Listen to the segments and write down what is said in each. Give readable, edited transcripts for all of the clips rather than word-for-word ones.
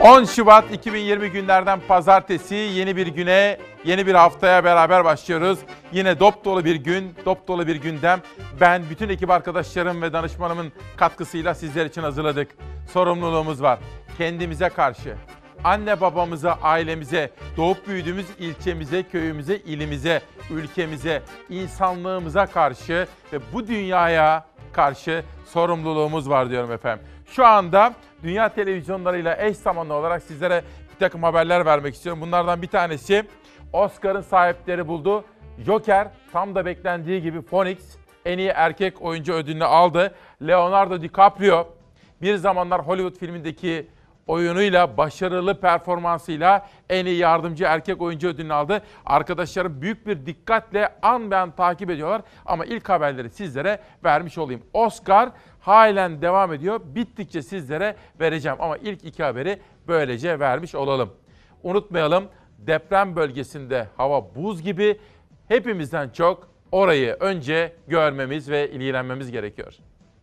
10 Şubat 2020 günlerden pazartesi, yeni bir güne, yeni bir haftaya beraber başlıyoruz. Yine dop dolu bir gün, dop dolu bir gündem. Ben bütün ekip arkadaşlarım ve danışmanımın katkısıyla sizler için hazırladık. Sorumluluğumuz var. Kendimize karşı, anne babamıza, ailemize, doğup büyüdüğümüz ilçemize, köyümüze, ilimize, ülkemize, insanlığımıza karşı ve bu dünyaya karşı sorumluluğumuz var diyorum efendim. Şu anda dünya televizyonlarıyla eş zamanlı olarak sizlere bir takım haberler vermek istiyorum. Bunlardan bir tanesi Oscar'ın sahipleri buldu. Joker tam da beklendiği gibi Phoenix en iyi erkek oyuncu ödülünü aldı. Leonardo DiCaprio bir zamanlar Hollywood filmindeki oyunuyla, başarılı performansıyla en iyi yardımcı erkek oyuncu ödülünü aldı. Arkadaşlarım büyük bir dikkatle an be an takip ediyorlar ama ilk haberleri sizlere vermiş olayım. Oscar halen devam ediyor. Bittikçe sizlere vereceğim ama ilk iki haberi böylece vermiş olalım. Unutmayalım, deprem bölgesinde hava buz gibi, hepimizden çok orayı önce görmemiz ve ilgilenmemiz gerekiyor.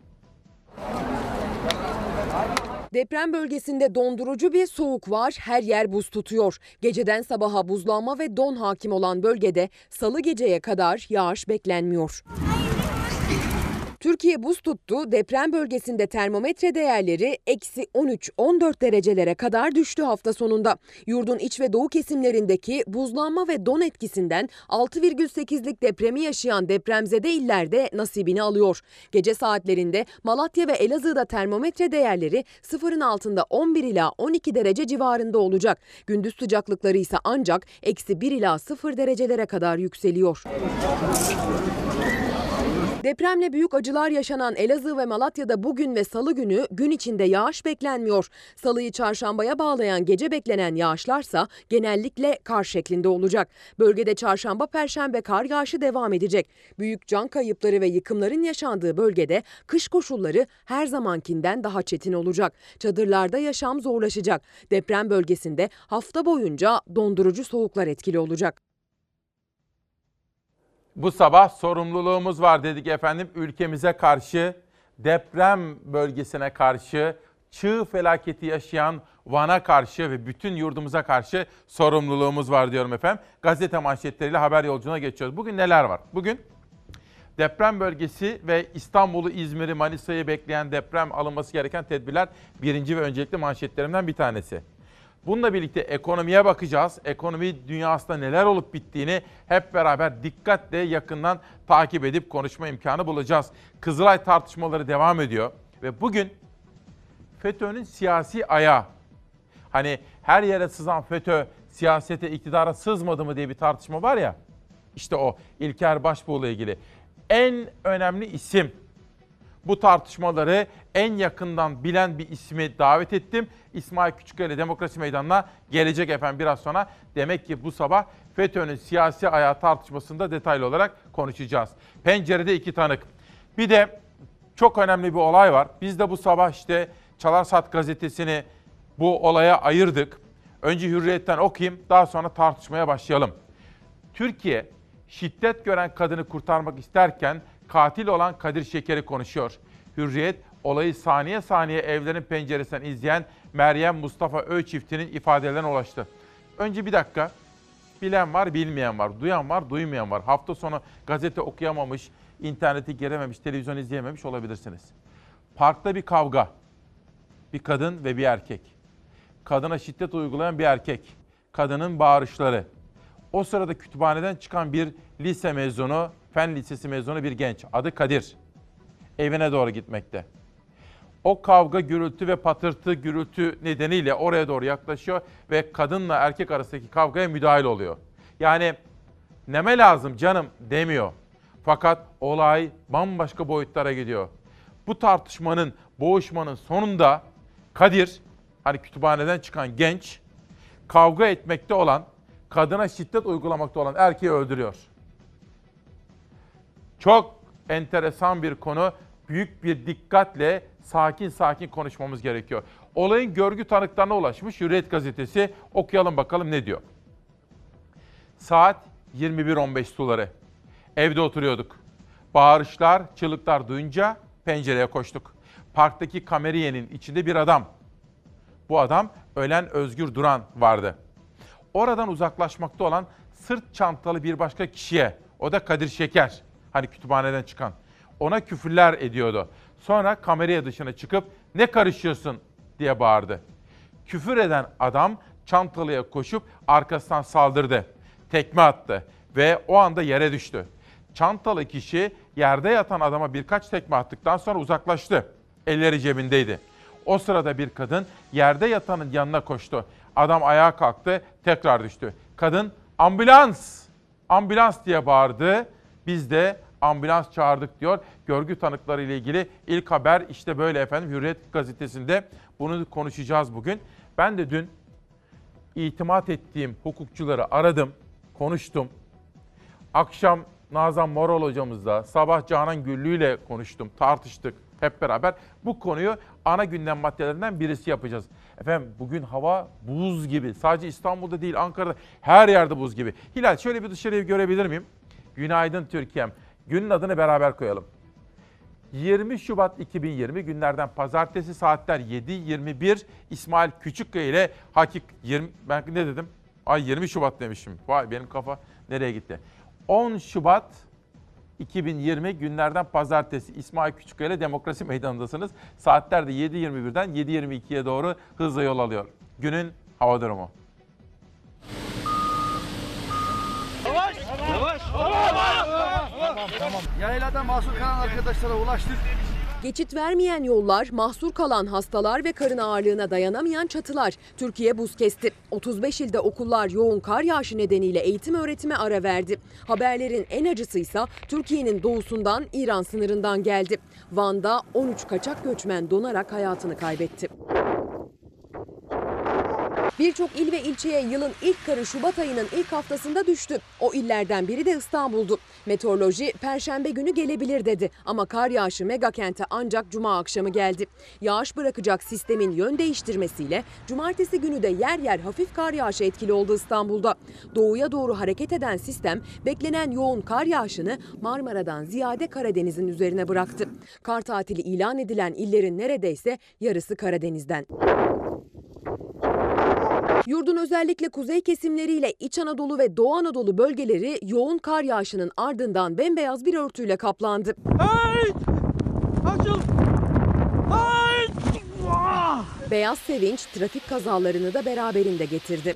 Deprem bölgesinde dondurucu bir soğuk var, her yer buz tutuyor. Geceden sabaha buzlanma ve don hakim olan bölgede salı geceye kadar yağış beklenmiyor. Türkiye buz tuttu, deprem bölgesinde termometre değerleri eksi 13-14 derecelere kadar düştü hafta sonunda. Yurdun iç ve doğu kesimlerindeki buzlanma ve don etkisinden 6,8'lik depremi yaşayan depremzede illerde nasibini alıyor. Gece saatlerinde Malatya ve Elazığ'da termometre değerleri sıfırın altında 11 ila 12 derece civarında olacak. Gündüz sıcaklıkları ise ancak eksi 1 ila 0 derecelere kadar yükseliyor. Depremle büyük acılar yaşanan Elazığ ve Malatya'da bugün ve salı günü gün içinde yağış beklenmiyor. Salıyı çarşambaya bağlayan gece beklenen yağışlarsa genellikle kar şeklinde olacak. Bölgede çarşamba, perşembe kar yağışı devam edecek. Büyük can kayıpları ve yıkımların yaşandığı bölgede kış koşulları her zamankinden daha çetin olacak. Çadırlarda yaşam zorlaşacak. Deprem bölgesinde hafta boyunca dondurucu soğuklar etkili olacak. Bu sabah sorumluluğumuz var dedik efendim. Ülkemize karşı, deprem bölgesine karşı, çığ felaketi yaşayan Van'a karşı ve bütün yurdumuza karşı sorumluluğumuz var diyorum efendim. Gazete manşetleriyle haber yolculuğuna geçiyoruz. Bugün neler var? Bugün deprem bölgesi ve İstanbul'u, İzmir'i, Manisa'yı bekleyen deprem alınması gereken tedbirler birinci ve öncelikli manşetlerimden bir tanesi. Bununla birlikte ekonomiye bakacağız. Ekonomi dünyasında neler olup bittiğini hep beraber dikkatle yakından takip edip konuşma imkanı bulacağız. Kızılay tartışmaları devam ediyor ve bugün FETÖ'nün siyasi ayağı, hani her yere sızan FETÖ siyasete, iktidara sızmadı mı diye bir tartışma var ya, işte o İlker Başbuğ'la ilgili en önemli isim. Bu tartışmaları en yakından bilen bir ismi davet ettim. İsmail Küçükkaya Demokrasi Meydanı'na gelecek efendim biraz sonra. Demek ki bu sabah FETÖ'nün siyasi ayağı tartışmasında detaylı olarak konuşacağız. Pencerede iki tanık. Bir de çok önemli bir olay var. Biz de bu sabah işte Çalar Saat gazetesini bu olaya ayırdık. Önce Hürriyet'ten okuyayım, daha sonra tartışmaya başlayalım. Türkiye şiddet gören kadını kurtarmak isterken katil olan Kadir Şeker'i konuşuyor. Hürriyet, olayı saniye saniye evlerin penceresinden izleyen Meryem Mustafa Ö çiftinin ifadelerine ulaştı. Önce bir dakika, bilen var, bilmeyen var, duyan var, duymayan var. Hafta sonu gazete okuyamamış, internete girememiş, televizyon izleyememiş olabilirsiniz. Parkta bir kavga, bir kadın ve bir erkek. Kadına şiddet uygulayan bir erkek, kadının bağırışları. O sırada kütüphaneden çıkan bir lise mezunu, fen lisesi mezunu bir genç. Adı Kadir. Evine doğru gitmekte. O kavga, gürültü ve patırtı gürültü nedeniyle oraya doğru yaklaşıyor ve kadınla erkek arasındaki kavgaya müdahil oluyor. Yani neme lazım canım demiyor. Fakat olay bambaşka boyutlara gidiyor. Bu tartışmanın, boğuşmanın sonunda Kadir, hani kütüphaneden çıkan genç, kavga etmekte olan, kadına şiddet uygulamakta olan erkeği öldürüyor. Çok enteresan bir konu. Büyük bir dikkatle sakin sakin konuşmamız gerekiyor. Olayın görgü tanıklarına ulaşmış Hürriyet gazetesi. Okuyalım bakalım ne diyor. Saat 21.15 suları. Evde oturuyorduk. Bağırışlar, çığlıklar duyunca pencereye koştuk. Parktaki kameriyenin içinde bir adam. Bu adam ölen Özgür Duran vardı. Oradan uzaklaşmakta olan sırt çantalı bir başka kişiye, o da Kadir Şeker, hani kütüphaneden çıkan, ona küfürler ediyordu. Sonra kameraya dışına çıkıp ne karışıyorsun diye bağırdı. Küfür eden adam çantalıya koşup arkasından saldırdı. Tekme attı ve o anda yere düştü. Çantalı kişi yerde yatan adama birkaç tekme attıktan sonra uzaklaştı. Elleri cebindeydi. O sırada bir kadın yerde yatanın yanına koştu. Adam ayağa kalktı, tekrar düştü. Kadın ambulans, ambulans diye bağırdı. Biz de ambulans çağırdık diyor. Görgü tanıkları ile ilgili ilk haber işte böyle efendim. Hürriyet gazetesinde bunu konuşacağız bugün. Ben de dün itimat ettiğim hukukçuları aradım, konuştum. Akşam Nazan Moral hocamızla, sabah Canan Güllü ile konuştum, tartıştık hep beraber. Bu konuyu ana gündem maddelerinden birisi yapacağız. Efendim bugün hava buz gibi. Sadece İstanbul'da değil, Ankara'da her yerde buz gibi. Hilal şöyle bir dışarıyı görebilir miyim? Günaydın Türkiye'm. Günün adını beraber koyalım. 20 Şubat 2020 günlerden pazartesi saatler 7:21 İsmail Küçükkaya ile ben ne dedim? 20 Şubat demişim. Vay benim kafa nereye gitti? 10 Şubat 2020 günlerden pazartesi İsmail Küçükkaya ile Demokrasi Meydanı'ndasınız. Saatler de 7:21'den 7:22'ye doğru hızla yol alıyor. Günün hava durumu. Yavaş. Tamam. Yaylada mahsur kalan arkadaşlara ulaştık. Geçit vermeyen yollar, mahsur kalan hastalar ve karın ağırlığına dayanamayan çatılar. Türkiye buz kesti. 35 ilde okullar yoğun kar yağışı nedeniyle eğitim öğretime ara verdi. Haberlerin en acısıysa Türkiye'nin doğusundan İran sınırından geldi. Van'da 13 kaçak göçmen donarak hayatını kaybetti. Birçok il ve ilçeye yılın ilk karı Şubat ayının ilk haftasında düştü. O illerden biri de İstanbul'du. Meteoroloji Perşembe günü gelebilir dedi ama kar yağışı megakente ancak Cuma akşamı geldi. Yağış bırakacak sistemin yön değiştirmesiyle Cumartesi günü de yer yer hafif kar yağışı etkili oldu İstanbul'da. Doğuya doğru hareket eden sistem beklenen yoğun kar yağışını Marmara'dan ziyade Karadeniz'in üzerine bıraktı. Kar tatili ilan edilen illerin neredeyse yarısı Karadeniz'den. Yurdun özellikle kuzey kesimleriyle İç Anadolu ve Doğu Anadolu bölgeleri yoğun kar yağışının ardından bembeyaz bir örtüyle kaplandı. Hey! Açıl! Hey! Beyaz sevinç trafik kazalarını da beraberinde getirdi.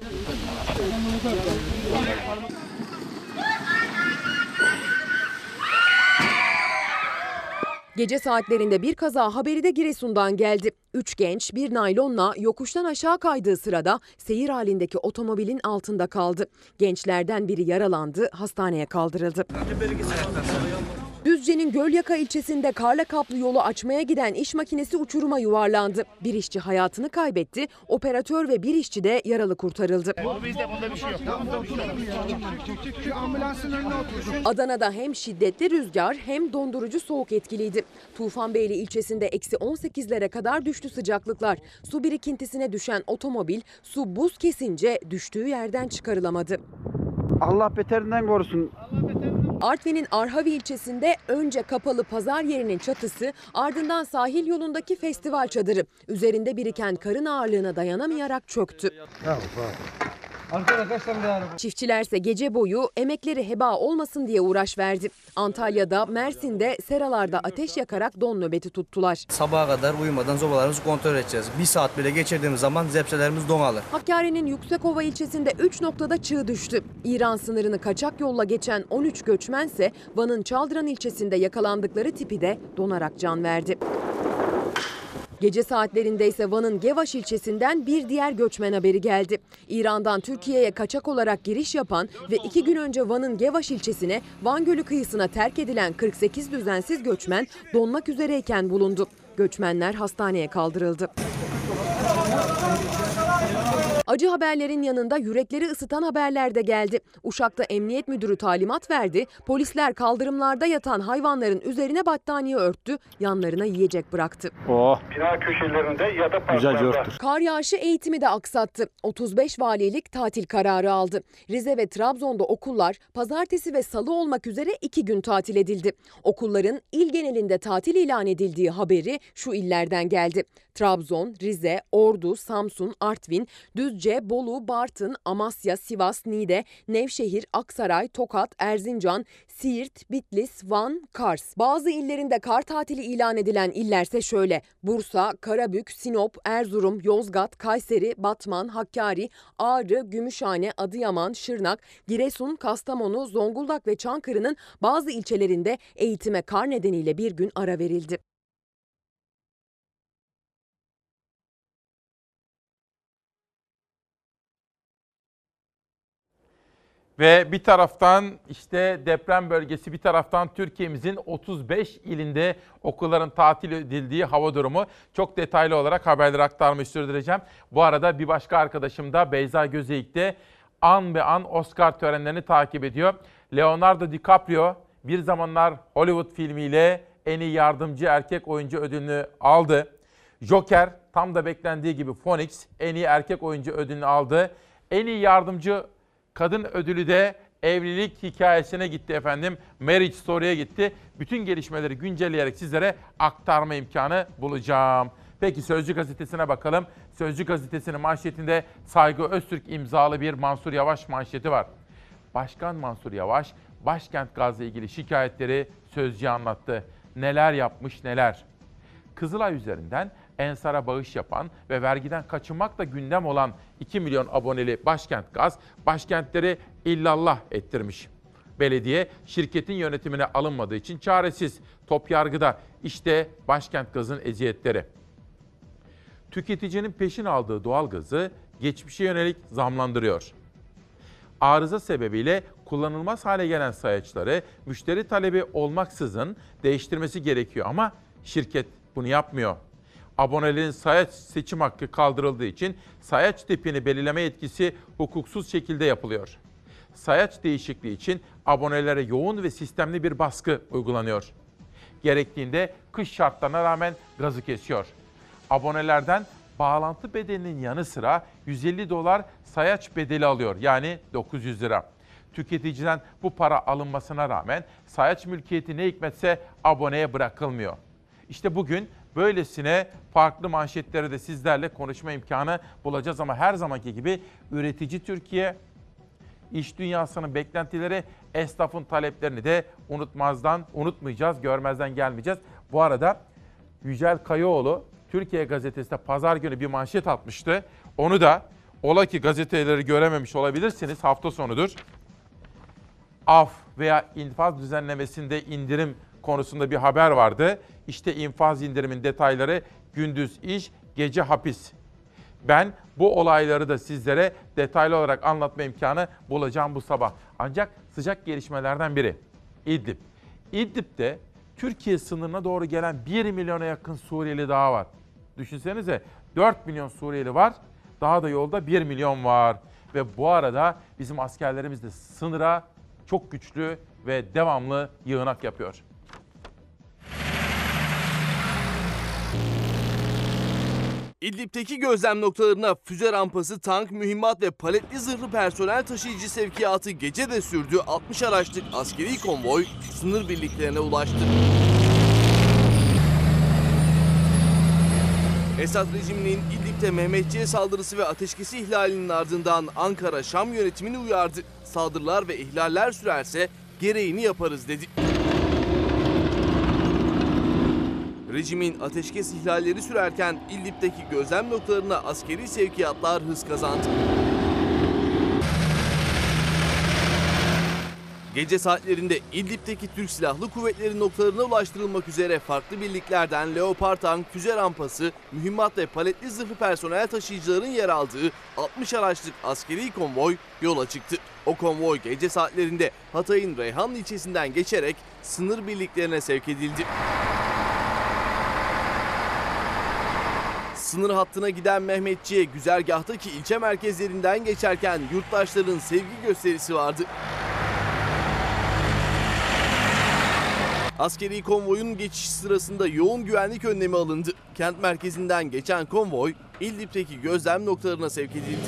Gece saatlerinde bir kaza haberi de Giresun'dan geldi. 3 genç bir naylonla yokuştan aşağı kaydığı sırada seyir halindeki otomobilin altında kaldı. Gençlerden biri yaralandı, hastaneye kaldırıldı. Düzce'nin Gölyaka ilçesinde karla kaplı yolu açmaya giden iş makinesi uçuruma yuvarlandı. Bir işçi hayatını kaybetti, operatör ve bir işçi de yaralı kurtarıldı. Adana'da hem şiddetli rüzgar hem dondurucu soğuk etkiliydi. Tufanbeyli ilçesinde -18'lere kadar düştü sıcaklıklar. Su birikintisine düşen otomobil su buz kesince düştüğü yerden çıkarılamadı. Allah beterinden korusun. Artvin'in Arhavi ilçesinde önce kapalı pazar yerinin çatısı, ardından sahil yolundaki festival çadırı. Üzerinde biriken karın ağırlığına dayanamayarak çöktü. Çiftçilerse gece boyu emekleri heba olmasın diye uğraş verdi. Antalya'da, Mersin'de seralarda ateş yakarak don nöbeti tuttular. Sabaha kadar uyumadan zobalarımızı kontrol edeceğiz. Bir saat bile geçirdiğimiz zaman zepselerimiz donalı. Hakkari'nin Yüksekova ilçesinde 3 noktada çığ düştü. İran sınırını kaçak yolla geçen 13 göçmense Van'ın Çaldıran ilçesinde yakalandıkları tipi de donarak can verdi. Gece saatlerinde ise Van'ın Gevaş ilçesinden bir diğer göçmen haberi geldi. İran'dan Türkiye'ye kaçak olarak giriş yapan ve 2 gün önce Van'ın Gevaş ilçesine Van Gölü kıyısına terk edilen 48 düzensiz göçmen donmak üzereyken bulundu. Göçmenler hastaneye kaldırıldı. Acı haberlerin yanında yürekleri ısıtan haberler de geldi. Uşak'ta emniyet müdürü talimat verdi. Polisler kaldırımlarda yatan hayvanların üzerine battaniye örttü, yanlarına yiyecek bıraktı. Bina köşelerinde ya da parklarda. Kar yağışı eğitimi de aksattı. 35 valilik tatil kararı aldı. Rize ve Trabzon'da okullar pazartesi ve salı olmak üzere 2 gün tatil edildi. Okulların il genelinde tatil ilan edildiği haberi şu illerden geldi. Trabzon, Rize, Ordu, Samsun, Artvin, Düzce, Bolu, Bartın, Amasya, Sivas, Niğde, Nevşehir, Aksaray, Tokat, Erzincan, Siirt, Bitlis, Van, Kars. Bazı illerinde kar tatili ilan edilen illerse şöyle: Bursa, Karabük, Sinop, Erzurum, Yozgat, Kayseri, Batman, Hakkari, Ağrı, Gümüşhane, Adıyaman, Şırnak, Giresun, Kastamonu, Zonguldak ve Çankırı'nın bazı ilçelerinde eğitime kar nedeniyle bir gün ara verildi. Ve bir taraftan işte deprem bölgesi, bir taraftan Türkiye'mizin 35 ilinde okulların tatil edildiği hava durumu. Çok detaylı olarak haberleri aktarmayı sürdüreceğim. Bu arada bir başka arkadaşım da Beyza Gözeyik de an be an Oscar törenlerini takip ediyor. Leonardo DiCaprio bir zamanlar Hollywood filmiyle en iyi yardımcı erkek oyuncu ödülünü aldı. Joker tam da beklendiği gibi Phoenix en iyi erkek oyuncu ödülünü aldı. En iyi yardımcı kadın ödülü de evlilik hikayesine gitti efendim. Marriage Story'ye gitti. Bütün gelişmeleri güncelleyerek sizlere aktarma imkanı bulacağım. Peki Sözcü gazetesine bakalım. Sözcü gazetesinin manşetinde Saygı Öztürk imzalı bir Mansur Yavaş manşeti var. Başkan Mansur Yavaş, başkent gazla ilgili şikayetleri Sözcü'ye anlattı. Neler yapmış neler. Kızılay üzerinden Ensar'a bağış yapan ve vergiden kaçınmakla gündem olan 2 milyon aboneli Başkent Gaz, başkentleri illallah ettirmiş. Belediye şirketin yönetimine alınmadığı için çaresiz. Top yargıda. İşte Başkent Gaz'ın eziyetleri. Tüketicinin peşin aldığı doğalgazı geçmişe yönelik zamlandırıyor. Arıza sebebiyle kullanılmaz hale gelen sayaçları müşteri talebi olmaksızın değiştirmesi gerekiyor ama şirket bunu yapmıyor. Abonelerin sayaç seçim hakkı kaldırıldığı için sayaç tipini belirleme yetkisi hukuksuz şekilde yapılıyor. Sayaç değişikliği için abonelere yoğun ve sistemli bir baskı uygulanıyor. Gerektiğinde kış şartlarına rağmen gazı kesiyor. Abonelerden bağlantı bedelinin yanı sıra $150 sayaç bedeli alıyor, yani 900 lira. Tüketiciden bu para alınmasına rağmen sayaç mülkiyeti ne hikmetse aboneye bırakılmıyor. İşte bugün böylesine farklı manşetleri de sizlerle konuşma imkanı bulacağız ama her zamanki gibi üretici Türkiye, iş dünyasının beklentileri, esnafın taleplerini de unutmayacağız, görmezden gelmeyeceğiz. Bu arada Yücel Kayıoğlu Türkiye Gazetesi'nde pazar günü bir manşet atmıştı. Onu da ola ki gazeteleri görememiş olabilirsiniz, hafta sonudur. Af veya infaz düzenlemesinde indirim konusunda bir haber vardı. İşte infaz indirimin detayları, gündüz iş, gece hapis. Ben bu olayları da sizlere detaylı olarak anlatma imkanı bulacağım bu sabah. Ancak sıcak gelişmelerden biri İdlib. İdlib'de Türkiye sınırına doğru gelen 1 milyona yakın Suriyeli daha var. Düşünsenize 4 milyon Suriyeli var, daha da yolda 1 milyon var. Ve bu arada bizim askerlerimiz de sınıra çok güçlü ve devamlı yığınak yapıyor. İdlib'deki gözlem noktalarına füze rampası, tank, mühimmat ve paletli zırhlı personel taşıyıcı sevkiyatı gece de sürdü. 60 araçlık askeri konvoy sınır birliklerine ulaştı. Esad rejiminin İdlib'de Mehmetçiğe saldırısı ve ateşkesi ihlalinin ardından Ankara Şam yönetimini uyardı. Saldırılar ve ihlaller sürerse gereğini yaparız dedi. Rejimin ateşkes ihlalleri sürerken İdlib'deki gözlem noktalarına askeri sevkiyatlar hız kazandı. Gece saatlerinde İdlib'deki Türk Silahlı Kuvvetleri noktalarına ulaştırılmak üzere farklı birliklerden Leopard tank, füze rampası, mühimmat ve paletli zırhlı personel taşıyıcıların yer aldığı 60 araçlık askeri konvoy yola çıktı. O konvoy gece saatlerinde Hatay'ın Reyhanlı ilçesinden geçerek sınır birliklerine sevk edildi. Sınır hattına giden Mehmetçiğe güzergahtaki ilçe merkezlerinden geçerken yurttaşların sevgi gösterisi vardı. Askeri konvoyun geçiş sırasında yoğun güvenlik önlemi alındı. Kent merkezinden geçen konvoy İdlib'deki gözlem noktalarına sevk edildi.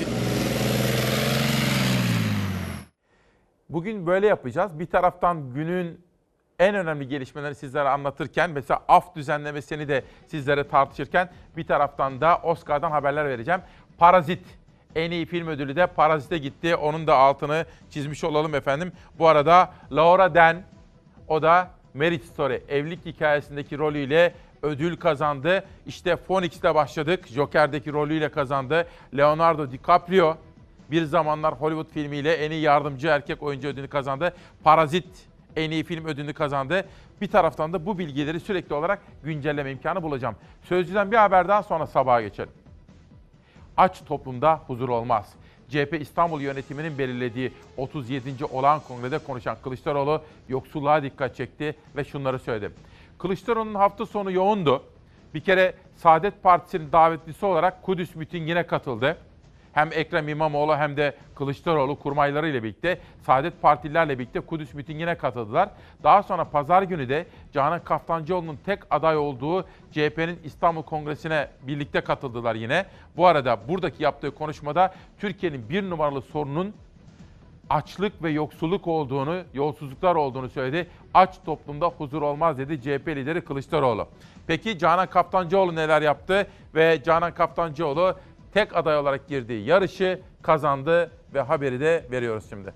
Bugün böyle yapacağız. Bir taraftan günün en önemli gelişmeleri sizlere anlatırken, mesela af düzenlemesini de sizlere tartışırken, bir taraftan da Oscar'dan haberler vereceğim. Parazit, en iyi film ödülü de Parazit'e gitti. Onun da altını çizmiş olalım efendim. Bu arada Laura Dern, o da Marriage Story, evlilik hikayesindeki rolüyle ödül kazandı. İşte Phoenix'te başladık. Joker'deki rolüyle kazandı. Leonardo DiCaprio bir zamanlar Hollywood filmiyle en iyi yardımcı erkek oyuncu ödülünü kazandı. Parazit en iyi film ödülünü kazandı. Bir taraftan da bu bilgileri sürekli olarak güncelleme imkanı bulacağım. Sözcüden bir haber daha, sonra sabaha geçelim. Aç toplumda huzur olmaz. CHP İstanbul yönetiminin belirlediği 37. olağan kongrede konuşan Kılıçdaroğlu yoksulluğa dikkat çekti ve şunları söyledi. Kılıçdaroğlu'nun hafta sonu yoğundu. Bir kere Saadet Partisi'nin davetlisi olarak Kudüs mitingine katıldı. Hem Ekrem İmamoğlu hem de Kılıçdaroğlu kurmaylarıyla birlikte Saadet Partililerle birlikte Kudüs mitingine katıldılar. Daha sonra pazar günü de Canan Kaftancıoğlu'nun tek aday olduğu CHP'nin İstanbul Kongresi'ne birlikte katıldılar yine. Bu arada buradaki yaptığı konuşmada Türkiye'nin bir numaralı sorunun açlık ve yoksulluk olduğunu, yolsuzluklar olduğunu söyledi. Aç toplumda huzur olmaz dedi CHP lideri Kılıçdaroğlu. Peki Canan Kaftancıoğlu neler yaptı? Ve Canan Kaftancıoğlu tek aday olarak girdiği yarışı kazandı ve haberi de veriyoruz şimdi.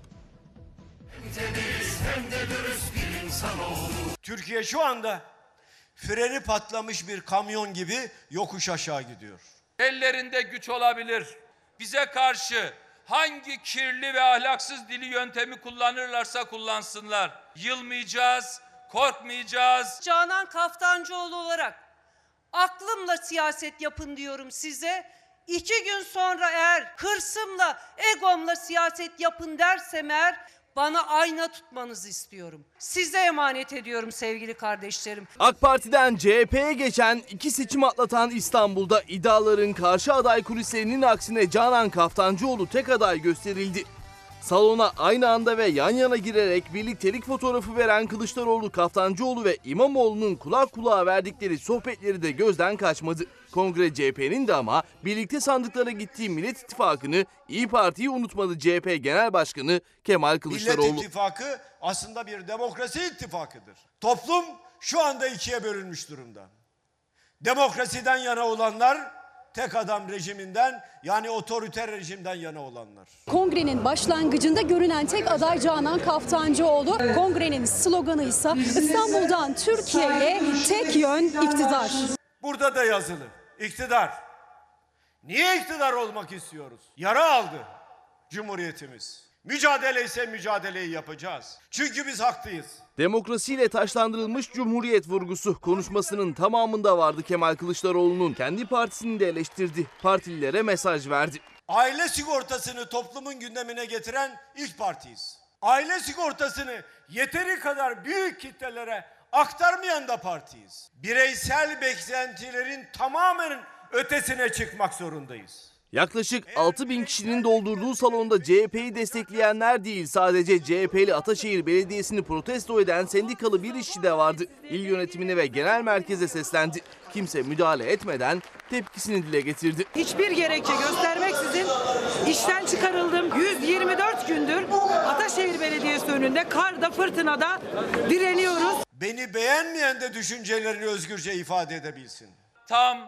Türkiye şu anda freni patlamış bir kamyon gibi yokuş aşağı gidiyor. Ellerinde güç olabilir. Bize karşı hangi kirli ve ahlaksız dili yöntemi kullanırlarsa kullansınlar. Yılmayacağız, korkmayacağız. Canan Kaftancıoğlu olarak aklımla siyaset yapın diyorum size. 2 gün sonra eğer hırsımla, egomla siyaset yapın dersem eğer bana ayna tutmanızı istiyorum. Size emanet ediyorum sevgili kardeşlerim. AK Parti'den CHP'ye geçen 2 seçim atlatan İstanbul'da iddiaların karşı aday kulislerinin aksine Canan Kaftancıoğlu tek aday gösterildi. Salona aynı anda ve yan yana girerek birliktelik fotoğrafı veren Kılıçdaroğlu, Kaftancıoğlu ve İmamoğlu'nun kulak kulağa verdikleri sohbetleri de gözden kaçmadı. Kongre CHP'nin de ama birlikte sandıklara gittiği Millet İttifakı'nı, İYİ Parti'yi unutmadı CHP Genel Başkanı Kemal Kılıçdaroğlu. Millet İttifakı aslında bir demokrasi ittifakıdır. Toplum şu anda ikiye bölünmüş durumda. Demokrasiden yana olanlar, tek adam rejiminden yani otoriter rejimden yana olanlar. Kongrenin başlangıcında görünen tek aday Canan Kaftancıoğlu. Kongrenin sloganı ise İstanbul'dan Türkiye'ye tek yön iktidar. Burada da yazılı. İktidar. Niye iktidar olmak istiyoruz? Yara aldı Cumhuriyetimiz. Mücadele ise mücadeleyi yapacağız. Çünkü biz haklıyız. Demokrasiyle taşlandırılmış Cumhuriyet vurgusu konuşmasının tamamında vardı Kemal Kılıçdaroğlu'nun. Kendi partisini de eleştirdi. Partililere mesaj verdi. Aile sigortasını toplumun gündemine getiren ilk partiyiz. Aile sigortasını yeteri kadar büyük kitlelere aktarmayan da partiyiz. Bireysel beklentilerin tamamen ötesine çıkmak zorundayız. Yaklaşık 6.000 kişinin doldurduğu salonda CHP'yi destekleyenler değil, sadece CHP'li Ataşehir Belediyesi'ni protesto eden sendikalı bir işçi de vardı. İl yönetimine ve genel merkeze seslendi. Kimse müdahale etmeden tepkisini dile getirdi. Hiçbir gerekçe göstermeksizin işten çıkarıldım. 124 gündür Ataşehir Belediyesi önünde karda fırtınada direniyoruz. Beni beğenmeyen de düşüncelerini özgürce ifade edebilsin. Tam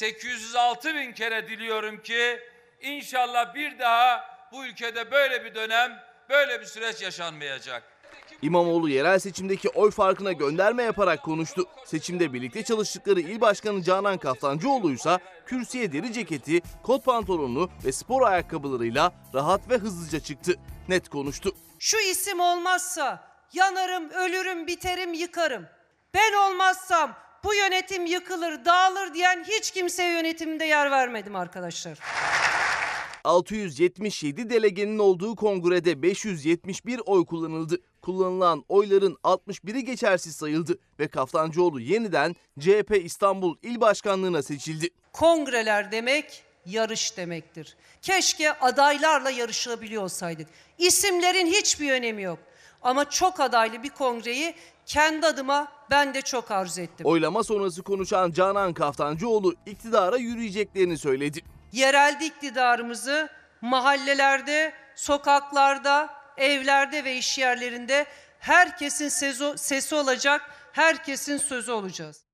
806 bin kere diliyorum ki inşallah bir daha bu ülkede böyle bir dönem, böyle bir süreç yaşanmayacak. İmamoğlu yerel seçimdeki oy farkına gönderme yaparak konuştu. Seçimde birlikte çalıştıkları il başkanı Canan Kaftancıoğlu'ysa kürsüye deri ceketi, kot pantolonu ve spor ayakkabılarıyla rahat ve hızlıca çıktı. Net konuştu. Şu isim olmazsa yanarım, ölürüm, biterim, yıkarım. Ben olmazsam bu yönetim yıkılır, dağılır diyen hiç kimseye yönetimde yer vermedim arkadaşlar. 677 delegenin olduğu kongrede 571 oy kullanıldı. kullanılan oyların 61'i geçersiz sayıldı ve Kaftancıoğlu yeniden CHP İstanbul İl Başkanlığı'na seçildi. Kongreler demek yarış demektir. Keşke adaylarla yarışabiliyor olsaydık. İsimlerin hiçbir önemi yok. Ama çok adaylı bir kongreyi kendi adıma ben de çok arzu ettim. Oylama sonrası konuşan Canan Kaftancıoğlu iktidara yürüyeceklerini söyledi. Yerelde iktidarımızı mahallelerde, sokaklarda, evlerde ve iş yerlerinde herkesin sesi olacak, herkesin sözü olacağız.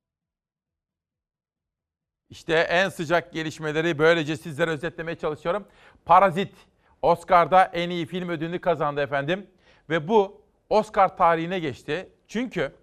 İşte en sıcak gelişmeleri böylece sizlere özetlemeye çalışıyorum. Parazit, Oscar'da en iyi film ödülünü kazandı efendim. Ve bu Oscar tarihine geçti. Çünkü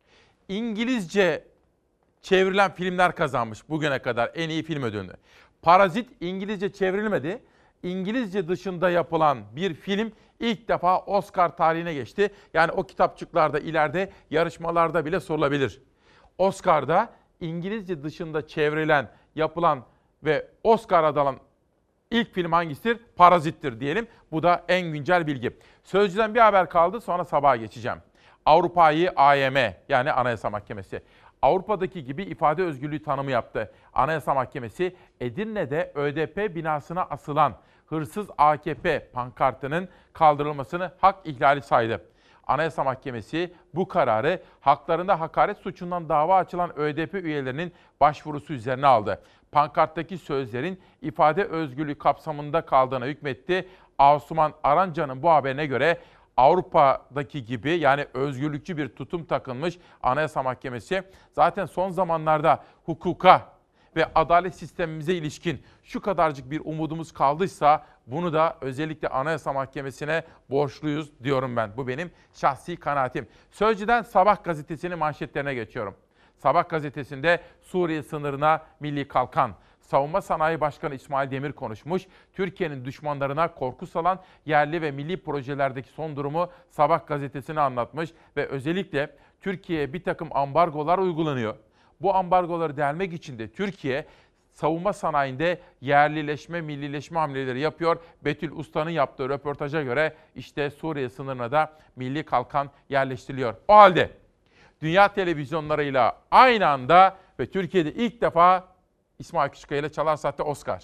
İngilizce çevrilen filmler kazanmış bugüne kadar en iyi film ödülünü. Parazit İngilizce çevrilmedi. İngilizce dışında yapılan bir film ilk defa Oscar tarihine geçti. Yani o kitapçıklarda ileride yarışmalarda bile sorulabilir. Oscar'da İngilizce dışında çevrilen, yapılan ve Oscar adanan ilk film hangisidir? Parazit'tir diyelim. Bu da en güncel bilgi. Sözcüden bir haber kaldı, sonra sabaha geçeceğim. Avrupa'yı AYM yani Anayasa Mahkemesi Avrupa'daki gibi ifade özgürlüğü tanımı yaptı. Anayasa Mahkemesi Edirne'de ÖDP binasına asılan hırsız AKP pankartının kaldırılmasını hak ihlali saydı. Anayasa Mahkemesi bu kararı haklarında hakaret suçundan dava açılan ÖDP üyelerinin başvurusu üzerine aldı. Pankarttaki sözlerin ifade özgürlüğü kapsamında kaldığına hükmetti. Asuman Aranca'nın bu haberine göre Avrupa'daki gibi yani özgürlükçü bir tutum takınmış Anayasa Mahkemesi zaten son zamanlarda hukuka ve adalet sistemimize ilişkin şu kadarcık bir umudumuz kaldıysa bunu da özellikle Anayasa Mahkemesi'ne borçluyuz diyorum ben. Bu benim şahsi kanaatim. Sözcü'den Sabah gazetesinin manşetlerine geçiyorum. Sabah gazetesinde Suriye sınırına milli kalkan. Savunma Sanayi Başkanı İsmail Demir konuşmuş. Türkiye'nin düşmanlarına korku salan yerli ve milli projelerdeki son durumu Sabah gazetesine anlatmış ve özellikle Türkiye'ye bir takım ambargolar uygulanıyor. Bu ambargoları delmek için de Türkiye savunma sanayinde yerlileşme, millileşme hamleleri yapıyor. Betül Usta'nın yaptığı röportaja göre işte Suriye sınırına da milli kalkan yerleştiriliyor. O halde dünya televizyonlarıyla aynı anda ve Türkiye'de ilk defa İsmail Küçükkaya ile Çalar Saat'te Oscar.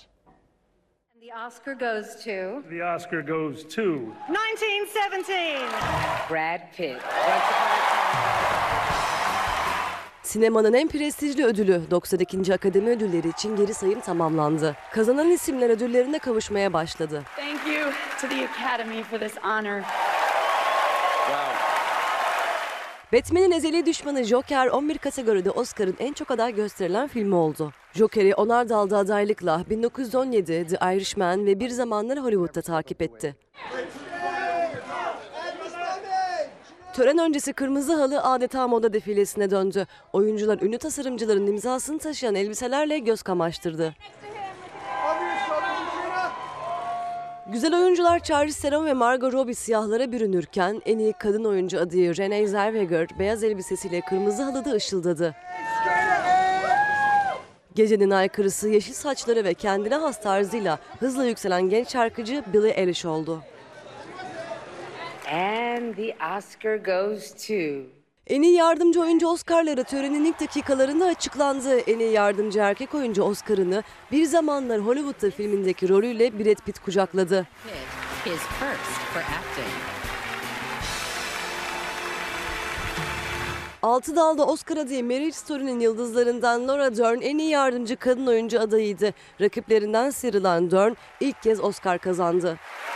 The Oscar goes to... The Oscar goes to... 1917! Brad Pitt. Sinemanın en prestijli ödülü 92. Akademi Ödülleri için geri sayım tamamlandı. Kazanan isimler ödüllerine kavuşmaya başladı. Thank you to the Academy for this honor. Batman'in ezeli düşmanı Joker 11 kategoride Oscar'ın en çok aday gösterilen filmi oldu. Joker'i 10'ar dalda adaylıkla 1917, The Irishman ve Bir Zamanlar Hollywood'da takip etti. Tören öncesi kırmızı halı adeta moda defilesine döndü. Oyuncular ünlü tasarımcıların imzasını taşıyan elbiselerle göz kamaştırdı. Güzel oyuncular Charlize Theron ve Margot Robbie siyahlara bürünürken en iyi kadın oyuncu adayı Renée Zellweger beyaz elbisesiyle kırmızı halıda ışıldadı. Gecenin aykırısı yeşil saçları ve kendine has tarzıyla hızla yükselen genç şarkıcı Billie Eilish oldu. And the Oscar goes to... En iyi yardımcı oyuncu Oscar'ları törenin ilk dakikalarında açıklandı. En iyi yardımcı erkek oyuncu Oscar'ını Bir Zamanlar Hollywood'da filmindeki rolüyle Brad Pitt kucakladı. His first for acting. 6 dalda Oscar adayı Marriage Story'nin yıldızlarından Laura Dern en iyi yardımcı kadın oyuncu adayıydı. Rakiplerinden sıyrılan Dern ilk kez Oscar kazandı.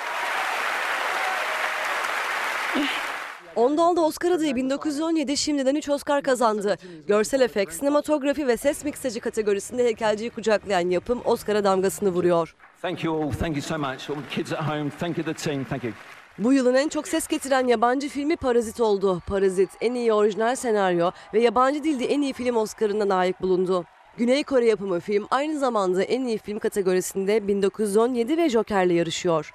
10 dalda Oscar adayı 1917 şimdiden 3 Oscar kazandı. Görsel efekt, sinematografi ve ses miksajı kategorisinde heykelciyi kucaklayan yapım Oscar'a damgasını vuruyor. Thank you all. Thank you so much. All the kids at home. Thank you the team. Thank you. Bu yılın en çok ses getiren yabancı filmi Parazit oldu. Parazit en iyi orijinal senaryo ve yabancı dilde en iyi film Oscar'ına layık bulundu. Güney Kore yapımı film aynı zamanda en iyi film kategorisinde 1917 ve Joker'le yarışıyor.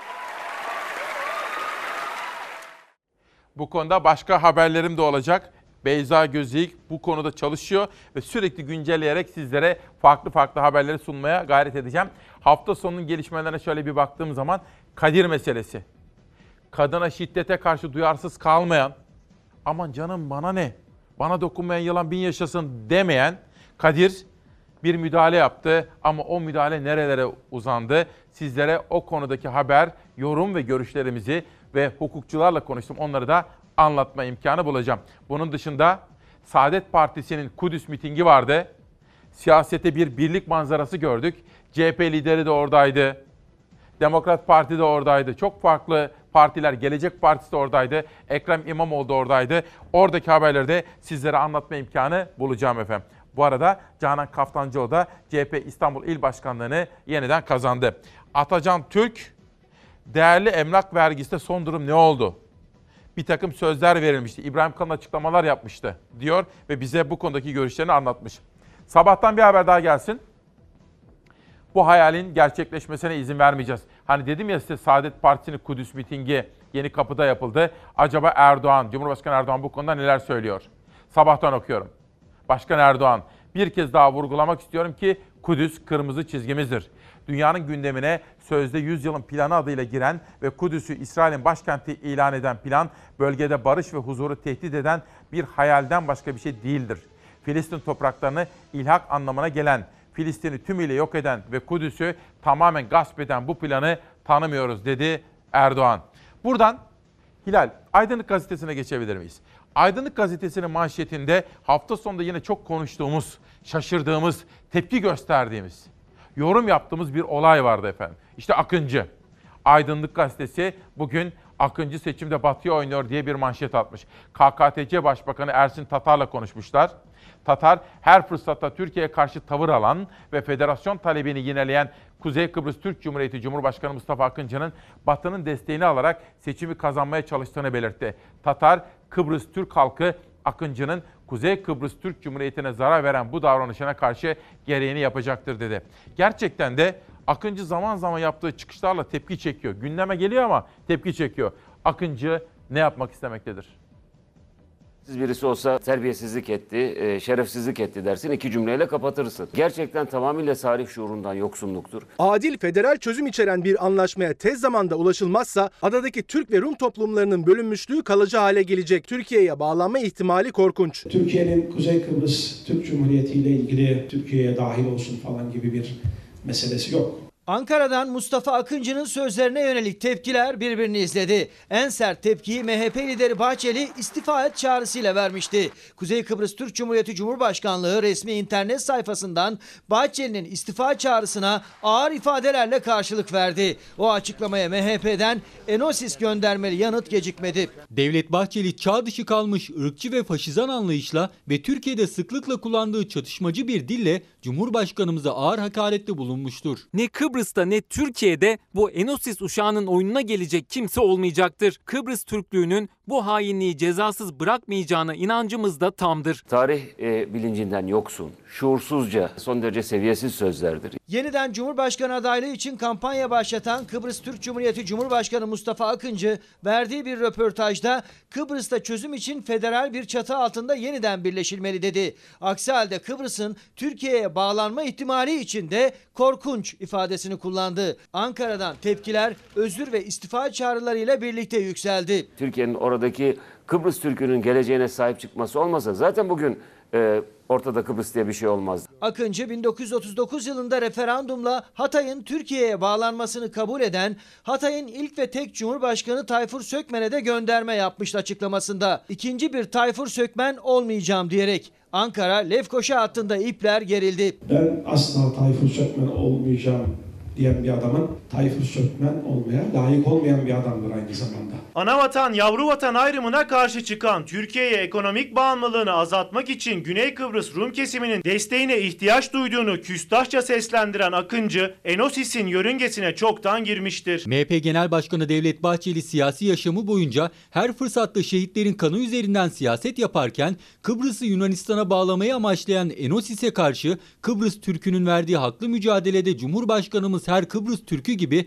Bu konuda başka haberlerim de olacak. Beyza Gözeyik bu konuda çalışıyor ve sürekli güncelleyerek sizlere farklı farklı haberleri sunmaya gayret edeceğim. Hafta sonunun gelişmelerine şöyle bir baktığım zaman Kadir meselesi. kadına şiddete karşı duyarsız kalmayan, aman canım bana ne, bana dokunmayan yılan bin yaşasın demeyen Kadir bir müdahale yaptı ama o müdahale nerelere uzandı? Sizlere o konudaki haber, yorum ve görüşlerimizi ve hukukçularla konuştum. Onları da anlatma imkanı bulacağım. Bunun dışında Saadet Partisi'nin Kudüs mitingi vardı. Siyasete bir birlik manzarası gördük. CHP lideri de oradaydı. Demokrat Parti de oradaydı. Çok farklı partiler, Gelecek Partisi de oradaydı. Ekrem İmamoğlu da oradaydı. Oradaki haberleri de sizlere anlatma imkanı bulacağım efendim. Bu arada Canan Kaftancıoğlu da CHP İstanbul İl Başkanlığı'nı yeniden kazandı. Atacan Türk, değerli emlak vergisinde son durum ne oldu? Bir takım sözler verilmişti. İbrahim Kalın açıklamalar yapmıştı diyor ve bize bu konudaki görüşlerini anlatmış. Sabahtan bir haber daha gelsin. Bu hayalin gerçekleşmesine izin vermeyeceğiz. Hani dedim ya size Saadet Partisi'nin Kudüs mitingi Yenikapı'da yapıldı. Acaba Erdoğan, Cumhurbaşkanı Erdoğan bu konuda neler söylüyor? Sabahtan okuyorum. Başkan Erdoğan, bir kez daha vurgulamak istiyorum ki Kudüs kırmızı çizgimizdir. Dünyanın gündemine sözde 100 yılın planı adıyla giren ve Kudüs'ü İsrail'in başkenti ilan eden plan, bölgede barış ve huzuru tehdit eden bir hayalden başka bir şey değildir. Filistin topraklarını ilhak anlamına gelen, Filistin'i tümüyle yok eden ve Kudüs'ü tamamen gasp eden bu planı tanımıyoruz dedi Erdoğan. Buradan Hilal, Aydınlık Gazetesi'ne geçebilir miyiz? Aydınlık Gazetesi'nin manşetinde hafta sonunda yine çok konuştuğumuz, şaşırdığımız, tepki gösterdiğimiz, yorum yaptığımız bir olay vardı efendim. İşte Akıncı. Aydınlık Gazetesi bugün Akıncı seçimde batıya oynuyor diye bir manşet atmış. KKTC Başbakanı Ersin Tatar'la konuşmuşlar. Tatar her fırsatta Türkiye'ye karşı tavır alan ve federasyon talebini yineleyen Kuzey Kıbrıs Türk Cumhuriyeti Cumhurbaşkanı Mustafa Akıncı'nın Batı'nın desteğini alarak seçimi kazanmaya çalıştığını belirtti. Tatar, Kıbrıs Türk halkı Akıncı'nın Kuzey Kıbrıs Türk Cumhuriyeti'ne zarar veren bu davranışına karşı gereğini yapacaktır dedi. Gerçekten de Akıncı zaman zaman yaptığı çıkışlarla tepki çekiyor. Gündeme geliyor ama tepki çekiyor. Akıncı ne yapmak istemektedir? Siz birisi olsa terbiyesizlik etti, şerefsizlik etti dersin, 2 cümleyle kapatırsın. Gerçekten tamamıyla tarih şuurundan yoksunluktur. Adil federal çözüm içeren bir anlaşmaya tez zamanda ulaşılmazsa adadaki Türk ve Rum toplumlarının bölünmüşlüğü kalıcı hale gelecek. Türkiye'ye bağlanma ihtimali korkunç. Türkiye'nin Kuzey Kıbrıs Türk Cumhuriyeti ile ilgili Türkiye'ye dahil olsun falan gibi bir meselesi yok. Ankara'dan Mustafa Akıncı'nın sözlerine yönelik tepkiler birbirini izledi. En sert tepkiyi MHP lideri Bahçeli istifa et çağrısıyla vermişti. Kuzey Kıbrıs Türk Cumhuriyeti Cumhurbaşkanlığı resmi internet sayfasından Bahçeli'nin istifa çağrısına ağır ifadelerle karşılık verdi. O açıklamaya MHP'den Enosis göndermeli yanıt gecikmedi. Devlet Bahçeli çağ dışı kalmış ırkçı ve faşizan anlayışla ve Türkiye'de sıklıkla kullandığı çatışmacı bir dille Cumhurbaşkanımıza ağır hakarette bulunmuştur. Ne Kıbrıs'ta ne Türkiye'de bu Enosis uşağının oyununa gelecek kimse olmayacaktır. Kıbrıs Türklüğünün bu hainliği cezasız bırakmayacağına inancımız da tamdır. Tarih bilincinden yoksun, şuursuzca, son derece seviyesiz sözlerdir. Yeniden Cumhurbaşkanı adaylığı için kampanya başlatan Kıbrıs Türk Cumhuriyeti Cumhurbaşkanı Mustafa Akıncı verdiği bir röportajda Kıbrıs'ta çözüm için federal bir çatı altında yeniden birleşilmeli dedi. Aksi halde Kıbrıs'ın Türkiye'ye bağlanma ihtimali için de korkunç ifadesini kullandı. Ankara'dan tepkiler özür ve istifa çağrılarıyla birlikte yükseldi. Türkiye'nin oradaki Kıbrıs Türk'ünün geleceğine sahip çıkması olmasa zaten bugün ortada Kıbrıs diye bir şey olmazdı. Akıncı 1939 yılında referandumla Hatay'ın Türkiye'ye bağlanmasını kabul eden Hatay'ın ilk ve tek Cumhurbaşkanı Tayfur Sökmen'e de gönderme yapmıştı açıklamasında. İkinci bir Tayfur Sökmen olmayacağım diyerek Ankara Lefkoşa hattında ipler gerildi. Ben asla Tayfur Sökmen olmayacağım diyen bir adamın Tayfur Sökmen olmaya layık olmayan bir adamdır aynı zamanda. Anavatan yavru vatan ayrımına karşı çıkan, Türkiye'ye ekonomik bağımlılığını azaltmak için Güney Kıbrıs Rum kesiminin desteğine ihtiyaç duyduğunu küstahça seslendiren Akıncı, Enosis'in yörüngesine çoktan girmiştir. MHP Genel Başkanı Devlet Bahçeli siyasi yaşamı boyunca her fırsatta şehitlerin kanı üzerinden siyaset yaparken Kıbrıs'ı Yunanistan'a bağlamayı amaçlayan Enosis'e karşı Kıbrıs Türk'ünün verdiği haklı mücadelede Cumhurbaşkanımız her Kıbrıs Türk'ü gibi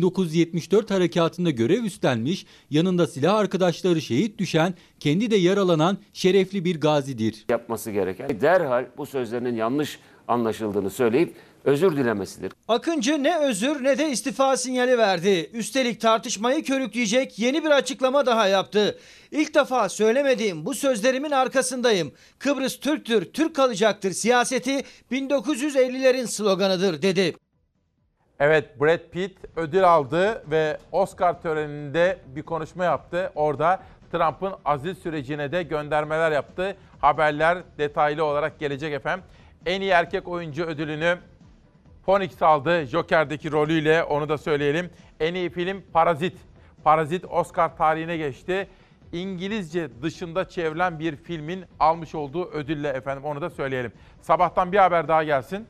1974 harekatında görev üstlenmiş, yanında silah arkadaşları şehit düşen, kendi de yaralanan şerefli bir gazidir. Yapması gereken derhal bu sözlerinin yanlış anlaşıldığını söyleyip özür dilemesidir. Akıncı ne özür ne de istifa sinyali verdi. Üstelik tartışmayı körükleyecek yeni bir açıklama daha yaptı. İlk defa söylemediğim bu sözlerimin arkasındayım. Kıbrıs Türktür, Türk kalacaktır siyaseti 1950'lerin sloganıdır dedi. Evet, Brad Pitt ödül aldı ve Oscar töreninde bir konuşma yaptı. Orada Trump'ın azil sürecine de göndermeler yaptı. Haberler detaylı olarak gelecek efendim. En iyi erkek oyuncu ödülünü Phoenix aldı Joker'deki rolüyle, onu da söyleyelim. En iyi film Parazit. Parazit Oscar tarihine geçti. İngilizce dışında çevrilen bir filmin almış olduğu ödülle efendim, onu da söyleyelim. Sabahtan bir haber daha gelsin.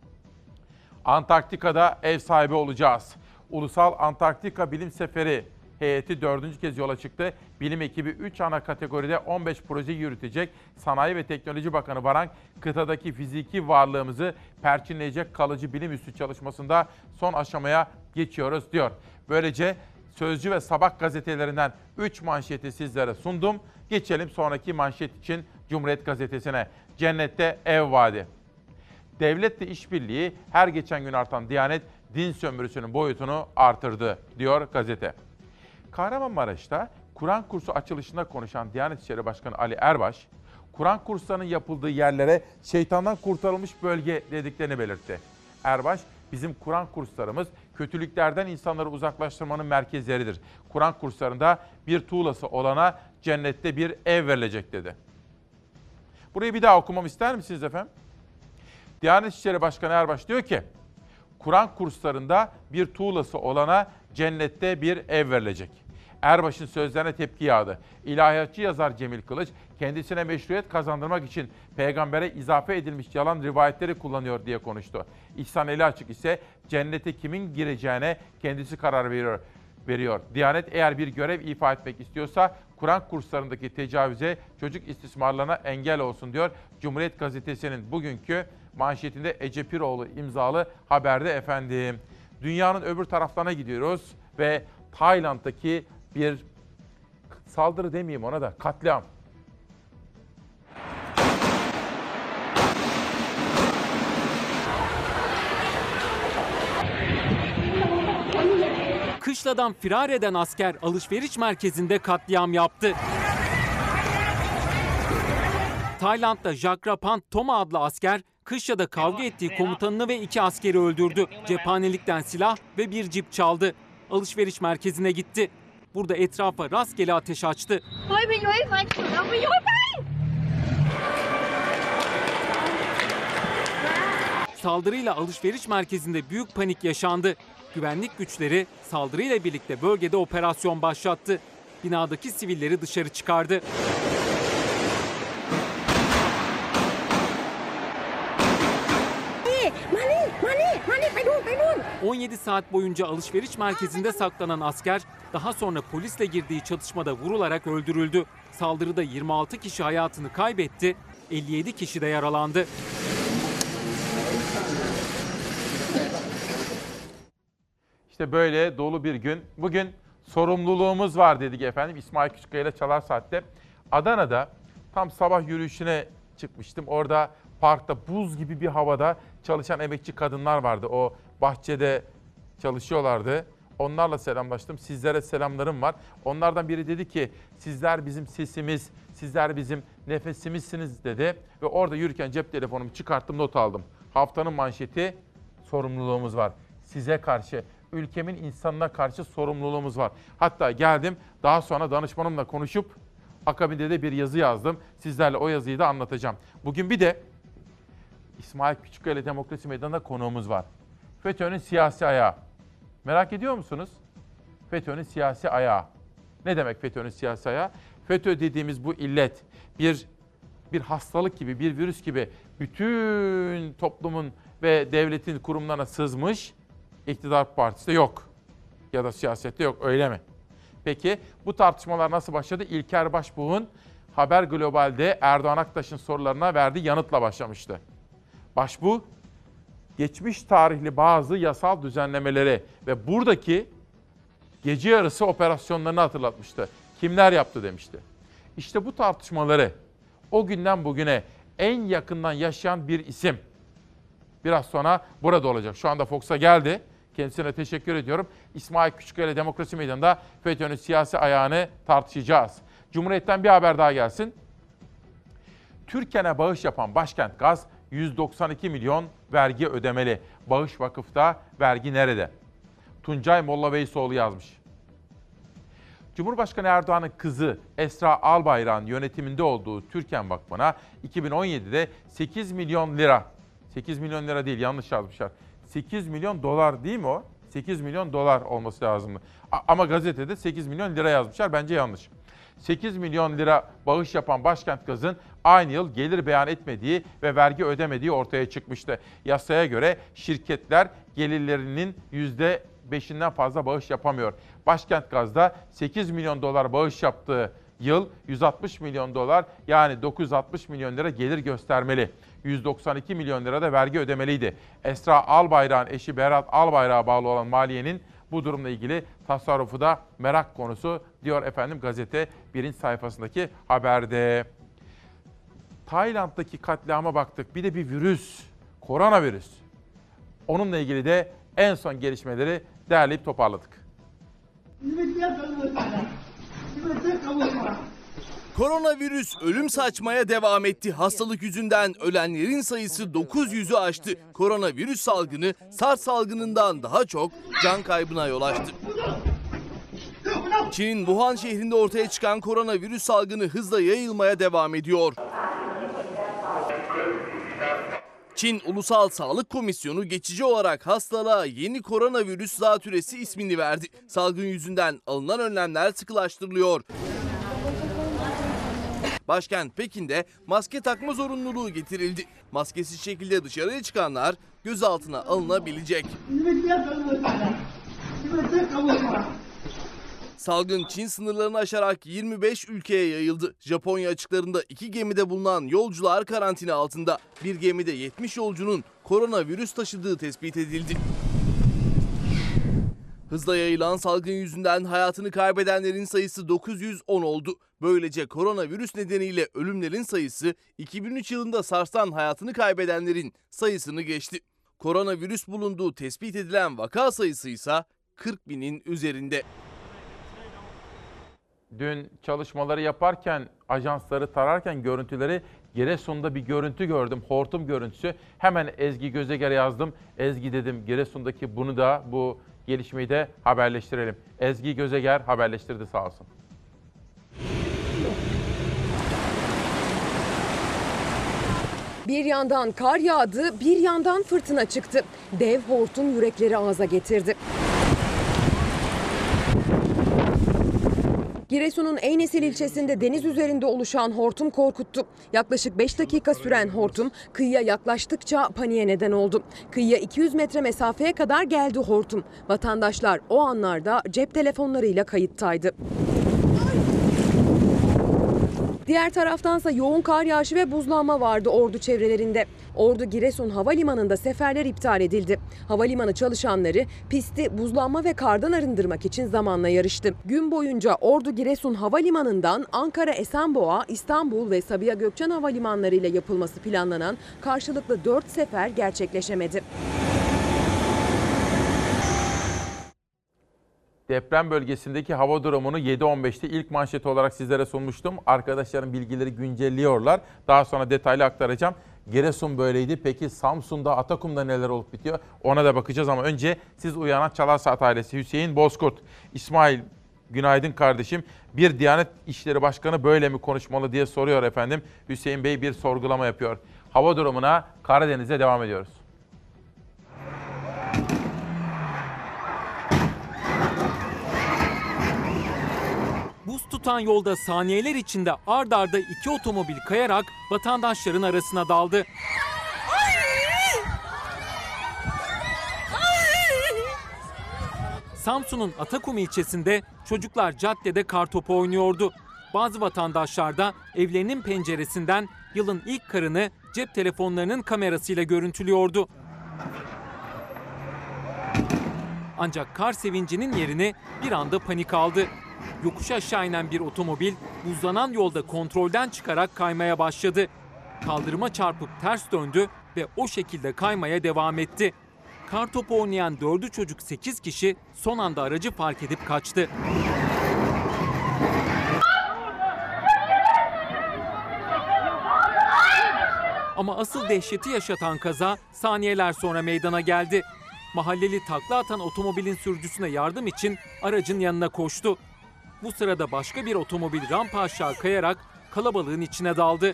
Antarktika'da ev sahibi olacağız. Ulusal Antarktika Bilim Seferi heyeti 4. kez yola çıktı. Bilim ekibi 3 ana kategoride 15 proje yürütecek. Sanayi ve Teknoloji Bakanı Varank, kıtadaki fiziki varlığımızı perçinleyecek kalıcı bilim üssü çalışmasında son aşamaya geçiyoruz diyor. Böylece Sözcü ve Sabah gazetelerinden 3 manşeti sizlere sundum. Geçelim sonraki manşet için Cumhuriyet Gazetesi'ne. Cennette ev vaadi. Devletle işbirliği, her geçen gün artan Diyanet din sömürüsünün boyutunu artırdı diyor gazete. Kahramanmaraş'ta Kur'an kursu açılışında konuşan Diyanet İşleri Başkanı Ali Erbaş, Kur'an kurslarının yapıldığı yerlere şeytandan kurtarılmış bölge dediklerini belirtti. Erbaş, bizim Kur'an kurslarımız kötülüklerden insanları uzaklaştırmanın merkezleridir. Kur'an kurslarında bir tuğlası olana cennette bir ev verilecek dedi. Burayı bir daha okumamı ister misiniz efendim? Diyanet İşleri Başkanı Erbaş diyor ki, Kur'an kurslarında bir tuğlası olana cennette bir ev verilecek. Erbaş'ın sözlerine tepki yağdı. İlahiyatçı yazar Cemil Kılıç, kendisine meşruiyet kazandırmak için peygambere izafe edilmiş yalan rivayetleri kullanıyor diye konuştu. İhsan Eli Açık ise cennete kimin gireceğine kendisi karar veriyor. Diyanet eğer bir görev ifa etmek istiyorsa Kur'an kurslarındaki tecavüze, çocuk istismarlarına engel olsun diyor. Cumhuriyet Gazetesi'nin bugünkü manşetinde Ece Piroğlu imzalı haberde efendim. Dünyanın öbür taraflarına gidiyoruz ve Tayland'daki bir saldırı demeyeyim ona da, katliam. Kışladan firar eden asker alışveriş merkezinde katliam yaptı. Tayland'da Jakrapant Thoma adlı asker Kışla'da kavga ettiği komutanını ve 2 askeri öldürdü. Cephanelikten silah ve bir cip çaldı. Alışveriş merkezine gitti. Burada etrafa rastgele ateş açtı. Saldırıyla alışveriş merkezinde büyük panik yaşandı. Güvenlik güçleri saldırıyla birlikte bölgede operasyon başlattı. Binadaki sivilleri dışarı çıkardı. 17 saat boyunca alışveriş merkezinde saklanan asker daha sonra polisle girdiği çatışmada vurularak öldürüldü. Saldırıda 26 kişi hayatını kaybetti, 57 kişi de yaralandı. İşte böyle dolu bir gün. Bugün sorumluluğumuz var dedik efendim İsmail Küçükkaya ile Çalar Saat'te. Adana'da tam sabah yürüyüşüne çıkmıştım. Orada parkta buz gibi bir havada çalışan emekçi kadınlar vardı. O bahçede çalışıyorlardı. Onlarla selamlaştım. Sizlere selamlarım var. Onlardan biri dedi ki sizler bizim sesimiz, sizler bizim nefesimizsiniz dedi. Ve orada yürürken cep telefonumu çıkarttım, not aldım. Haftanın manşeti sorumluluğumuz var. Size karşı, ülkemin insanına karşı sorumluluğumuz var. Hatta geldim daha sonra danışmanımla konuşup akabinde de bir yazı yazdım. Sizlerle o yazıyı da anlatacağım. Bugün bir de İsmail Küçükkaya Demokrasi Meydanı'nda konuğumuz var. FETÖ'nün siyasi ayağı. Merak ediyor musunuz? FETÖ'nün siyasi ayağı. Ne demek FETÖ'nün siyasi ayağı? FETÖ dediğimiz bu illet bir hastalık gibi, bir virüs gibi bütün toplumun ve devletin kurumlarına sızmış. İktidar partisi de yok. Ya da siyasette yok, öyle mi? Peki bu tartışmalar nasıl başladı? İlker Başbuğ'un Haber Global'de Erdoğan Aktaş'ın sorularına verdiği yanıtla başlamıştı. Başbuğ, geçmiş tarihli bazı yasal düzenlemeleri ve buradaki gece yarısı operasyonlarını hatırlatmıştı. Kimler yaptı demişti. İşte bu tartışmaları o günden bugüne en yakından yaşayan bir isim. Biraz sonra burada olacak. Şu anda Fox'a geldi. Kendisine teşekkür ediyorum. İsmail Küçükkaya Demokrasi Meydanı'nda FETÖ'nün siyasi ayağını tartışacağız. Cumhuriyet'ten bir haber daha gelsin. Türken'e bağış yapan Başkent Gaz 192 milyon vergi ödemeli. Bağış vakıfta, vergi nerede? Tuncay Molla Veysoğlu yazmış. Cumhurbaşkanı Erdoğan'ın kızı Esra Albayrak'ın yönetiminde olduğu Türken Vakfı'na 2017'de 8 milyon lira, 8 milyon lira değil yanlış yazmışlar. 8 milyon dolar değil mi o? 8 milyon dolar olması lazımdı. Ama gazetede 8 milyon lira yazmışlar. Bence yanlış. 8 milyon lira bağış yapan Başkent Gaz'ın aynı yıl gelir beyan etmediği ve vergi ödemediği ortaya çıkmıştı. Yasaya göre şirketler gelirlerinin %5'inden fazla bağış yapamıyor. Başkent Gaz'da 8 milyon dolar bağış yaptığı yıl 160 milyon dolar yani 960 milyon lira gelir göstermeli. 192 milyon lira da vergi ödemeliydi. Esra Albayrak'ın eşi Berat Albayrak'a bağlı olan maliyenin bu durumla ilgili tasarrufu da merak konusu diyor efendim gazete birinci sayfasındaki haberde. Tayland'daki katliama baktık. Bir de bir virüs, koronavirüs. Onunla ilgili de en son gelişmeleri derleyip toparladık. Koronavirüs ölüm saçmaya devam etti. Hastalık yüzünden ölenlerin sayısı 900'ü aştı. Koronavirüs salgını SARS salgınından daha çok can kaybına yol açtı. Çin'in Wuhan şehrinde ortaya çıkan koronavirüs salgını hızla yayılmaya devam ediyor. Çin Ulusal Sağlık Komisyonu geçici olarak hastalığa yeni koronavirüs zatürresi ismini verdi. Salgın yüzünden alınan önlemler sıkılaştırılıyor. Başkent Pekin'de maske takma zorunluluğu getirildi. Maskesiz şekilde dışarıya çıkanlar gözaltına alınabilecek. Salgın Çin sınırlarını aşarak 25 ülkeye yayıldı. Japonya açıklarında 2 gemide bulunan yolcular karantina altında. Bir gemide 70 yolcunun koronavirüs taşıdığı tespit edildi. Hızla yayılan salgın yüzünden hayatını kaybedenlerin sayısı 910 oldu. Böylece koronavirüs nedeniyle ölümlerin sayısı 2003 yılında SARS'tan hayatını kaybedenlerin sayısını geçti. Koronavirüs bulunduğu tespit edilen vaka sayısı ise 40 binin üzerinde. Dün çalışmaları yaparken, ajansları tararken görüntüleri Giresun'da bir görüntü gördüm. Hortum görüntüsü. Hemen Ezgi Gözeger'e yazdım. Ezgi dedim Giresun'daki bunu da bu gelişmeyi de haberleştirelim. Ezgi Gözeger haberleştirdi sağ olsun. Bir yandan kar yağdı, bir yandan fırtına çıktı. Dev hortum yürekleri ağza getirdi. Giresun'un Eynesil ilçesinde deniz üzerinde oluşan hortum korkuttu. Yaklaşık 5 dakika süren hortum kıyıya yaklaştıkça paniğe neden oldu. Kıyıya 200 metre mesafeye kadar geldi hortum. Vatandaşlar o anlarda cep telefonlarıyla kayıttaydı. Diğer taraftansa yoğun kar yağışı ve buzlanma vardı Ordu çevrelerinde. Ordu Giresun Havalimanı'nda seferler iptal edildi. Havalimanı çalışanları pisti buzlanma ve kardan arındırmak için zamanla yarıştı. Gün boyunca Ordu Giresun Havalimanı'ndan Ankara Esenboğa, İstanbul ve Sabiha Gökçen Havalimanları ile yapılması planlanan karşılıklı 4 sefer gerçekleşemedi. Deprem bölgesindeki hava durumunu 7.15'te ilk manşeti olarak sizlere sunmuştum. Arkadaşlarım bilgileri güncelliyorlar. Daha sonra detaylı aktaracağım. Giresun böyleydi. Peki Samsun'da, Atakum'da neler olup bitiyor? Ona da bakacağız ama önce siz uyanan Çalar Saat ailesi Hüseyin Bozkurt. İsmail, günaydın kardeşim. Bir Diyanet İşleri Başkanı böyle mi konuşmalı diye soruyor efendim. Hüseyin Bey bir sorgulama yapıyor. Hava durumuna Karadeniz'e devam ediyoruz. Buz tutan yolda saniyeler içinde ard arda 2 otomobil kayarak vatandaşların arasına daldı. Samsun'un Atakum ilçesinde çocuklar caddede kartopu oynuyordu. Bazı vatandaşlar da evlerinin penceresinden yılın ilk karını cep telefonlarının kamerasıyla görüntülüyordu. Ancak kar sevincinin yerini bir anda panik aldı. Yokuş aşağı inen bir otomobil buzlanan yolda kontrolden çıkarak kaymaya başladı. Kaldırıma çarpıp ters döndü ve o şekilde kaymaya devam etti. Kartopu oynayan 4'ü çocuk 8 kişi son anda aracı fark edip kaçtı. Ama asıl dehşeti yaşatan kaza saniyeler sonra meydana geldi. Mahalleli takla atan otomobilin sürücüsüne yardım için aracın yanına koştu. Bu sırada başka bir otomobil rampa aşağı kayarak kalabalığın içine daldı.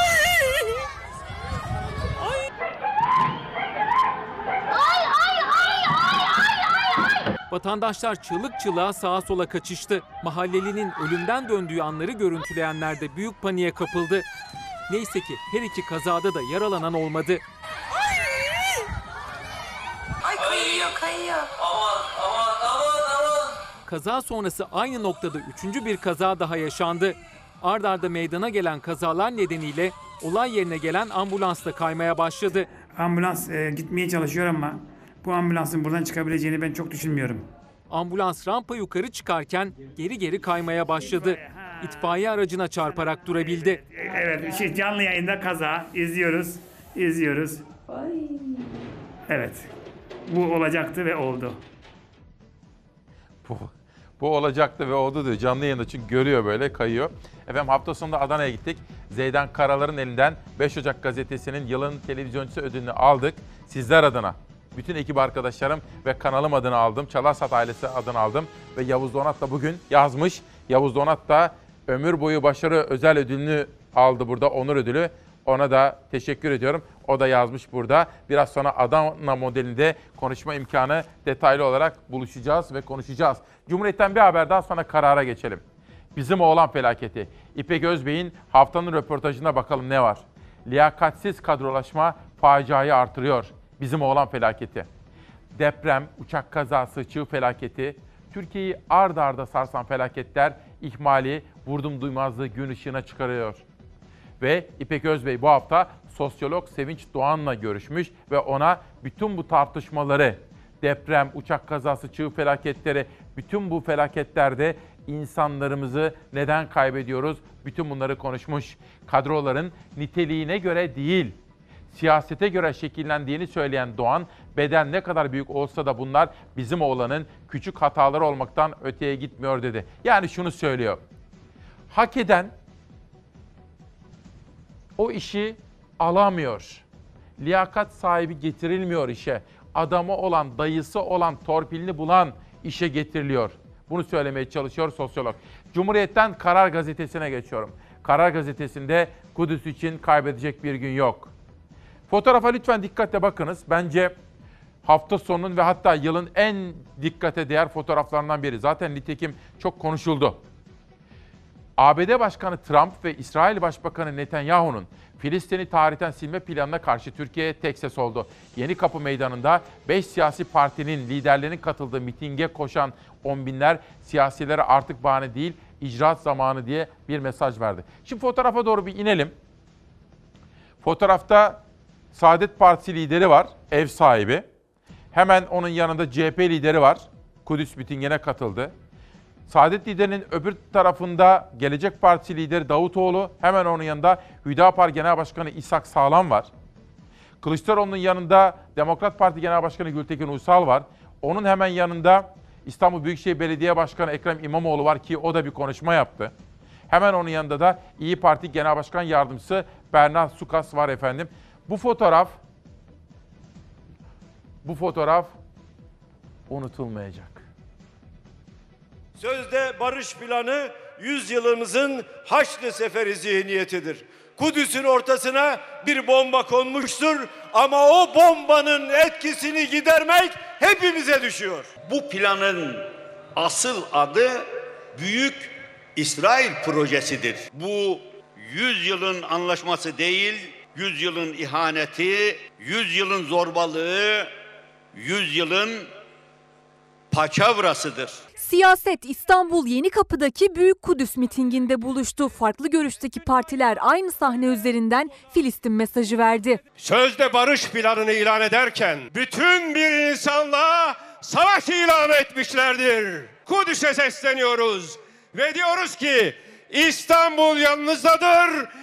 Vatandaşlar çığlık çığlığa sağa sola kaçıştı. Mahallelinin ölümden döndüğü anları görüntüleyenler de büyük paniğe kapıldı. Neyse ki her iki kazada da yaralanan olmadı. Ay kayıyor. Aman. Kaza sonrası aynı noktada üçüncü bir kaza daha yaşandı. Ard arda meydana gelen kazalar nedeniyle olay yerine gelen ambulans da kaymaya başladı. Ambulans gitmeye çalışıyor ama bu ambulansın buradan çıkabileceğini ben çok düşünmüyorum. Ambulans rampa yukarı çıkarken geri kaymaya başladı. İtfaiye aracına çarparak durabildi. Evet, canlı yayında kaza izliyoruz. Evet, bu olacaktı ve oldu. Bu olacaktı ve oldu diyor. Canlı yayında çünkü görüyor böyle kayıyor. Efendim hafta sonunda Adana'ya gittik. Zeydan Karalar'ın elinden 5 Ocak gazetesinin yılın televizyoncusu ödülünü aldık. Sizler adına, bütün ekip arkadaşlarım ve kanalım adına aldım. Çalarsat ailesi adına aldım. Ve Yavuz Donat da bugün yazmış. Yavuz Donat da ömür boyu başarı özel ödülünü aldı burada, onur ödülü. Ona da teşekkür ediyorum. O da yazmış burada. Biraz sonra Adana modelinde konuşma imkanı detaylı olarak buluşacağız ve konuşacağız. Cumhuriyet'ten bir haber daha sonra karara geçelim. Bizim oğlan felaketi. İpek Özbey'in haftanın röportajına bakalım ne var? Liyakatsiz kadrolaşma faciayı artırıyor. Bizim oğlan felaketi. Deprem, uçak kazası, çığ felaketi, Türkiye'yi ard arda sarsan felaketler ihmali, vurdum duymazlığı gün ışığına çıkarıyor. Ve İpek Özbey bu hafta sosyolog Sevinç Doğan'la görüşmüş ve ona bütün bu tartışmaları, deprem, uçak kazası, çığ felaketleri, bütün bu felaketlerde insanlarımızı neden kaybediyoruz? Bütün bunları konuşmuş. Kadroların niteliğine göre değil, siyasete göre şekillendiğini söyleyen Doğan, beden ne kadar büyük olsa da bunlar bizim oğlanın küçük hataları olmaktan öteye gitmiyor dedi. Yani şunu söylüyor. Hak eden o işi alamıyor. Liyakat sahibi getirilmiyor işe. Adamı olan, dayısı olan, torpilini bulan işe getiriliyor. Bunu söylemeye çalışıyor sosyolog. Cumhuriyet'ten Karar Gazetesi'ne geçiyorum. Karar Gazetesi'nde Kudüs için kaybedecek bir gün yok. Fotoğrafa lütfen dikkatle bakınız. Bence hafta sonunun ve hatta yılın en dikkate değer fotoğraflarından biri. Zaten nitekim çok konuşuldu. ABD Başkanı Trump ve İsrail Başbakanı Netanyahu'nun Filistin'i tarihten silme planına karşı Türkiye tek ses oldu. Yenikapı Meydanı'nda 5 siyasi partinin liderlerinin katıldığı mitinge koşan on binler siyasilere artık bahane değil, icraat zamanı diye bir mesaj verdi. Şimdi fotoğrafa doğru bir inelim. Fotoğrafta Saadet Partisi lideri var, ev sahibi. Hemen onun yanında CHP lideri var, Kudüs mitingine katıldı. Saadet liderinin öbür tarafında Gelecek Partisi lideri Davutoğlu, hemen onun yanında Hüdapar Genel Başkanı İshak Sağlam var. Kılıçdaroğlu'nun yanında Demokrat Parti Genel Başkanı Gültekin Uysal var. Onun hemen yanında İstanbul Büyükşehir Belediye Başkanı Ekrem İmamoğlu var ki o da bir konuşma yaptı. Hemen onun yanında da İYİ Parti Genel Başkan Yardımcısı Berna Sukas var efendim. Bu fotoğraf unutulmayacak. Sözde barış planı 100 yılımızın Haçlı Seferi zihniyetidir. Kudüs'ün ortasına bir bomba konmuştur ama o bombanın etkisini gidermek hepimize düşüyor. Bu planın asıl adı Büyük İsrail Projesi'dir. Bu 100 yılın anlaşması değil, 100 yılın ihaneti, 100 yılın zorbalığı, 100 yılın paçavrasıdır. Siyaset İstanbul Yenikapı'daki Büyük Kudüs mitinginde buluştu. Farklı görüşteki partiler aynı sahne üzerinden Filistin mesajı verdi. Sözde barış planını ilan ederken bütün bir insanlığa savaş ilan etmişlerdir. Kudüs'e sesleniyoruz ve diyoruz ki İstanbul yanınızdadır,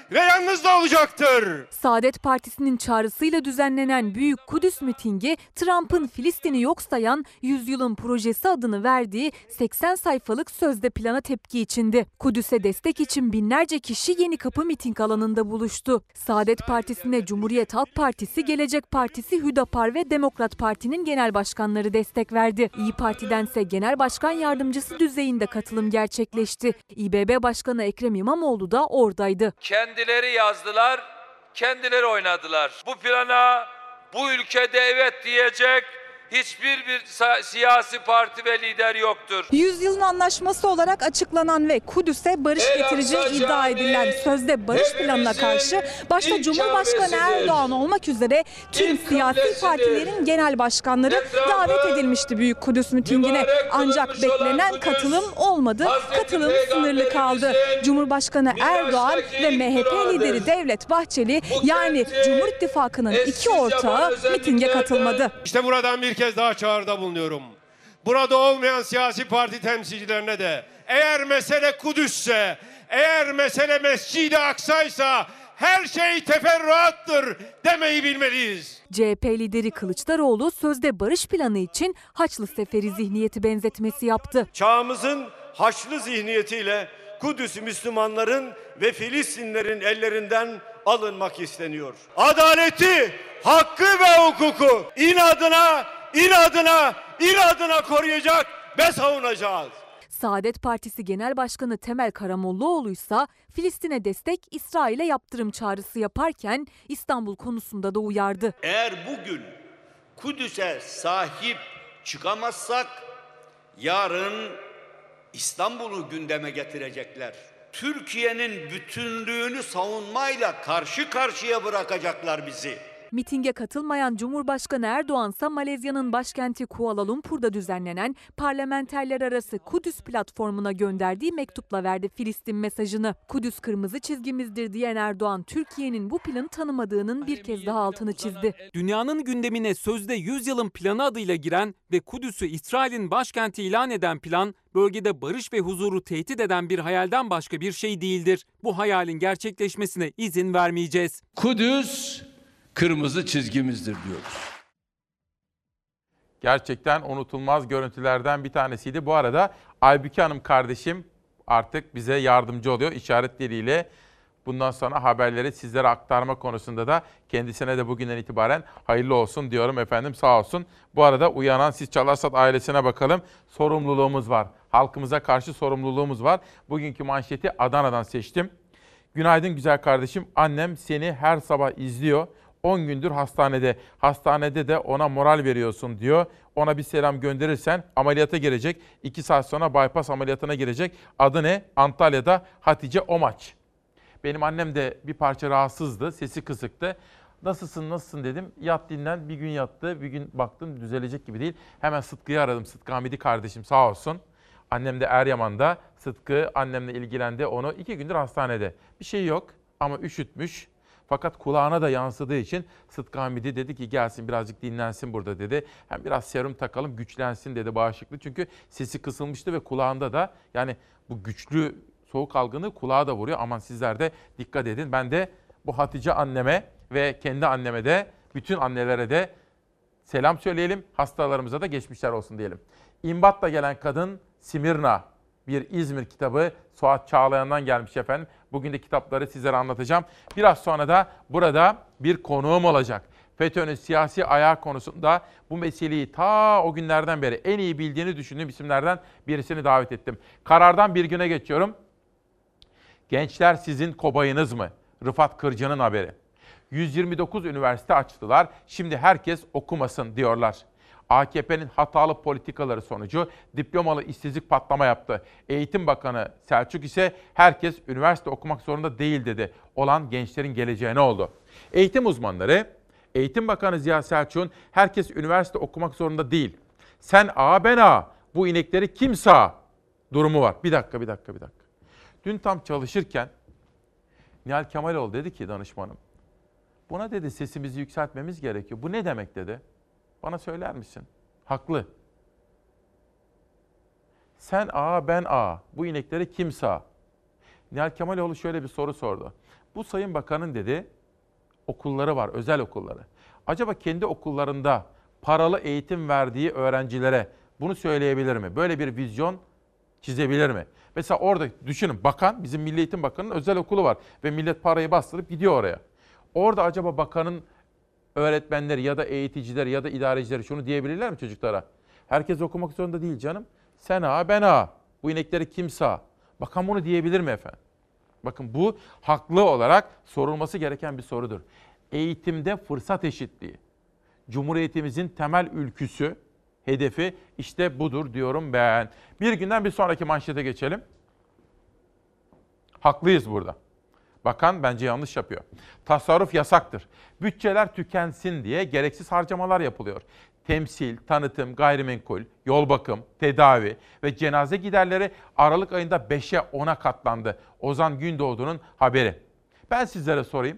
ve yanınızda olacaktır. Saadet Partisi'nin çağrısıyla düzenlenen Büyük Kudüs mitingi, Trump'ın Filistin'i yok sayan Yüzyılın Projesi adını verdiği 80 sayfalık sözde plana tepki içindi. Kudüs'e destek için binlerce kişi Yenikapı miting alanında buluştu. Saadet Partisi'ne Cumhuriyet Halk Partisi, Gelecek Partisi, Hüdapar ve Demokrat Parti'nin genel başkanları destek verdi. İYİ Parti'dense genel başkan yardımcısı düzeyinde katılım gerçekleşti. İBB Başkanı Ekrem İmamoğlu da oradaydı. Kendileri yazdılar, kendileri oynadılar. Bu plana bu ülkede evet diyecek hiçbir siyasi parti ve lider yoktur. Yüzyılın anlaşması olarak açıklanan ve Kudüs'e barış getireceği iddia edilen sözde barış planına karşı başta Cumhurbaşkanı Erdoğan olmak üzere tüm siyasi partilerin genel başkanları davet edilmişti Büyük Kudüs mitingine. Ancak beklenen katılım olmadı. Katılım sınırlı kaldı. Cumhurbaşkanı Erdoğan ve MHP lideri Devlet Bahçeli, yani Cumhur İttifakı'nın iki ortağı mitinge katılmadı. İşte buradan bir kez daha çağrıda bulunuyorum. Burada olmayan siyasi parti temsilcilerine de eğer mesele Kudüs'se, eğer mesele Mescid-i Aksa'ysa her şey teferruattır demeyi bilmeliyiz. CHP lideri Kılıçdaroğlu sözde barış planı için Haçlı Seferi zihniyeti benzetmesi yaptı. Çağımızın Haçlı zihniyetiyle Kudüs Müslümanların ve Filistinlerin ellerinden alınmak isteniyor. Adaleti, hakkı ve hukuku inadına koruyacak ve savunacağız. Saadet Partisi Genel Başkanı Temel Karamollaoğlu ise Filistin'e destek, İsrail'e yaptırım çağrısı yaparken İstanbul konusunda da uyardı. Eğer bugün Kudüs'e sahip çıkamazsak yarın İstanbul'u gündeme getirecekler. Türkiye'nin bütünlüğünü savunmayla karşı karşıya bırakacaklar bizi. Mitinge katılmayan Cumhurbaşkanı Erdoğan ise Malezya'nın başkenti Kuala Lumpur'da düzenlenen parlamenterler arası Kudüs platformuna gönderdiği mektupla verdi Filistin mesajını. Kudüs kırmızı çizgimizdir diyen Erdoğan, Türkiye'nin bu planı tanımadığının bir kez daha altını çizdi. Dünyanın gündemine sözde Yüzyılın Planı adıyla giren ve Kudüs'ü İsrail'in başkenti ilan eden plan, bölgede barış ve huzuru tehdit eden bir hayalden başka bir şey değildir. Bu hayalin gerçekleşmesine izin vermeyeceğiz. Kudüs kırmızı çizgimizdir diyoruz. Gerçekten unutulmaz görüntülerden bir tanesiydi. Bu arada Aybüke Hanım kardeşim artık bize yardımcı oluyor işaretleriyle. Bundan sonra haberleri sizlere aktarma konusunda da kendisine de bugünden itibaren hayırlı olsun diyorum efendim, sağ olsun. Bu arada uyanan Siz Çalarsat ailesine bakalım. Sorumluluğumuz var. Halkımıza karşı sorumluluğumuz var. Bugünkü manşeti Adana'dan seçtim. Günaydın güzel kardeşim. Annem seni her sabah izliyor. 10 gündür hastanede. Hastanede de ona moral veriyorsun diyor. Ona bir selam gönderirsen ameliyata girecek. 2 saat sonra bypass ameliyatına girecek. Adı ne? Antalya'da Hatice Omaç. Benim annem de bir parça rahatsızdı. Sesi kısıktı. Nasılsın dedim. Yat dinlen. Bir gün yattı. Bir gün baktım düzelecek gibi değil. Hemen Sıtkı'yı aradım. Sıtkı Hamidi kardeşim sağ olsun. Annem de Eryaman'da. Sıtkı annemle ilgilendi. Onu 2 gündür hastanede. Bir şey yok ama üşütmüş. Fakat kulağına da yansıdığı için Sıtkı Hamidi dedi ki gelsin birazcık dinlensin burada dedi. Hem biraz serum takalım güçlensin dedi bağışıklığı. Çünkü sesi kısılmıştı ve kulağında da yani bu güçlü soğuk algını kulağa da vuruyor. Aman sizler de dikkat edin. Ben de bu Hatice anneme ve kendi anneme de bütün annelere de selam söyleyelim. Hastalarımıza da geçmişler olsun diyelim. İmbat'la gelen kadın Simirna. Bir İzmir kitabı Suat Çağlayan'dan gelmiş efendim. Bugün de kitapları sizlere anlatacağım. Biraz sonra da burada bir konuğum olacak. FETÖ'nün siyasi ayağı konusunda bu meseleyi ta o günlerden beri en iyi bildiğini düşündüğüm isimlerden birisini davet ettim. Karardan bir güne geçiyorum. Gençler sizin kobayınız mı? Rıfat Kırcı'nın haberi. 129 üniversite açtılar. Şimdi herkes okumasın diyorlar. AKP'nin hatalı politikaları sonucu diplomalı işsizlik patlama yaptı. Eğitim Bakanı Selçuk ise herkes üniversite okumak zorunda değil dedi. Olan gençlerin geleceği ne oldu? Eğitim uzmanları, Eğitim Bakanı Ziya Selçuk'un herkes üniversite okumak zorunda değil. Sen ağa ben ağa, bu inekleri kim sağ durumu var. Bir dakika. Dün tam çalışırken Nihal Kemaloğlu dedi ki danışmanım, buna dedi sesimizi yükseltmemiz gerekiyor. Bu ne demek dedi. Bana söyler misin? Haklı. Sen ağa ben ağa. Bu inekleri kim sağ? Nihal Kemaloğlu şöyle bir soru sordu. Bu Sayın Bakan'ın dedi okulları var, özel okulları. Acaba kendi okullarında paralı eğitim verdiği öğrencilere bunu söyleyebilir mi? Böyle bir vizyon çizebilir mi? Mesela orada düşünün, bakan, bizim Milli Eğitim Bakanı'nın özel okulu var ve millet parayı bastırıp gidiyor oraya. Orada acaba bakanın öğretmenleri ya da eğiticileri ya da idarecileri şunu diyebilirler mi çocuklara? Herkes okumak zorunda değil canım. Sen ağa, ben ağa. Bu inekleri kim sağ? Bakan bunu diyebilir mi efendim? Bakın bu haklı olarak sorulması gereken bir sorudur. Eğitimde fırsat eşitliği. Cumhuriyetimizin temel ülküsü, hedefi işte budur diyorum ben. Bir günden bir sonraki manşete geçelim. Haklıyız burada. Bakan bence yanlış yapıyor. Tasarruf yasaktır. Bütçeler tükensin diye gereksiz harcamalar yapılıyor. Temsil, tanıtım, gayrimenkul, yol bakım, tedavi ve cenaze giderleri Aralık ayında 5'e 10'a katlandı. Ozan Gündoğdu'nun haberi. Ben sizlere sorayım.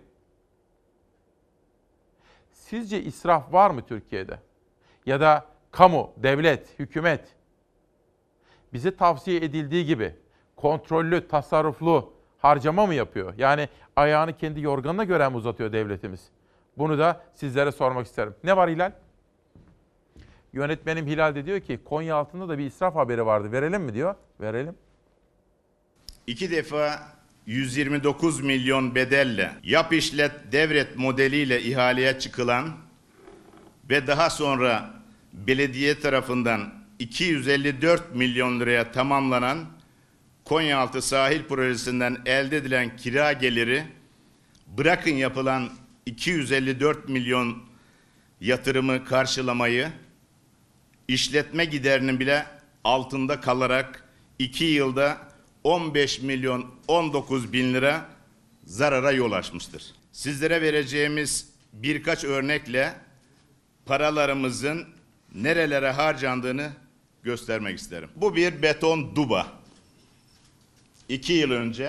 Sizce israf var mı Türkiye'de? Ya da kamu, devlet, hükümet bize tavsiye edildiği gibi kontrollü, tasarruflu harcama mı yapıyor? Yani ayağını kendi yorganına göre mi uzatıyor devletimiz? Bunu da sizlere sormak isterim. Ne var Hilal? Yönetmenim Hilal de diyor ki Konyaaltı'nda da bir israf haberi vardı. Verelim mi diyor? Verelim. 2 defa 129 milyon bedelle yap işlet devret modeliyle ihaleye çıkılan ve daha sonra belediye tarafından 254 milyon liraya tamamlanan Konyaaltı sahil projesinden elde edilen kira geliri, bırakın yapılan 254 milyon yatırımı karşılamayı, işletme giderinin bile altında kalarak 2 yılda 15 milyon 19 bin lira zarara yol açmıştır. Sizlere vereceğimiz birkaç örnekle paralarımızın nerelere harcandığını göstermek isterim. Bu bir beton duba. 2 yıl önce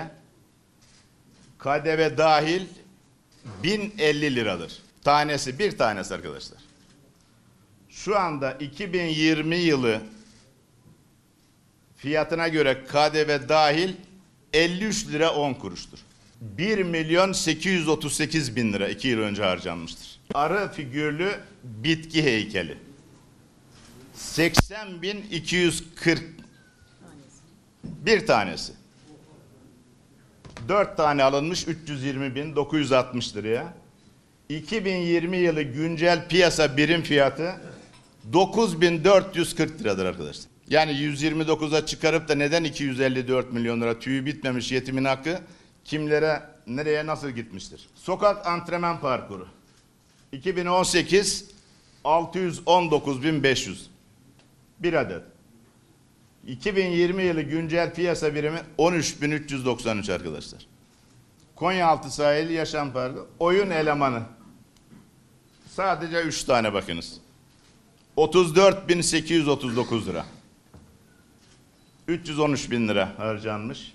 KDV dahil 1050 liradır. Tanesi, bir tanesi arkadaşlar. Şu anda 2020 yılı fiyatına göre KDV dahil 53 lira 10 kuruştur. 1 milyon 838 bin lira 2 yıl önce harcanmıştır. Arı figürlü bitki heykeli 80.240 bir tanesi. 4 tane alınmış 320.960 liraya. 2020 yılı güncel piyasa birim fiyatı 9.440 liradır arkadaşlar. Yani 129'a çıkarıp da neden 254 milyon lira tüyü bitmemiş yetimin hakkı kimlere, nereye, nasıl gitmiştir? Sokak antrenman parkuru 2018 619.500 bir adet. 2020 yılı güncel piyasa birimi 13.393 arkadaşlar. Konyaaltı sahili yaşam parkı oyun elemanı sadece 3 tane bakınız. 34.839 lira. 313 bin lira harcanmış.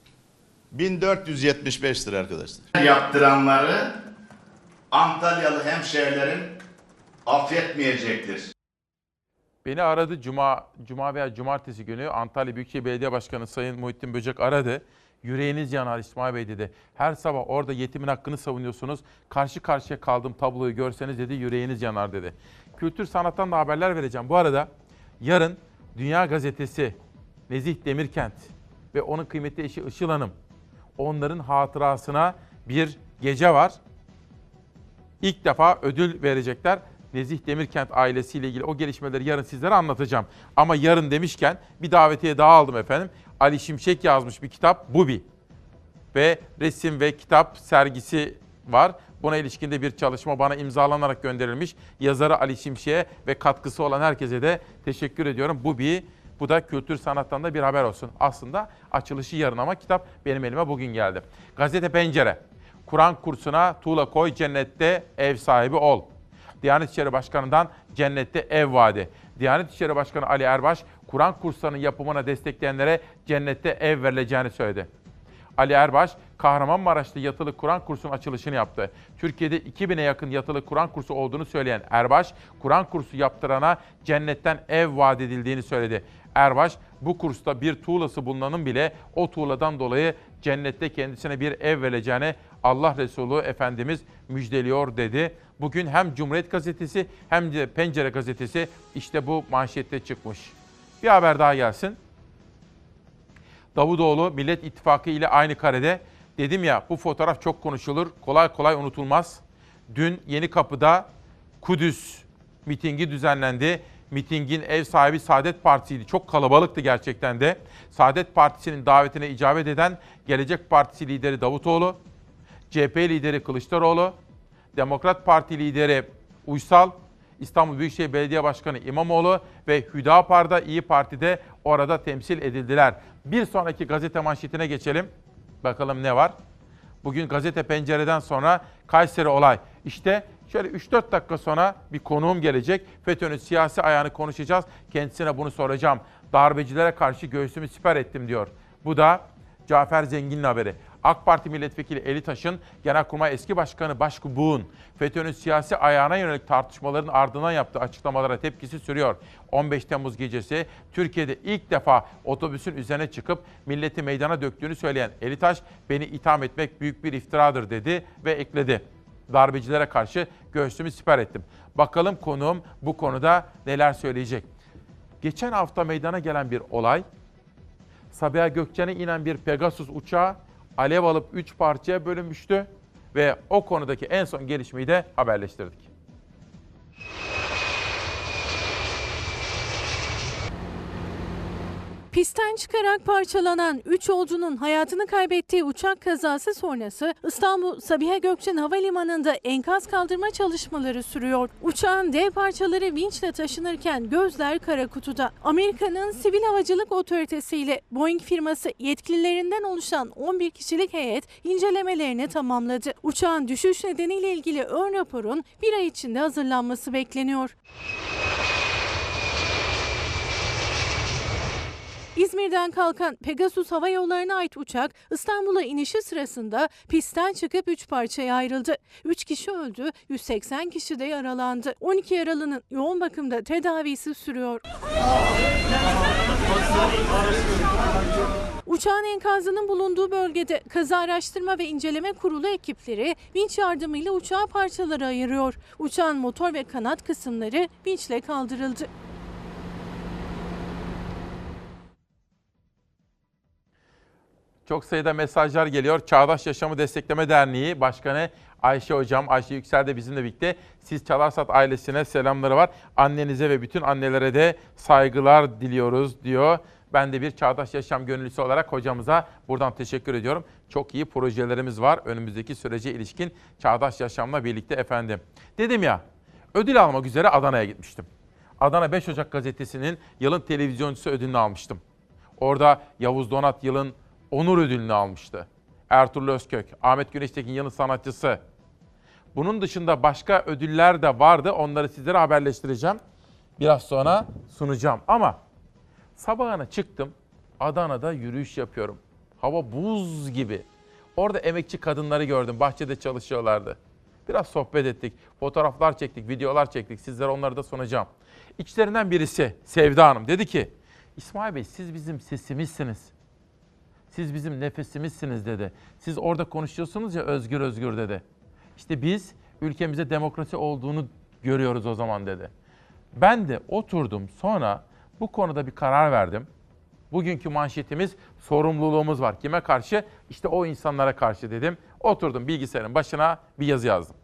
1475 lira arkadaşlar. Yaptıranları Antalyalı hemşehrilerin affetmeyecektir. Beni aradı Cuma veya Cumartesi günü Antalya Büyükşehir Belediye Başkanı Sayın Muhittin Böcek aradı. Yüreğiniz yanar İsmail Bey dedi. Her sabah orada yetimin hakkını savunuyorsunuz. Karşı karşıya kaldığım tabloyu görseniz dedi yüreğiniz yanar dedi. Kültür sanattan da haberler vereceğim. Bu arada yarın Dünya Gazetesi, Nezih Demirkent ve onun kıymetli eşi Işıl Hanım, onların hatırasına bir gece var. İlk defa ödül verecekler. Nezih Demirkent ailesiyle ilgili o gelişmeleri yarın sizlere anlatacağım. Ama yarın demişken bir davetiye daha aldım efendim. Ali Şimşek yazmış bir kitap Bubi. Ve resim ve kitap sergisi var. Buna ilişkin de bir çalışma bana imzalanarak gönderilmiş. Yazarı Ali Şimşek'e ve katkısı olan herkese de teşekkür ediyorum. Bubi, bu da kültür sanattan da bir haber olsun. Aslında açılışı yarın ama kitap benim elime bugün geldi. Gazete Pencere. Kur'an kursuna tuğla koy, cennette ev sahibi ol. Diyanet İşleri Başkanı'ndan cennette ev vaadi. Diyanet İşleri Başkanı Ali Erbaş, Kur'an kurslarının yapımına destekleyenlere cennette ev verileceğini söyledi. Ali Erbaş, Kahramanmaraş'ta yatılı Kur'an kursunun açılışını yaptı. Türkiye'de 2000'e yakın yatılı Kur'an kursu olduğunu söyleyen Erbaş, Kur'an kursu yaptırana cennetten ev vaat edildiğini söyledi. Erbaş, bu kursta bir tuğlası bulunanın bile o tuğladan dolayı cennette kendisine bir ev vereceğine Allah Resulü Efendimiz müjdeliyor dedi. Bugün hem Cumhuriyet Gazetesi hem de Pencere Gazetesi işte bu manşette çıkmış. Bir haber daha gelsin. Davutoğlu Millet İttifakı ile aynı karede. Dedim ya, bu fotoğraf çok konuşulur, kolay kolay unutulmaz. Dün Yenikapı'da Kudüs mitingi düzenlendi. Mitingin ev sahibi Saadet Partisi'ydi. Çok kalabalıktı gerçekten de. Saadet Partisi'nin davetine icabet eden Gelecek Partisi lideri Davutoğlu, CHP lideri Kılıçdaroğlu, Demokrat Parti lideri Uysal, İstanbul Büyükşehir Belediye Başkanı İmamoğlu ve Hüdapar'da İyi Parti'de orada temsil edildiler. Bir sonraki gazete manşetine geçelim. Bakalım ne var? Bugün Gazete Pencere'den sonra Kayseri olay. İşte şöyle 3-4 dakika sonra bir konuğum gelecek. FETÖ'nün siyasi ayağını konuşacağız. Kendisine bunu soracağım. Darbecilere karşı göğsümü siper ettim diyor. Bu da Cafer Zengin'in haberi. AK Parti Milletvekili Eli Taş'ın Genelkurmay Eski Başkanı Başkı Buğ'un FETÖ'nün siyasi ayağına yönelik tartışmaların ardından yaptığı açıklamalara tepkisi sürüyor. 15 Temmuz gecesi Türkiye'de ilk defa otobüsün üzerine çıkıp milleti meydana döktüğünü söyleyen Eli Taş, beni itham etmek büyük bir iftiradır dedi ve ekledi. Darbecilere karşı göğsümü siper ettim. Bakalım konuğum bu konuda neler söyleyecek. Geçen hafta meydana gelen bir olay, Sabiha Gökçen'e inen bir Pegasus uçağı alev alıp 3 parçaya bölünmüştü ve o konudaki en son gelişmeyi de haberleştirdik. Pistten çıkarak parçalanan 3 yolcunun hayatını kaybettiği uçak kazası sonrası İstanbul Sabiha Gökçen Havalimanı'nda enkaz kaldırma çalışmaları sürüyor. Uçağın dev parçaları vinçle taşınırken gözler kara kutuda. Amerika'nın Sivil Havacılık Otoritesi ile Boeing firması yetkililerinden oluşan 11 kişilik heyet incelemelerini tamamladı. Uçağın düşüş nedeniyle ilgili ön raporun bir ay içinde hazırlanması bekleniyor. İzmir'den kalkan Pegasus Hava Yolları'na ait uçak İstanbul'a inişi sırasında pistten çıkıp 3 parçaya ayrıldı. 3 kişi öldü, 180 kişi de yaralandı. 12 yaralının yoğun bakımda tedavisi sürüyor. Uçağın enkazının bulunduğu bölgede Kaza Araştırma ve İnceleme Kurulu ekipleri vinç yardımıyla uçağı parçalara ayırıyor. Uçağın motor ve kanat kısımları vinçle kaldırıldı. Çok sayıda mesajlar geliyor. Çağdaş Yaşamı Destekleme Derneği Başkanı Ayşe Hocam, Ayşe Yüksel de bizimle birlikte. Siz Çalarsat ailesine selamları var. Annenize ve bütün annelere de saygılar diliyoruz diyor. Ben de bir Çağdaş Yaşam gönüllüsü olarak hocamıza buradan teşekkür ediyorum. Çok iyi projelerimiz var önümüzdeki sürece ilişkin Çağdaş Yaşam'la birlikte efendim. Dedim ya, ödül almak üzere Adana'ya gitmiştim. Adana 5 Ocak gazetesinin yılın televizyoncusu ödülünü almıştım. Orada Yavuz Donat yılın onur ödülünü almıştı. Ertuğrul Özkök, Ahmet Güneştekin yılın sanatçısı. Bunun dışında başka ödüller de vardı. Onları sizlere haberleştireceğim. Biraz sonra sunacağım. Ama sabahına çıktım. Adana'da yürüyüş yapıyorum. Hava buz gibi. Orada emekçi kadınları gördüm. Bahçede çalışıyorlardı. Biraz sohbet ettik. Fotoğraflar çektik, videolar çektik. Sizlere onları da sunacağım. İçlerinden birisi Sevda Hanım dedi ki, İsmail Bey siz bizim sesimizsiniz. Siz bizim nefesimizsiniz dedi. Siz orada konuşuyorsunuz ya özgür özgür dedi. İşte biz ülkemizde demokrasi olduğunu görüyoruz o zaman dedi. Ben de oturdum, sonra bu konuda bir karar verdim. Bugünkü manşetimiz sorumluluğumuz var. Kime karşı? İşte o insanlara karşı dedim. Oturdum bilgisayarın başına bir yazı yazdım.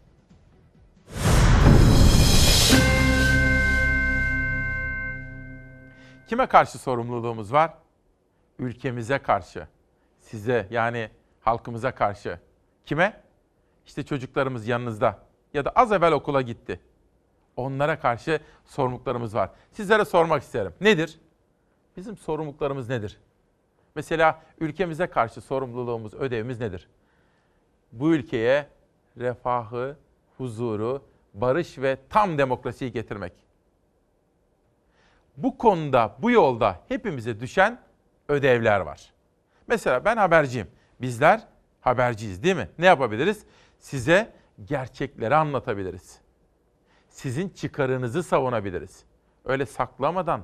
Kime karşı sorumluluğumuz var? Ülkemize karşı. Size yani halkımıza karşı. Kime? İşte çocuklarımız yanınızda ya da az evvel okula gitti. Onlara karşı sorumluluklarımız var. Sizlere sormak isterim. Nedir? Bizim sorumluluklarımız nedir? Mesela ülkemize karşı sorumluluğumuz, ödevimiz nedir? Bu ülkeye refahı, huzuru, barış ve tam demokrasiyi getirmek. Bu konuda, bu yolda hepimize düşen ödevler var. Mesela ben haberciyim. Bizler haberciyiz değil mi? Ne yapabiliriz? Size gerçekleri anlatabiliriz. Sizin çıkarınızı savunabiliriz. Öyle saklamadan,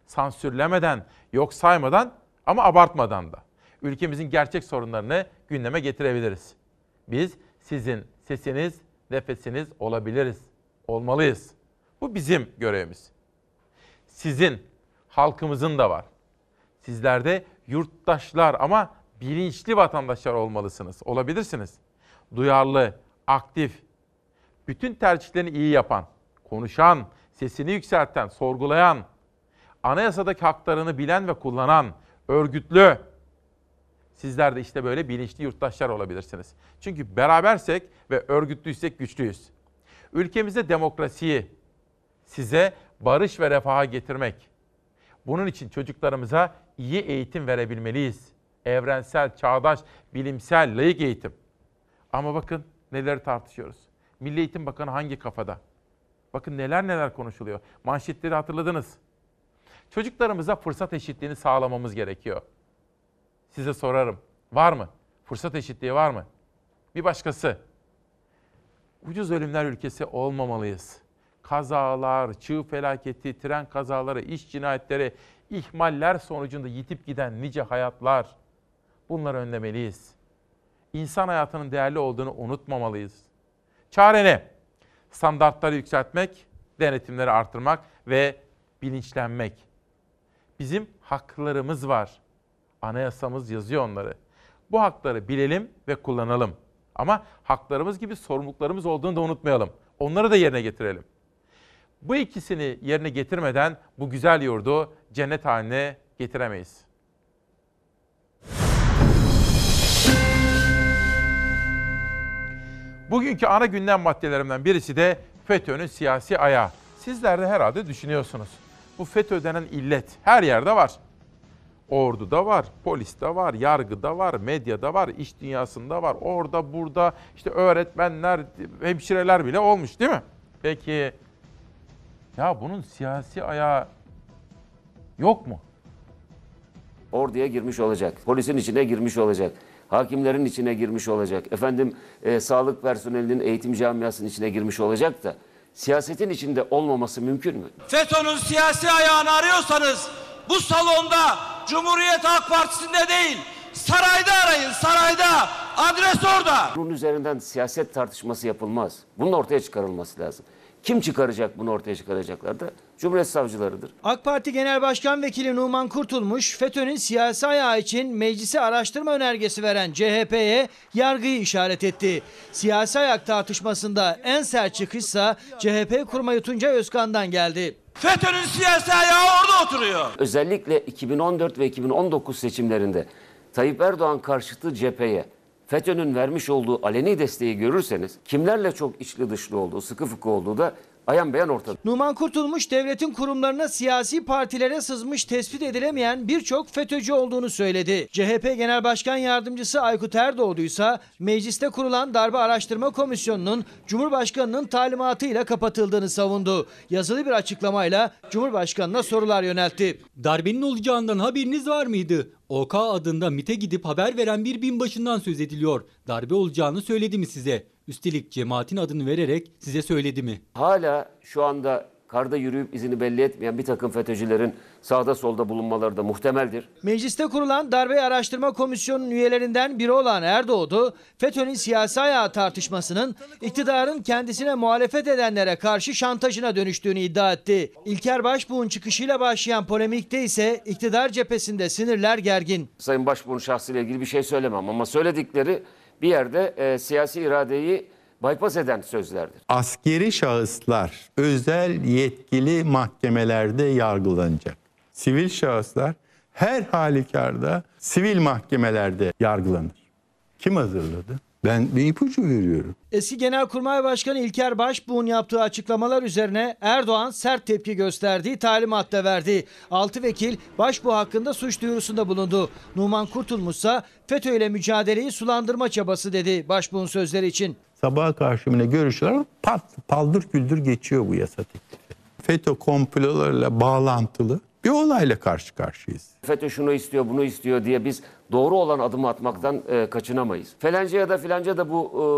sansürlemeden, yok saymadan ama abartmadan da ülkemizin gerçek sorunlarını gündeme getirebiliriz. Biz sizin sesiniz, nefesiniz olabiliriz, olmalıyız. Bu bizim görevimiz. Sizin, halkımızın da var. Sizler de yurttaşlar ama bilinçli vatandaşlar olmalısınız, olabilirsiniz. Duyarlı, aktif, bütün tercihlerini iyi yapan, konuşan, sesini yükselten, sorgulayan, anayasadaki haklarını bilen ve kullanan, örgütlü. Sizler de işte böyle bilinçli yurttaşlar olabilirsiniz. Çünkü berabersek ve örgütlüysek güçlüyüz. Ülkemizde demokrasiyi, size barış ve refaha getirmek. Bunun için çocuklarımıza iyi eğitim verebilmeliyiz. Evrensel, çağdaş, bilimsel, layık eğitim. Ama bakın neleri tartışıyoruz. Milli Eğitim Bakanı hangi kafada? Bakın neler konuşuluyor. Manşetleri hatırladınız. Çocuklarımıza fırsat eşitliğini sağlamamız gerekiyor. Size sorarım. Var mı? Fırsat eşitliği var mı? Bir başkası. Ucuz ölümler ülkesi olmamalıyız. Kazalar, çığ felaketi, tren kazaları, iş cinayetleri, ihmaller sonucunda yitip giden nice hayatlar. Bunları önlemeliyiz. İnsan hayatının değerli olduğunu unutmamalıyız. Çare ne? Standartları yükseltmek, denetimleri artırmak ve bilinçlenmek. Bizim haklarımız var. Anayasamız yazıyor onları. Bu hakları bilelim ve kullanalım. Ama haklarımız gibi sorumluluklarımız olduğunu da unutmayalım. Onları da yerine getirelim. Bu ikisini yerine getirmeden bu güzel yurdu cennet haline getiremeyiz. Bugünkü ana gündem maddelerimden birisi de FETÖ'nün siyasi ayağı. Sizler de herhalde düşünüyorsunuz. Bu FETÖ denen illet her yerde var. Orduda var, poliste var, yargıda var, medyada var, iş dünyasında var. Orada, burada işte öğretmenler, hemşireler bile olmuş değil mi? Peki ya bunun siyasi ayağı yok mu? Orduya girmiş olacak, polisin içine girmiş olacak, hakimlerin içine girmiş olacak, sağlık personelinin eğitim camiasının içine girmiş olacak da siyasetin içinde olmaması mümkün mü? FETÖ'nün siyasi ayağını arıyorsanız bu salonda Cumhuriyet Halk Partisi'nde değil, sarayda arayın, sarayda. Adres orada. Bunun üzerinden siyaset tartışması yapılmaz. Bunun ortaya çıkarılması lazım. Kim çıkaracak bunu ortaya çıkaracaklar da? Cumhuriyet savcılarıdır. AK Parti Genel Başkan Vekili Numan Kurtulmuş, FETÖ'nün siyasi ayağı için meclise araştırma önergesi veren CHP'ye yargıyı işaret etti. Siyasi ayak tartışmasında en sert çıkışsa CHP kurmayı Tuncay Özkan'dan geldi. FETÖ'nün siyasi ayağı orada oturuyor. Özellikle 2014 ve 2019 seçimlerinde Tayyip Erdoğan karşıtı cepheye FETÖ'nün vermiş olduğu aleni desteği görürseniz kimlerle çok içli dışlı olduğu, sıkı fıkı olduğu da ayan beyan ortada. Numan Kurtulmuş, devletin kurumlarına, siyasi partilere sızmış tespit edilemeyen birçok FETÖ'cü olduğunu söyledi. CHP Genel Başkan Yardımcısı Aykut Erdoğdu ise mecliste kurulan Darbe Araştırma Komisyonu'nun Cumhurbaşkanı'nın talimatıyla kapatıldığını savundu. Yazılı bir açıklamayla Cumhurbaşkanı'na sorular yöneltti. Darbenin olacağından haberiniz var mıydı? OK adında MİT'e gidip haber veren bir binbaşından söz ediliyor. Darbe olacağını söyledi mi size? Üstelik cemaatin adını vererek size söyledi mi? Hala şu anda karda yürüyüp izini belli etmeyen bir takım FETÖ'cülerin sağda solda bulunmaları da muhtemeldir. Mecliste kurulan Darbe Araştırma Komisyonu'nun üyelerinden biri olan Erdoğdu, FETÖ'nün siyasi ayağı tartışmasının iktidarın kendisine muhalefet edenlere karşı şantajına dönüştüğünü iddia etti. İlker Başbuğ'un çıkışıyla başlayan polemikte ise iktidar cephesinde sinirler gergin. Sayın Başbuğ'un şahsıyla ilgili bir şey söylemem ama söyledikleri bir yerde siyasi iradeyi bypass eden sözlerdir. Askeri şahıslar özel yetkili mahkemelerde yargılanacak. Sivil şahıslar her halükarda sivil mahkemelerde yargılanır. Kim hazırladı? Ben bir ipucu veriyorum. Eski Genelkurmay Başkanı İlker Başbuğ'un yaptığı açıklamalar üzerine Erdoğan sert tepki gösterdiği talimat da verdi. 6 vekil Başbuğ hakkında suç duyurusunda bulundu. Numan Kurtulmuş ise FETÖ ile mücadeleyi sulandırma çabası dedi Başbuğ'un sözleri için. Sabaha karşı yine görüşler paldır küldür geçiyor bu yasa teklifi. FETÖ komplolarıyla bağlantılı bir olayla karşı karşıyayız. FETÖ şunu istiyor, bunu istiyor diye biz doğru olan adımı atmaktan kaçınamayız. Falanca ya da filanca da bu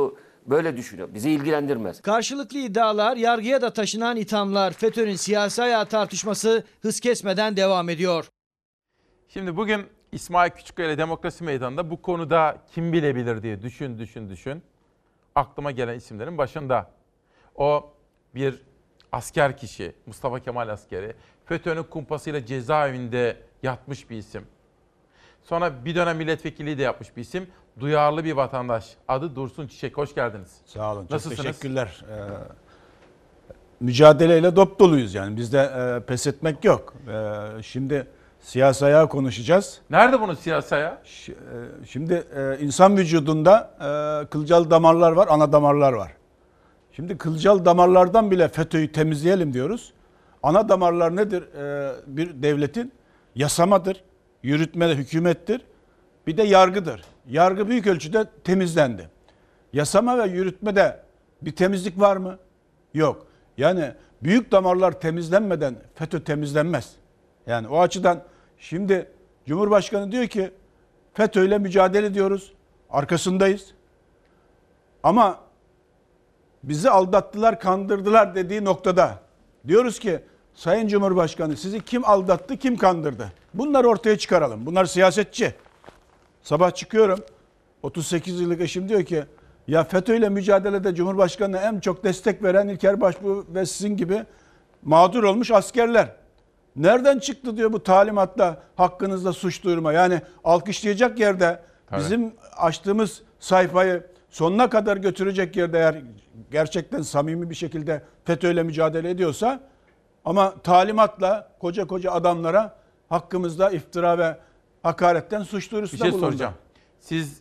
böyle düşünüyor. Bizi ilgilendirmez. Karşılıklı iddialar, yargıya da taşınan ithamlar, FETÖ'nün siyasi ayağı tartışması hız kesmeden devam ediyor. Şimdi bugün İsmail Küçükkaya ile Demokrasi Meydanı'nda bu konuda kim bilebilir diye düşün. Aklıma gelen isimlerin başında. O bir asker kişi, Mustafa Kemal askeri. FETÖ'nün kumpasıyla cezaevinde yatmış bir isim. Sonra bir dönem milletvekilliği de yapmış bir isim. Duyarlı bir vatandaş. Adı Dursun Çiçek. Hoş geldiniz. Sağ olun. Çok Nasılsınız? teşekkürler. Mücadeleyle dop doluyuz yani. Bizde pes etmek yok. Şimdi siyasi ayağı konuşacağız. Nerede bunun siyasi ayağı? Şimdi insan vücudunda kılcal damarlar var, ana damarlar var. Şimdi kılcal damarlardan bile FETÖ'yü temizleyelim diyoruz. Ana damarlar nedir? Bir devletin yasamadır, yürütme de hükümettir, bir de yargıdır. Yargı büyük ölçüde temizlendi. Yasama ve yürütmede bir temizlik var mı? Yok. Yani büyük damarlar temizlenmeden FETÖ temizlenmez. Yani o açıdan şimdi Cumhurbaşkanı diyor ki FETÖ'yle mücadele ediyoruz, arkasındayız. Ama bizi aldattılar, kandırdılar dediği noktada diyoruz ki Sayın Cumhurbaşkanı sizi kim aldattı, kim kandırdı? Bunları ortaya çıkaralım. Bunlar siyasetçi. Sabah çıkıyorum, 38 yıllık eşim diyor ki ya FETÖ'yle mücadelede Cumhurbaşkanı'na en çok destek veren İlker Başbuğ ve sizin gibi mağdur olmuş askerler. Nereden çıktı diyor bu talimatla hakkınızda suç duyurma. Yani alkışlayacak yerde bizim açtığımız sayfayı sonuna kadar götürecek yerde eğer gerçekten samimi bir şekilde FETÖ'yle mücadele ediyorsa ama talimatla koca adamlara hakkımızda iftira ve hakaretten suç duyurusunda bulundu. Bir şey soracağım. Siz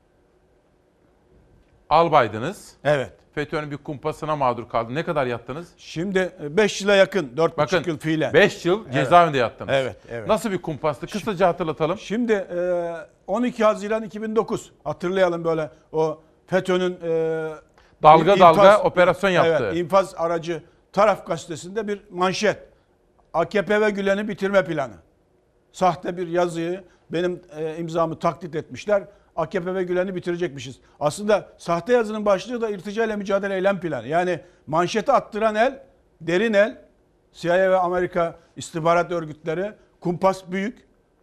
albaydınız. Evet. FETÖ'nün bir kumpasına mağdur kaldınız. Ne kadar yattınız? Şimdi 5 yıla yakın, 4,5 yıl fiilen. 5 yıl cezaevinde yattınız. Evet. Nasıl bir kumpastı? Kısaca hatırlatalım. Şimdi 12 Haziran 2009 hatırlayalım böyle o FETÖ'nün dalga operasyon yaptı. Evet, infaz aracı Taraf Gazetesi'nde bir manşet. AKP ve Gülen'i bitirme planı. Sahte bir yazıyı benim imzamı taklit etmişler. AKP ve Gülen'i bitirecekmişiz. Aslında sahte yazının başlığı da irtica ile mücadele eylem planı. Yani manşeti attıran el, derin el, CIA ve Amerika istihbarat örgütleri, kumpas büyük.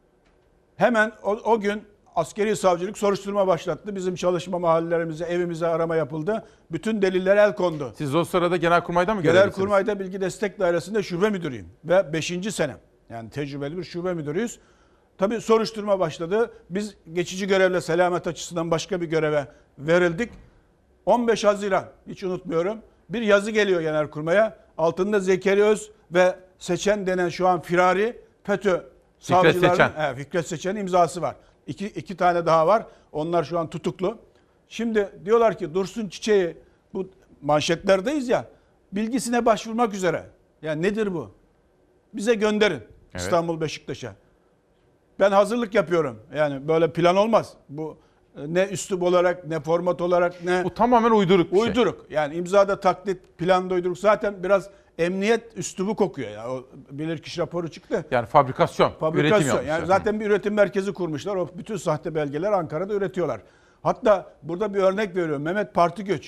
Hemen o gün askeri savcılık soruşturma başlattı. Bizim çalışma mahallelerimize, evimize arama yapıldı. Bütün delillere el kondu. Siz o sırada Genelkurmay'da mı görevlisiniz? Genelkurmay'da Bilgi Destek Dairesi'nde şube müdürüyüm. Ve 5. senem. Yani tecrübeli bir şube müdürüyüz. Tabii soruşturma başladı. Biz geçici görevle selamet açısından başka bir göreve verildik. 15 Haziran hiç unutmuyorum. Bir yazı geliyor Genelkurmay'a. Altında Zekeriya Öz ve Seçen denen şu an firari FETÖ savcıların Fikret Seçen'in imzası var. İki tane daha var. Onlar şu an tutuklu. Şimdi diyorlar ki Dursun Çiçek'i bu manşetlerdeyiz ya bilgisine başvurmak üzere. Yani nedir bu? Bize gönderin İstanbul Beşiktaş'a. Ben hazırlık yapıyorum. Yani böyle plan olmaz. Bu ne üslup olarak ne format olarak ne... Bu tamamen uyduruk bir şey. Uyduruk. Yani imzada taklit, planda uyduruk. Zaten biraz emniyet üslubu kokuyor ya. O bilirkişi raporu çıktı. Yani fabrikasyon. Üretim yapmışlar. Yani zaten bir üretim merkezi kurmuşlar. O bütün sahte belgeler Ankara'da üretiyorlar. Hatta burada bir örnek veriyorum. Mehmet Partigöç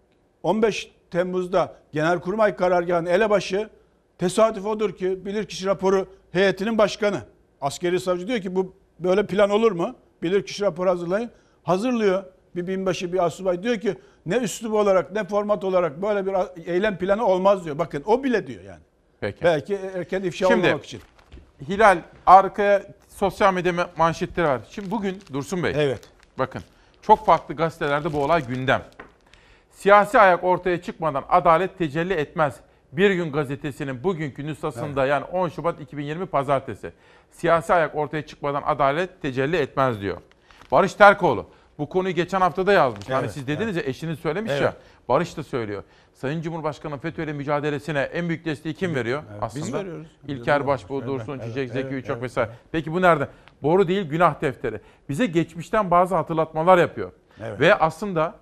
15 Temmuz'da Genelkurmay Karargahı'nın elebaşı tesadüf odur ki bilirkişi raporu heyetinin başkanı. Askeri savcı diyor ki bu böyle plan olur mu? Bilirkişi raporu hazırlayın. Hazırlıyor. Bir binbaşı, bir asubay diyor ki ne üslup olarak ne format olarak böyle bir eylem planı olmaz diyor. Bakın o bile diyor yani. Peki. Belki erken ifşa olmamak için. Hilal arkaya sosyal medya manşetleri var. Şimdi bugün Dursun Bey. Evet. Bakın çok farklı gazetelerde bu olay gündem. Siyasi ayak ortaya çıkmadan adalet tecelli etmez. Bir Gün Gazetesi'nin bugünkü nüshasında yani 10 Şubat 2020 Pazartesi. Siyasi ayak ortaya çıkmadan adalet tecelli etmez diyor. Barış Terkoğlu bu konuyu geçen hafta da yazmış. Hani siz dediniz ya eşiniz söylemiş ya. Barış da söylüyor. Sayın Cumhurbaşkanı FETÖ'yle mücadelesine en büyük desteği kim veriyor? Aslında biz veriyoruz. İlker Başbuğ, Dursun Çiçek, Zeki Uçak vesaire. Peki bu nerede? Boru değil, günah defteri. Bize geçmişten bazı hatırlatmalar yapıyor. Ve aslında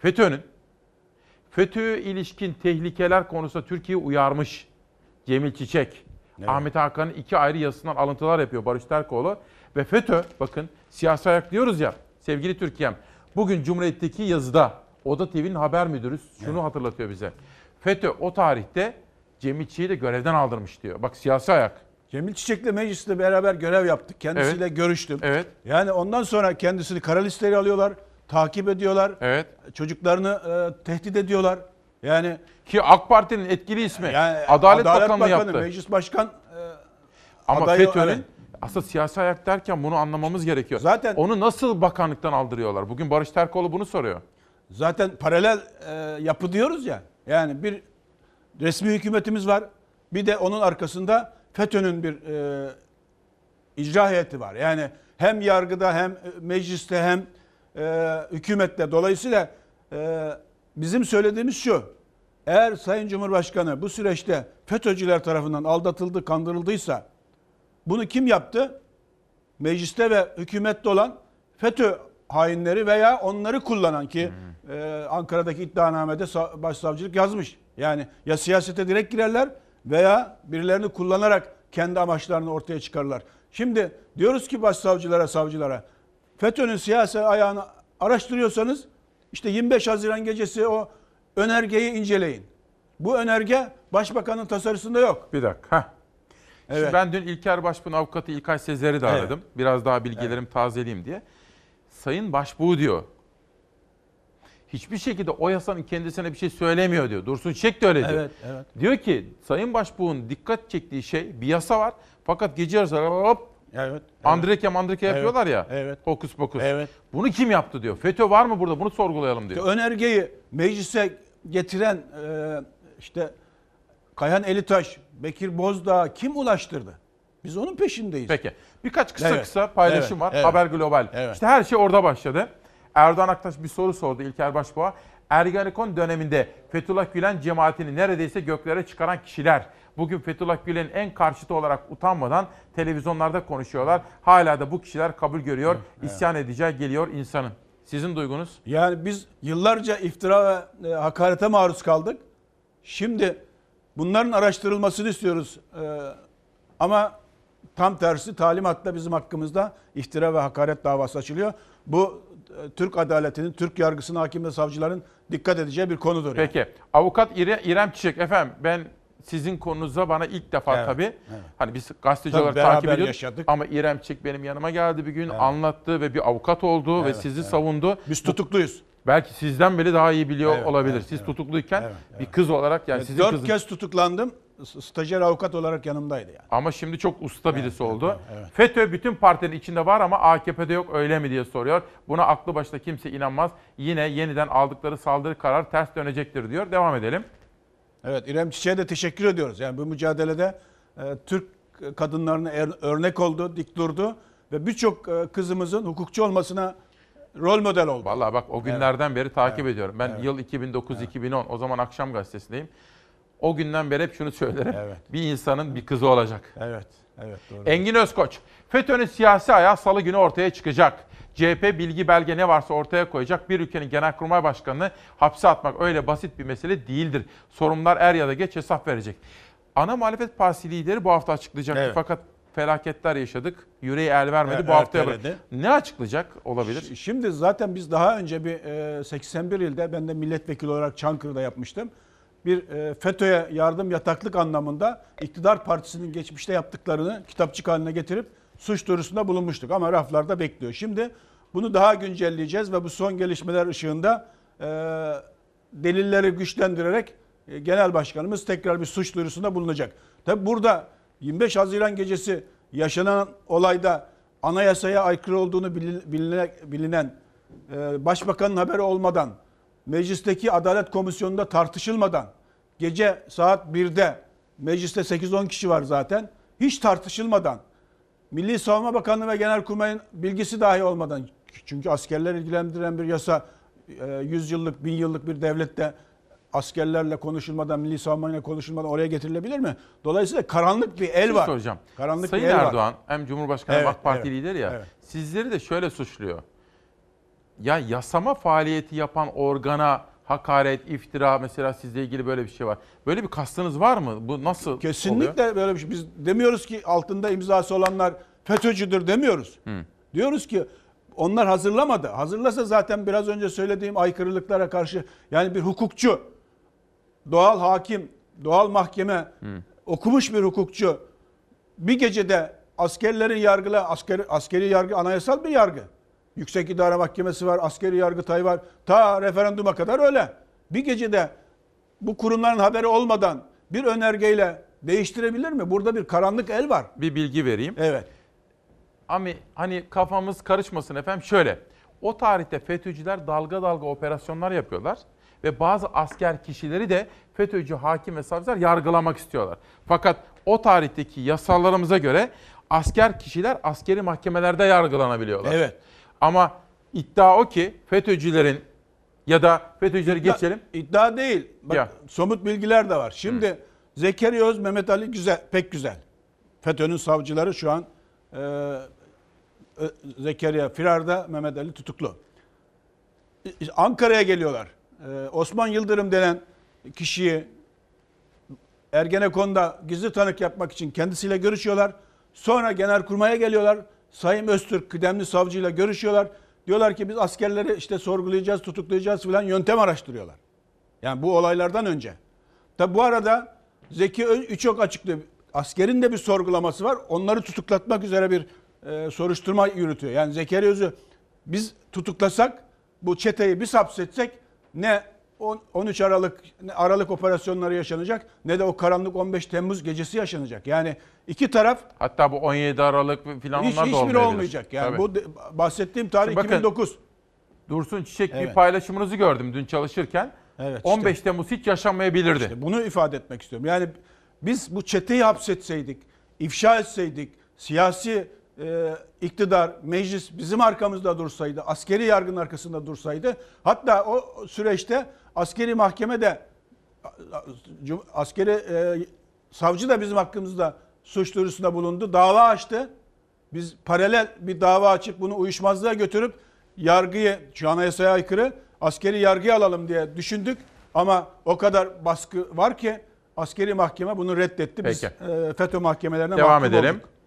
FETÖ'ye ilişkin tehlikeler konusunda Türkiye'yi uyarmış Cemil Çiçek. Ahmet Hakan'ın 2 ayrı yazısından alıntılar yapıyor Barış Terkoğlu. Ve FETÖ bakın siyasi ayak diyoruz ya sevgili Türkiye'm. Bugün Cumhuriyet'teki yazıda Oda TV'nin haber müdürü şunu hatırlatıyor bize. FETÖ o tarihte Cemil Çiçek'i de görevden aldırmış diyor. Bak siyasi ayak. Cemil Çiçek'le mecliste beraber görev yaptık. Kendisiyle görüştüm. Evet. Yani ondan sonra kendisini kara listeye alıyorlar, takip ediyorlar. Evet. Çocuklarını tehdit ediyorlar. Yani ki AK Parti'nin etkili ismi. Yani Adalet Bakanı yaptı. Meclis Başkan ama adayı, FETÖ'nün evet. aslında siyasi ayak derken bunu anlamamız gerekiyor. Zaten onu nasıl bakanlıktan aldırıyorlar? Bugün Barış Terkoğlu bunu soruyor. Zaten paralel yapı diyoruz ya. Yani bir resmi hükümetimiz var. Bir de onun arkasında FETÖ'nün bir icra heyeti var. Yani hem yargıda hem mecliste hem hükümette. Dolayısıyla bizim söylediğimiz şu. Eğer Sayın Cumhurbaşkanı bu süreçte FETÖ'cüler tarafından aldatıldı, kandırıldıysa bunu kim yaptı? Mecliste ve hükümette olan FETÖ hainleri veya onları kullanan ki Ankara'daki iddianamede başsavcılık yazmış. Yani ya siyasete direkt girerler veya birilerini kullanarak kendi amaçlarını ortaya çıkarırlar. Şimdi diyoruz ki başsavcılara, savcılara FETÖ'nün siyasi ayağını araştırıyorsanız işte 25 Haziran gecesi o önergeyi inceleyin. Bu önerge Başbakanın tasarısında yok. Bir dakika. Evet. Şimdi ben dün İlker Başbuğ'un avukatı İlkay Sezer'i de aradım. Evet. Biraz daha bilgilerimi tazeleyeyim diye. Sayın Başbuğ diyor. Hiçbir şekilde o yasanın kendisine bir şey söylemiyor diyor. Dursun Çiçek de öyle diyor. Evet, evet. Diyor ki Sayın Başbuğ'un dikkat çektiği şey bir yasa var. Fakat gece yarısı hop evet. Andreke yapıyorlar ya. Evet. Hokus pokus. Evet. Bunu kim yaptı diyor. FETÖ var mı burada? Bunu sorgulayalım diyor. Önergeyi meclise getiren işte Kayhan Elitaş, Bekir Bozdağ kim ulaştırdı? Biz onun peşindeyiz. Peki. Birkaç kısa paylaşım var. Evet. Haber Global. Evet. İşte her şey orada başladı. Erdoğan Aktaş bir soru sordu İlker Başbuğ'a. Ergenekon döneminde Fethullah Gülen cemaatini neredeyse göklere çıkaran kişiler bugün Fethullah Gülen'in en karşıtı olarak utanmadan televizyonlarda konuşuyorlar. Hala da bu kişiler kabul görüyor. İsyan edeceği geliyor insanın. Sizin duygunuz? Yani biz yıllarca iftira ve hakarete maruz kaldık. Şimdi bunların araştırılmasını istiyoruz. Ama tam tersi talimatla bizim hakkımızda iftira ve hakaret davası açılıyor. Bu Türk adaletinin, Türk yargısının, hakim ve savcıların dikkat edeceği bir konudur. Peki. Yani. Avukat İrem Çiçek. Efendim ben sizin konunuzda bana ilk defa tabii. Evet. Hani biz gazeteci olarak takip ediyorduk. Yaşadık. Ama İrem Çiçek benim yanıma geldi bir gün anlattı ve bir avukat oldu ve sizi savundu. Biz tutukluyuz. Belki sizden bile daha iyi biliyor olabilir. Siz tutukluyken bir kız olarak yani sizin 4 kez tutuklandım. Stajyer avukat olarak yanımdaydı yani. Ama şimdi çok usta birisi oldu. Evet. FETÖ bütün partilerin içinde var ama AKP'de yok öyle mi diye soruyor. Buna aklı başta kimse inanmaz. Yine yeniden aldıkları saldırı kararı ters dönecektir diyor. Devam edelim. Evet İrem Çiçek'e de teşekkür ediyoruz. Yani bu mücadelede Türk kadınlarına örnek oldu, dik durdu ve birçok kızımızın hukukçu olmasına rol model oldu. Vallahi bak o günlerden beri takip ediyorum. Ben yıl 2009-2010 o zaman Akşam Gazetesi'ndeyim. O günden beri hep şunu söylerim. Bir insanın bir kızı olacak. Evet doğru. Engin Özkoç. FETÖ'nün siyasi ayağı salı günü ortaya çıkacak. CHP bilgi belge ne varsa ortaya koyacak. Bir ülkenin genelkurmay başkanını hapse atmak öyle basit bir mesele değildir. Sorumlular er ya da geç hesap verecek. Ana muhalefet partisi lideri bu hafta açıklayacaktı. Fakat felaketler yaşadık. Yüreği el vermedi. Bu haftaya ne açıklayacak olabilir? Şimdi zaten biz daha önce bir 81 ilde ben de milletvekili olarak Çankırı'da yapmıştım. Bir FETÖ'ye yardım yataklık anlamında iktidar partisinin geçmişte yaptıklarını kitapçık haline getirip suç duyurusunda bulunmuştuk. Ama raflarda bekliyor. Şimdi bunu daha güncelleyeceğiz ve bu son gelişmeler ışığında delilleri güçlendirerek genel başkanımız tekrar bir suç duyurusunda bulunacak. Tabi burada 25 Haziran gecesi yaşanan olayda anayasaya aykırı olduğunu bilinen başbakanın haberi olmadan meclisteki Adalet Komisyonu'nda tartışılmadan gece saat 1'de mecliste 8-10 kişi var zaten. Hiç tartışılmadan Milli Savunma Bakanlığı ve Genelkurmay'ın bilgisi dahi olmadan çünkü askerler ilgilendiren bir yasa 100 yıllık 1000 yıllık bir devlette askerlerle konuşulmadan, Milli Savunmayla konuşulmadan oraya getirilebilir mi? Dolayısıyla karanlık bir el var. Soracağım. Karanlık Sayın bir el Erdoğan var. hem Cumhurbaşkanı hem AK Parti lideri ya. Sizleri de şöyle suçluyor. Ya yasama faaliyeti yapan organa hakaret, iftira mesela sizle ilgili böyle bir şey var. Böyle bir kastınız var mı? Bu nasıl Kesinlikle oluyor? Böyle bir şey. Biz demiyoruz ki altında imzası olanlar FETÖ'cüdür demiyoruz. Diyoruz ki onlar hazırlamadı. Hazırlasa zaten biraz önce söylediğim aykırılıklara karşı, yani bir hukukçu, doğal hakim, doğal mahkeme, okumuş bir hukukçu bir gecede askerlerin yargıla, askeri yargı anayasal bir yargı. Yüksek İdare Mahkemesi var, askeri yargıtay var. Ta referanduma kadar öyle. Bir gecede bu kurumların haberi olmadan bir önergeyle değiştirebilir mi? Burada bir karanlık el var. Bir bilgi vereyim. Evet. Ama hani kafamız karışmasın efendim, şöyle. O tarihte FETÖ'cüler dalga dalga operasyonlar yapıyorlar. Ve bazı asker kişileri de FETÖ'cü hakim ve savcılar yargılamak istiyorlar. Fakat o tarihteki yasalarımıza göre asker kişiler askeri mahkemelerde yargılanabiliyorlar. Evet. Ama iddia o ki FETÖ'cülerin ya da FETÖ'cüleri geçelim. İddia değil. Bak, Ya. somut bilgiler de var. Şimdi Zekeriya Öz, Mehmet Ali pek güzel. FETÖ'nün savcıları şu an Zekeriya firarda, Mehmet Ali tutuklu. Ankara'ya geliyorlar. Osman Yıldırım denen kişiyi Ergenekon'da gizli tanık yapmak için kendisiyle görüşüyorlar. Sonra Genelkurmay'a geliyorlar. Sayın Öztürk kıdemli savcıyla görüşüyorlar. Diyorlar ki biz askerleri işte sorgulayacağız, tutuklayacağız filan, yöntem araştırıyorlar. Yani bu olaylardan önce. Tabi bu arada Zeki Üçok açıklıyor. Askerin de bir sorgulaması var. Onları tutuklatmak üzere bir soruşturma yürütüyor. Yani Zekeriya Öz'ü biz tutuklasak, bu çeteyi biz hapsetsek ne 13 Aralık operasyonları yaşanacak ne de o karanlık 15 Temmuz gecesi yaşanacak. Yani iki taraf, hatta bu 17 Aralık falan onlar da olmayabilir. Hiçbiri olmayacak. Yani bu bahsettiğim tarih bakın, 2009. Dursun Çiçek bir paylaşımınızı gördüm dün çalışırken. Evet, 15 işte. Temmuz hiç yaşanmayabilirdi. İşte bunu ifade etmek istiyorum. Yani biz bu çeteyi hapsetseydik, ifşa etseydik, siyasi iktidar, meclis bizim arkamızda dursaydı, askeri yargının arkasında dursaydı, hatta o süreçte askeri mahkemede savcı da bizim hakkımızda suç duyurusunda bulundu, dava açtı. Biz paralel bir dava açıp bunu uyuşmazlığa götürüp yargıyı, şu anayasaya aykırı, askeri yargıya alalım diye düşündük. Ama o kadar baskı var ki askeri mahkeme bunu reddetti. Biz FETÖ mahkemelerine devam mahkum edelim. olduk.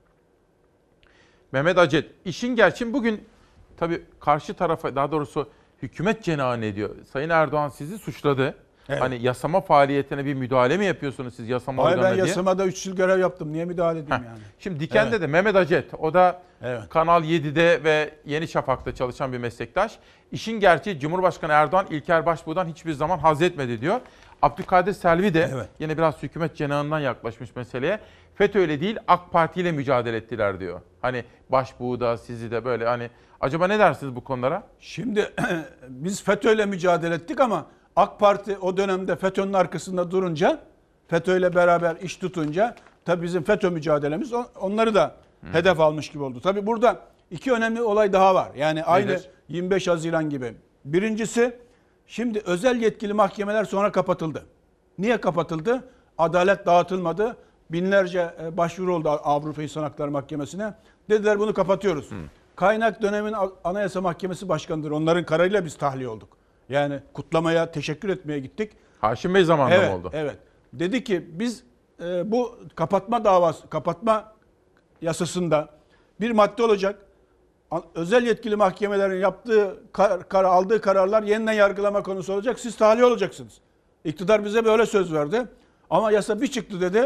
Mehmet Acet, işin gerçeği bugün tabii karşı tarafa, daha doğrusu hükümet cenahı ediyor. Sayın Erdoğan sizi suçladı. Evet. Hani yasama faaliyetine bir müdahale mi yapıyorsunuz siz yasama organına diye? Ben yasamada 3 yıl görev yaptım. Niye müdahale edeyim yani? Şimdi Diken'de de Mehmet Acet, o da Evet. Kanal 7'de ve Yeni Şafak'ta çalışan bir meslektaş. İşin gerçeği Cumhurbaşkanı Erdoğan İlker Başbuğ'dan hiçbir zaman haz etmedi diyor. Abdülkadir Selvi de yine biraz hükümet cenahından yaklaşmış meseleye. FETÖ'yle değil AK Parti ile mücadele ettiler diyor. Hani Başbuğ'u da sizi de böyle, hani acaba ne dersiniz bu konulara? Şimdi biz FETÖ'yle mücadele ettik ama AK Parti o dönemde FETÖ'nün arkasında durunca, FETÖ'yle beraber iş tutunca tabii bizim FETÖ mücadelemiz onları da hedef almış gibi oldu. Tabii burada iki önemli olay daha var. Yani aynı 25 Haziran gibi. Birincisi, şimdi özel yetkili mahkemeler sonra kapatıldı. Niye kapatıldı? Adalet dağıtılmadı. Binlerce başvuru oldu Avrupa İnsan Hakları Mahkemesi'ne. Dediler bunu kapatıyoruz. Kaynak dönemin Anayasa Mahkemesi Başkanı'dır. Onların kararıyla biz tahliye olduk. Yani kutlamaya, teşekkür etmeye gittik. Haşim Bey zamanında mı oldu? Evet. Dedi ki biz bu kapatma yasasında bir madde olacak. Özel yetkili mahkemelerin aldığı kararlar yeniden yargılama konusu olacak. Siz tahliye olacaksınız. İktidar bize böyle söz verdi. Ama yasa bir çıktı dedi.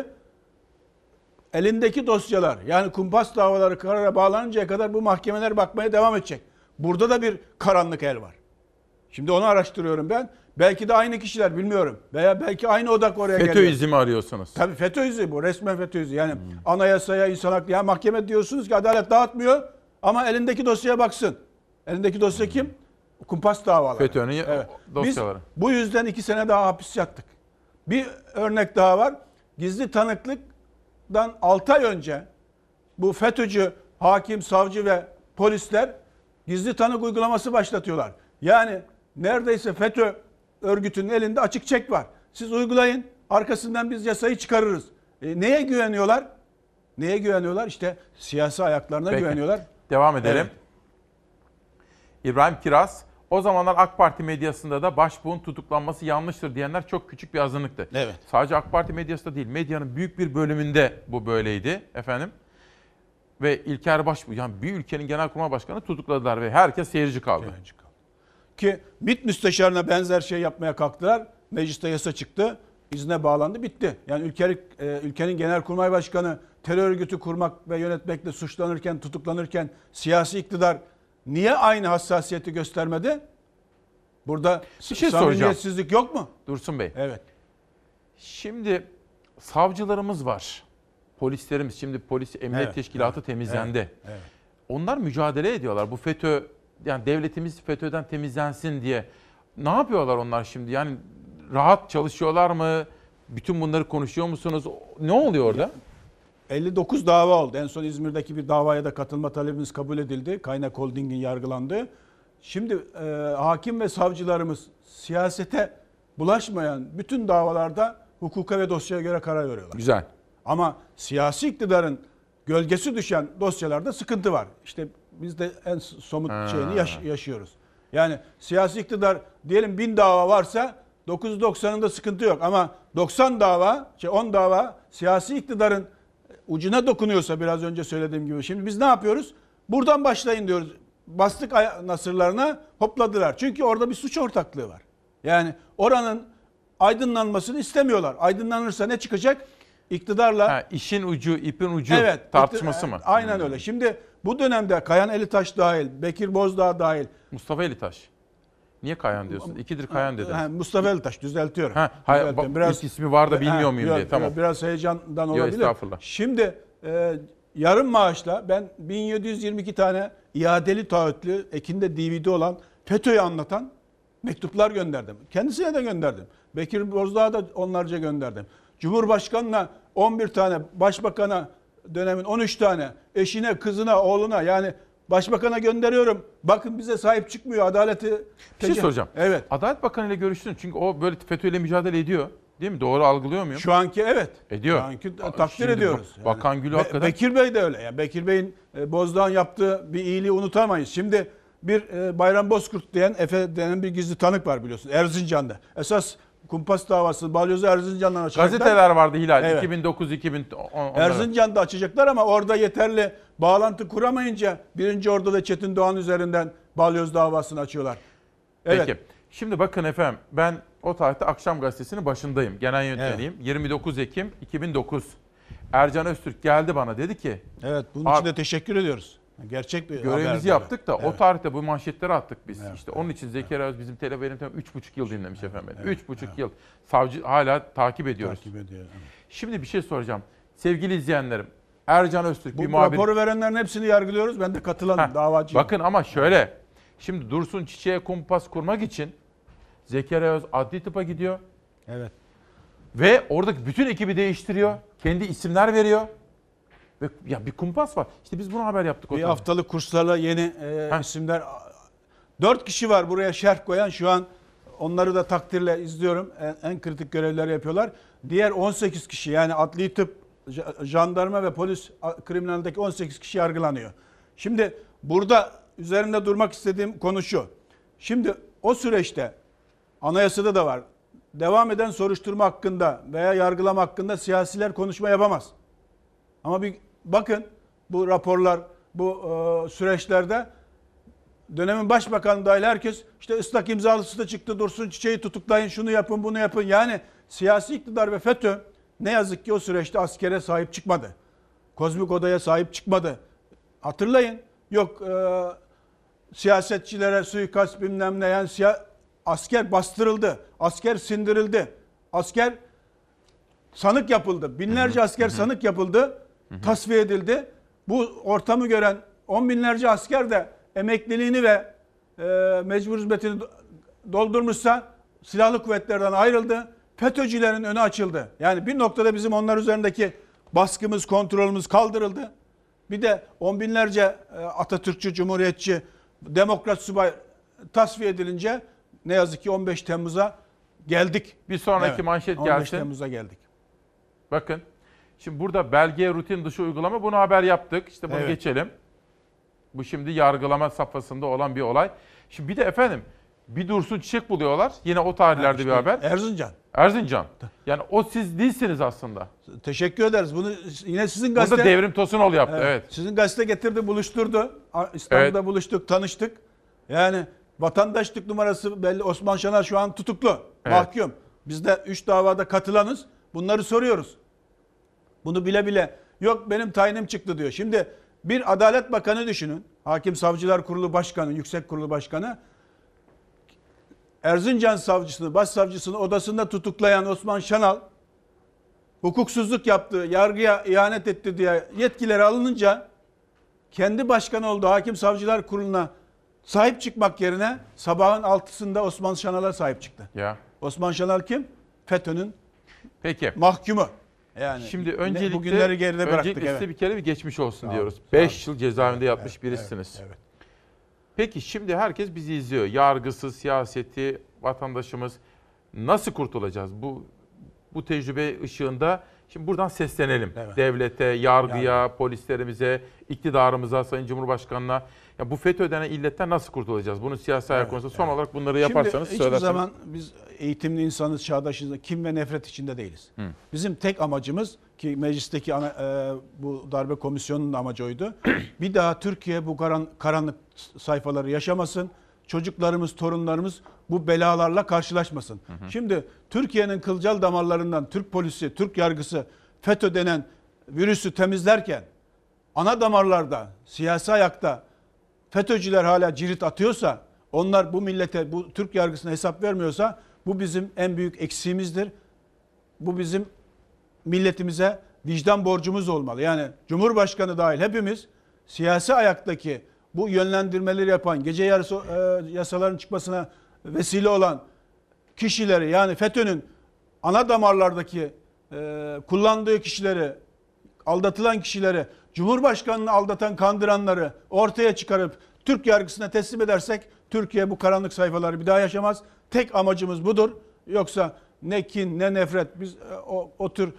Elindeki dosyalar, yani kumpas davaları karara bağlanıncaya kadar bu mahkemeler bakmaya devam edecek. Burada da bir karanlık el var. Şimdi onu araştırıyorum ben. Belki de aynı kişiler, bilmiyorum. Veya belki aynı odak oraya geliyor. FETÖ izi mi arıyorsunuz? Tabii FETÖ izi bu. Resmen FETÖ izi. Yani anayasaya, insan hakları, yani mahkeme diyorsunuz ki adalet dağıtmıyor ama elindeki dosyaya baksın. Elindeki dosya kim? Kumpas davaları. FETÖ'nün dosyaları. Biz bu yüzden 2 sene daha hapis yattık. Bir örnek daha var. Gizli tanıklıktan 6 ay önce bu FETÖ'cü hakim, savcı ve polisler gizli tanık uygulaması başlatıyorlar. Yani neredeyse FETÖ örgütünün elinde açık çek var. Siz uygulayın, arkasından biz yasayı çıkarırız. Neye güveniyorlar? Neye güveniyorlar? İşte siyasi ayaklarına güveniyorlar. Devam edelim. Evet. İbrahim Kiraz, o zamanlar AK Parti medyasında da Başbuğ'un tutuklanması yanlıştır diyenler çok küçük bir azınlıktı. Evet. Sadece AK Parti medyasında değil, medyanın büyük bir bölümünde bu böyleydi efendim. ve İlker Başbuğ, yani bir ülkenin genelkurmay başkanı tutukladılar ve herkes seyirci kaldı. Ki MİT müsteşarına benzer şey yapmaya kalktılar. Mecliste yasa çıktı. İzne bağlandı, bitti. Yani ülkenin genelkurmay başkanı terör örgütü kurmak ve yönetmekle suçlanırken, tutuklanırken siyasi iktidar niye aynı hassasiyeti göstermedi? Burada bir şey soracağım. samimiyetsizlik yok mu? Dursun Bey. Evet. Şimdi savcılarımız var. Polislerimiz, şimdi polis emniyet teşkilatı temizlendi. Evet. Onlar mücadele ediyorlar. Bu FETÖ, yani devletimiz FETÖ'den temizlensin diye. Ne yapıyorlar onlar şimdi? Yani rahat çalışıyorlar mı? Bütün bunları konuşuyor musunuz? Ne oluyor orada? 59 dava oldu. En son İzmir'deki bir davaya da katılma talebimiz kabul edildi. Kaynak Holding'in yargılandığı. Şimdi hakim ve savcılarımız siyasete bulaşmayan bütün davalarda hukuka ve dosyaya göre karar veriyorlar. Güzel. Ama siyasi iktidarın gölgesi düşen dosyalarda sıkıntı var. İşte biz de en somut şeyini yaşıyoruz. Yani siyasi iktidar diyelim 1000 dava varsa 990'ında sıkıntı yok. Ama 10 dava siyasi iktidarın ucuna dokunuyorsa, biraz önce söylediğim gibi. Şimdi biz ne yapıyoruz? Buradan başlayın diyoruz. Bastık nasırlarına, hopladılar. Çünkü orada bir suç ortaklığı var. Yani oranın aydınlanmasını istemiyorlar. Aydınlanırsa ne çıkacak? İktidarla... işin ucu, ipin ucu tartışması mı? Aynen öyle. Şimdi bu dönemde Kayan Elitaş dahil, Bekir Bozdağ dahil... Mustafa Elitaş. Niye Kayan diyorsun? İkidir Kayan dediniz. Mustafa Elitaş, düzeltiyorum. Biraz ismi var da bilmiyor muyum diye. Tamam. Biraz heyecandan olabilir. Estağfurullah. Şimdi yarım maaşla ben 1722 tane iadeli taahhütlü, ekinde DVD olan FETÖ'yü anlatan mektuplar gönderdim. Kendisine de gönderdim. Bekir Bozdağ'a da onlarca gönderdim. Cumhurbaşkanına 11 tane, başbakana dönemin 13 tane, eşine, kızına, oğluna, yani başbakana gönderiyorum. Bakın bize sahip çıkmıyor, adaleti... Bir şey soracağım. Evet. Adalet Bakanı ile görüştün çünkü o böyle FETÖ'yle mücadele ediyor. Değil mi? Doğru algılıyor muyum? Şu anki evet. Ediyor. Şu anki takdir ediyoruz. Bakan Gül hakikaten. Bekir Bey de öyle. Yani Bekir Bey'in Bozdağ'ın yaptığı bir iyiliği unutamayız. Şimdi bir Bayram Bozkurt diyen, Efe denen bir gizli tanık var biliyorsun. Erzincan'da. Esas kumpas davası balyozu Erzincan'dan açacaklar. Gazeteler vardı Hilal. Evet. 2009-2010. Erzincan'da açacaklar ama orada yeterli bağlantı kuramayınca 1. Ordu ve Çetin Doğan üzerinden balyoz davasını açıyorlar. Evet. Peki. Şimdi bakın efendim, ben o tarihte Akşam Gazetesi'nin başındayım. Genel yönetmeniyim. Evet. 29 Ekim 2009. Ercan Öztürk geldi bana, dedi ki... Evet, bunun için de teşekkür ediyoruz. Gerçek bir görevimizi yaptık da evet. O tarihte bu manşetleri attık biz. Evet. İşte onun için Zekeriya Öz bizim televizyonda 3,5 yıl dinlemiş efendim. 3,5 yıl. Savcı hala takip ediyoruz. Takip ediyor. Evet. Şimdi bir şey soracağım. Sevgili izleyenlerim, Ercan Öztürk bu bir muhabir... raporu verenlerin hepsini yargılıyoruz. Ben de katılanım, davacıyım. Bakın ama şöyle. Şimdi Dursun Çiçek'e kumpas kurmak için Zekeriya Öz adli tıpa gidiyor. Evet. Ve oradaki bütün ekibi değiştiriyor. Kendi isimler veriyor. Ve ya bir kumpas var. İşte biz bunu haber yaptık. Bir haftalık kurslarla yeni isimler. 4 kişi var buraya şerh koyan. Şu an onları da takdirle izliyorum. En kritik görevleri yapıyorlar. Diğer 18 kişi, yani adli tıp, jandarma ve polis kriminalindeki 18 kişi yargılanıyor. Şimdi burada üzerinde durmak istediğim konu şu. Şimdi o süreçte anayasada da var. Devam eden soruşturma hakkında veya yargılama hakkında siyasiler konuşma yapamaz. Ama bir bakın bu raporlar, bu süreçlerde dönemin başbakanı dahil herkes işte ıslak imzalısı da çıktı, Dursun Çiçek'i tutuklayın, şunu yapın, bunu yapın. Yani siyasi iktidar ve FETÖ ne yazık ki o süreçte askere sahip çıkmadı. Kozmik Oda'ya sahip çıkmadı. Hatırlayın. Yok siyasetçilere suikast bilmem ne, yani asker bastırıldı. Asker sindirildi. Asker sanık yapıldı. Binlerce asker sanık yapıldı. Tasfiye edildi. Bu ortamı gören 10 binlerce asker de emekliliğini ve mecbur hizmetini doldurmuşsa silahlı kuvvetlerden ayrıldı. FETÖ'cülerin önü açıldı. Yani bir noktada bizim onlar üzerindeki baskımız, kontrolümüz kaldırıldı. Bir de 10 binlerce Atatürkçü, Cumhuriyetçi, Demokrat subay tasfiye edilince ne yazık ki 15 Temmuz'a geldik. Bir sonraki manşet 15 gelsin. Temmuz'a geldik. Bakın. Şimdi burada belge rutin dışı uygulama, bunu haber yaptık. İşte bunu geçelim. Bu şimdi yargılama safhasında olan bir olay. Şimdi bir de efendim bir Dursun Çiçek buluyorlar. Yine o tarihlerde bir haber. Erzincan. Erzincan. Yani o siz değilsiniz aslında. Teşekkür ederiz. Bunu yine sizin gazete... Burada Devrim Tosunoğlu yaptı, evet. Sizin gazete getirdi, buluşturdu. İstanbul'da buluştuk, tanıştık. Yani vatandaşlık numarası belli. Osman Şanar şu an tutuklu, mahkum. Biz de 3 davada katılanız. Bunları soruyoruz. Bunu bile bile. Yok benim tayinim çıktı diyor. Şimdi bir Adalet Bakanı düşünün. Hakim Savcılar Kurulu Başkanı, Yüksek Kurulu Başkanı. Erzincan savcısını, başsavcısını odasında tutuklayan Osman Şanal hukuksuzluk yaptı, yargıya ihanet etti diye yetkileri alınınca kendi başkanı olduğu Hakim Savcılar Kurulu'na sahip çıkmak yerine sabahın 6'sında Osman Şanal'a sahip çıktı. Ya. Osman Şanal kim? FETÖ'nün Peki. mahkumu. Yani şimdi öncelikle bugünleri geride bıraktık. Size bir kere bir geçmiş olsun diyoruz. 5 yıl cezaevinde yatmış birisiniz. Evet. Peki şimdi herkes bizi izliyor. Yargısı, siyaseti, vatandaşımız nasıl kurtulacağız bu tecrübe ışığında? Şimdi buradan seslenelim. Evet. Devlete, yargıya, polislerimize, iktidarımıza, Sayın Cumhurbaşkanı'na. Ya bu FETÖ denen illetten nasıl kurtulacağız? Bunun siyasi ayak konusu. Son olarak bunları yaparsanız Şimdi hiçbir zaman biz eğitimli insanız, çağdaşız, kim ve nefret içinde değiliz. Bizim tek amacımız ki meclisteki bu darbe komisyonunun amacı oydu. Bir daha Türkiye bu karanlık sayfaları yaşamasın. Çocuklarımız, torunlarımız bu belalarla karşılaşmasın. Şimdi Türkiye'nin kılcal damarlarından Türk polisi, Türk yargısı FETÖ denen virüsü temizlerken ana damarlarda, siyasi ayakta FETÖ'cüler hala cirit atıyorsa, onlar bu millete, bu Türk yargısına hesap vermiyorsa bu bizim en büyük eksiğimizdir. Bu bizim milletimize vicdan borcumuz olmalı. Yani Cumhurbaşkanı dahil hepimiz siyasi ayaktaki bu yönlendirmeleri yapan, gece yarısı yasaların çıkmasına vesile olan kişileri, yani FETÖ'nün ana damarlardaki kullandığı kişileri, aldatılan kişileri, Cumhurbaşkanı'nı aldatan, kandıranları ortaya çıkarıp Türk yargısına teslim edersek Türkiye bu karanlık sayfaları bir daha yaşamaz. Tek amacımız budur. Yoksa ne kin ne nefret, biz o tür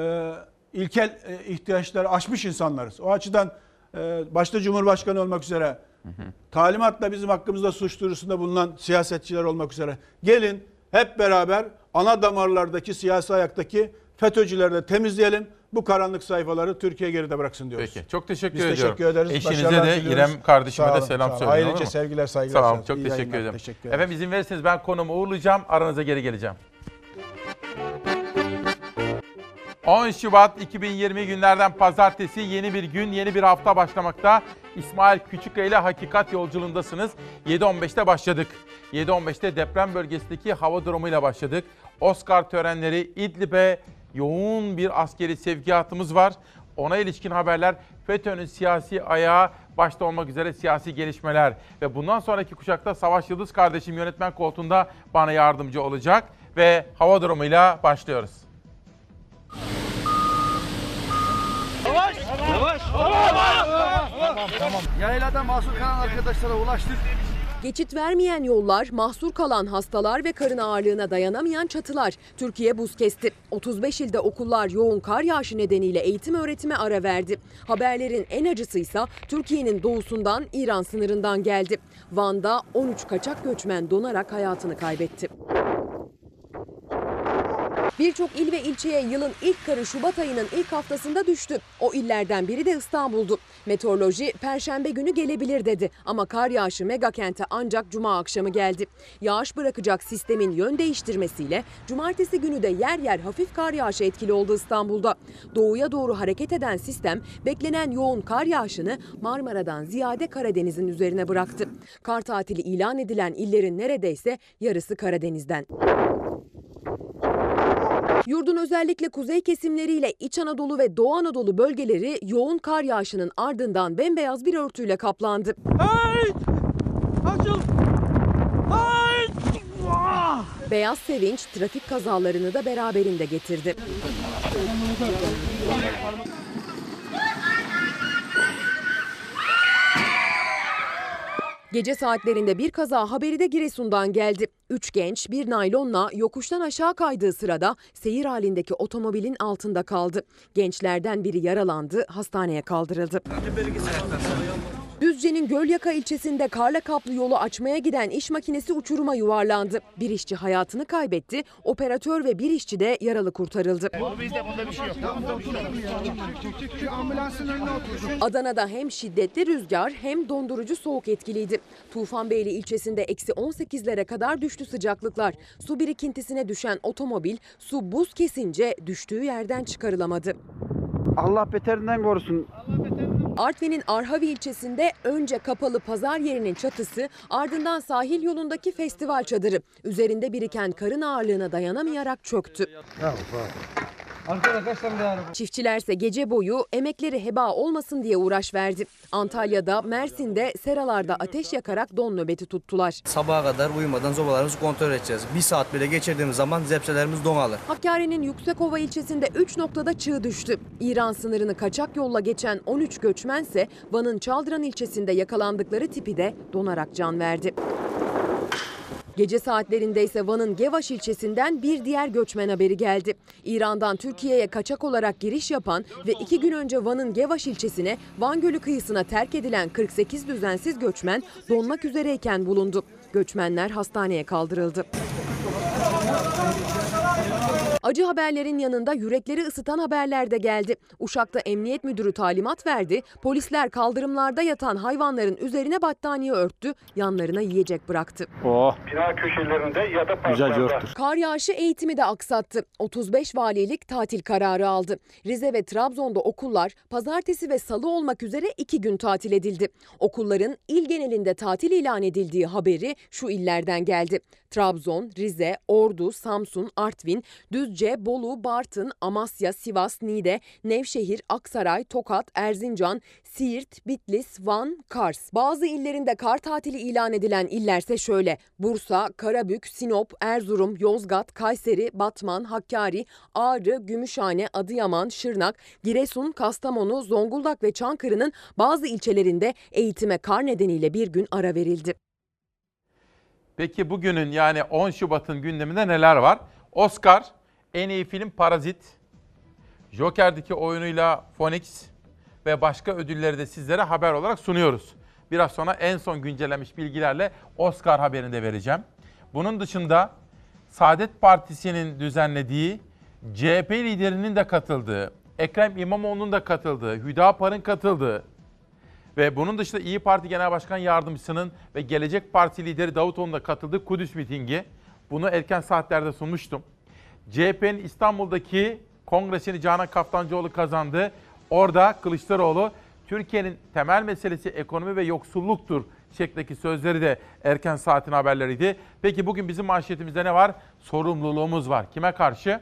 ilkel ihtiyaçları aşmış insanlarız. O açıdan başta Cumhurbaşkanı olmak üzere talimatla bizim hakkımızda suç duyurusunda bulunan siyasetçiler olmak üzere gelin hep beraber ana damarlardaki siyasi ayaktaki FETÖ'cüleri de temizleyelim. Bu karanlık sayfaları Türkiye geride bıraksın diyoruz. Peki. Çok teşekkür Biz ediyorum. Teşekkür ederiz. Eşinize de İrem kardeşime de selam söyleyin. Ayrıca sevgiler, saygılar. Sağ olun. Çok teşekkür ederim. Efendim izin verirseniz ben konumu uğurlayacağım. Aranıza geri geleceğim. 10 Şubat 2020 günlerden pazartesi, yeni bir gün, yeni bir hafta başlamakta. İsmail Küçükkaya ile Hakikat Yolculuğundasınız. 7.15'te başladık. 7.15'te deprem bölgesindeki hava durumuyla başladık. Oscar törenleri, İdlib'e yoğun bir askeri sevkiyatımız var. Ona ilişkin haberler, FETÖ'nün siyasi ayağı başta olmak üzere siyasi gelişmeler. Ve bundan sonraki kuşakta Savaş Yıldız kardeşim yönetmen koltuğunda bana yardımcı olacak. Ve hava durumuyla başlıyoruz. Yavaş! Yavaş! Tamam. Yaylada mahsur kalan arkadaşlara ulaştık. Geçit vermeyen yollar, mahsur kalan hastalar ve karın ağırlığına dayanamayan çatılar. Türkiye buz kesti. 35 ilde okullar yoğun kar yağışı nedeniyle eğitim öğretime ara verdi. Haberlerin en acısıysa Türkiye'nin doğusundan, İran sınırından geldi. Van'da 13 kaçak göçmen donarak hayatını kaybetti. Birçok il ve ilçeye yılın ilk karı Şubat ayının ilk haftasında düştü. O illerden biri de İstanbul'du. Meteoroloji Perşembe günü gelebilir dedi ama kar yağışı megakente ancak Cuma akşamı geldi. Yağış bırakacak sistemin yön değiştirmesiyle Cumartesi günü de yer yer hafif kar yağışı etkili oldu İstanbul'da. Doğuya doğru hareket eden sistem beklenen yoğun kar yağışını Marmara'dan ziyade Karadeniz'in üzerine bıraktı. Kar tatili ilan edilen illerin neredeyse yarısı Karadeniz'den. Yurdun özellikle kuzey kesimleriyle İç Anadolu ve Doğu Anadolu bölgeleri yoğun kar yağışının ardından bembeyaz bir örtüyle kaplandı. Beyaz sevinç trafik kazalarını da beraberinde getirdi. Gece saatlerinde bir kaza haberi de Giresun'dan geldi. 3 genç bir naylonla yokuştan aşağı kaydığı sırada seyir halindeki otomobilin altında kaldı. Gençlerden biri yaralandı, hastaneye kaldırıldı. Düzce'nin Gölyaka ilçesinde karla kaplı yolu açmaya giden iş makinesi uçuruma yuvarlandı. Bir işçi hayatını kaybetti, operatör ve bir işçi de yaralı kurtarıldı. Adana'da hem şiddetli rüzgar hem dondurucu soğuk etkiliydi. Tufanbeyli ilçesinde -18'lere kadar düştü sıcaklıklar. Su birikintisine düşen otomobil su buz kesince düştüğü yerden çıkarılamadı. Allah beterinden korusun. Artvin'in Arhavi ilçesinde önce kapalı pazar yerinin çatısı, ardından sahil yolundaki festival çadırı üzerinde biriken karın ağırlığına dayanamayarak çöktü. Çiftçilerse gece boyu emekleri heba olmasın diye uğraş verdi. Antalya'da, Mersin'de seralarda ateş yakarak don nöbeti tuttular. Sabaha kadar uyumadan zobalarımızı kontrol edeceğiz. Bir saat bile geçirdiğimiz zaman zepselerimiz donalır. Hakkari'nin Yüksekova ilçesinde 3 noktada çığ düştü. İran sınırını kaçak yolla geçen 13 göçmense Van'ın Çaldıran ilçesinde yakalandıkları tipi de donarak can verdi. Gece saatlerinde ise Van'ın Gevaş ilçesinden bir diğer göçmen haberi geldi. İran'dan Türkiye'ye kaçak olarak giriş yapan ve 2 gün önce Van'ın Gevaş ilçesine Van Gölü kıyısına terk edilen 48 düzensiz göçmen donmak üzereyken bulundu. Göçmenler hastaneye kaldırıldı. Acı haberlerin yanında yürekleri ısıtan haberler de geldi. Uşak'ta emniyet müdürü talimat verdi. Polisler kaldırımlarda yatan hayvanların üzerine battaniye örttü, yanlarına yiyecek bıraktı. Bina köşelerinde ya da parklarda. Kar yağışı eğitimi de aksattı. 35 valilik tatil kararı aldı. Rize ve Trabzon'da okullar pazartesi ve salı olmak üzere 2 gün tatil edildi. Okulların il genelinde tatil ilan edildiği haberi şu illerden geldi. Trabzon, Rize, Ordu, Samsun, Artvin, Düzce, Bolu, Bartın, Amasya, Sivas, Niğde, Nevşehir, Aksaray, Tokat, Erzincan, Siirt, Bitlis, Van, Kars. Bazı illerinde kar tatili ilan edilen illerse şöyle: Bursa, Karabük, Sinop, Erzurum, Yozgat, Kayseri, Batman, Hakkari, Ağrı, Gümüşhane, Adıyaman, Şırnak, Giresun, Kastamonu, Zonguldak ve Çankırı'nın bazı ilçelerinde eğitime kar nedeniyle bir gün ara verildi. Peki bugünün yani 10 Şubat'ın gündeminde neler var? Oscar, en iyi film Parazit, Joker'deki oyunuyla Phoenix ve başka ödülleri de sizlere haber olarak sunuyoruz. Biraz sonra en son güncellenmiş bilgilerle Oscar haberini de vereceğim. Bunun dışında Saadet Partisi'nin düzenlediği, CHP liderinin de katıldığı, Ekrem İmamoğlu'nun da katıldığı, Hüdapar'ın katıldığı ve bunun dışında İYİ Parti Genel Başkan Yardımcısının ve Gelecek Partisi lideri Davutoğlu'nun da katıldığı Kudüs mitingi. Bunu erken saatlerde sunmuştum. CHP'nin İstanbul'daki kongresini Canan Kaftancıoğlu kazandı. Orada Kılıçdaroğlu, Türkiye'nin temel meselesi ekonomi ve yoksulluktur şeklindeki sözleri de erken saatin haberleriydi. Peki bugün bizim manşetimizde ne var? Sorumluluğumuz var. Kime karşı?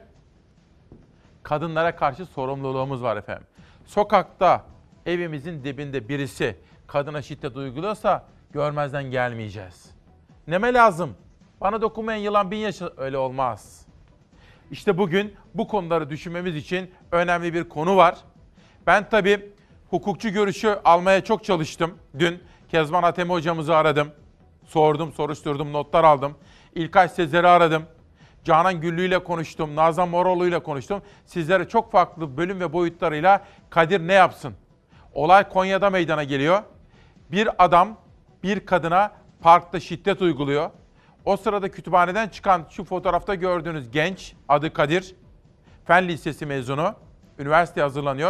Kadınlara karşı sorumluluğumuz var efendim. Sokakta, evimizin dibinde birisi kadına şiddet uyguluyorsa görmezden gelmeyeceğiz. Neme lazım? Bana dokunmayan yılan 1000 yaşı, öyle olmaz. İşte bugün bu konuları düşünmemiz için önemli bir konu var. Ben tabii hukukçu görüşü almaya çok çalıştım. Dün Kezban Atemi hocamızı aradım. Sordum, soruşturdum, notlar aldım. İlkay Sezer'i aradım. Canan Güllü ile konuştum, Nazan Moroğlu ile konuştum. Sizlere çok farklı bölüm ve boyutlarıyla Kadir ne yapsın? Olay Konya'da meydana geliyor. Bir adam bir kadına parkta şiddet uyguluyor. O sırada kütüphaneden çıkan şu fotoğrafta gördüğünüz genç, adı Kadir, Fen Lisesi mezunu, üniversiteye hazırlanıyor.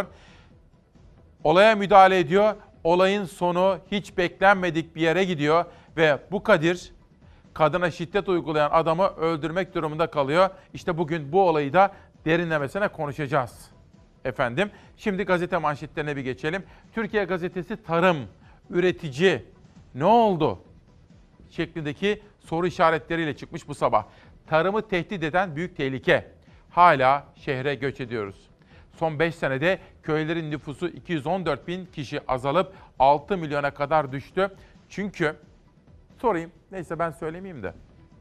Olaya müdahale ediyor. Olayın sonu hiç beklenmedik bir yere gidiyor ve bu Kadir, kadına şiddet uygulayan adamı öldürmek durumunda kalıyor. İşte bugün bu olayı da derinlemesine konuşacağız. Efendim, şimdi gazete manşetlerine bir geçelim. Türkiye Gazetesi tarım, üretici, ne oldu? Şeklindeki soru işaretleriyle çıkmış bu sabah. Tarımı tehdit eden büyük tehlike. Hala şehre göç ediyoruz. Son 5 senede köylerin nüfusu 214 bin kişi azalıp 6 milyona kadar düştü. Çünkü, sorayım, neyse ben söylemeyeyim de.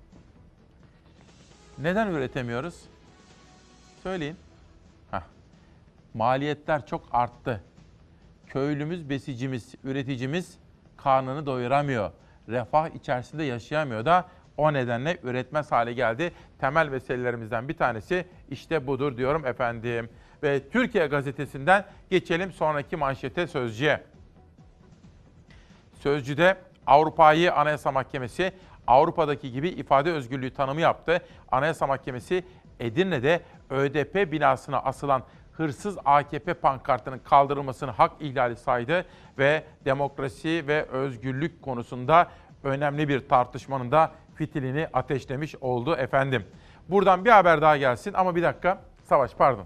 Neden üretemiyoruz? Söyleyin. Maliyetler çok arttı. Köylümüz, besicimiz, üreticimiz karnını doyuramıyor. Refah içerisinde yaşayamıyor da o nedenle üretmez hale geldi. Temel meselelerimizden bir tanesi işte budur diyorum efendim. Ve Türkiye Gazetesi'nden geçelim sonraki manşete, sözcüye. Sözcü'de Avrupa'yı Anayasa Mahkemesi Avrupa'daki gibi ifade özgürlüğü tanımı yaptı. Anayasa Mahkemesi Edirne'de ÖDP binasına asılan hırsız AKP pankartının kaldırılmasını hak ihlali saydı ve demokrasi ve özgürlük konusunda önemli bir tartışmanın da fitilini ateşlemiş oldu efendim. Buradan bir haber daha gelsin ama bir dakika. Savaş pardon.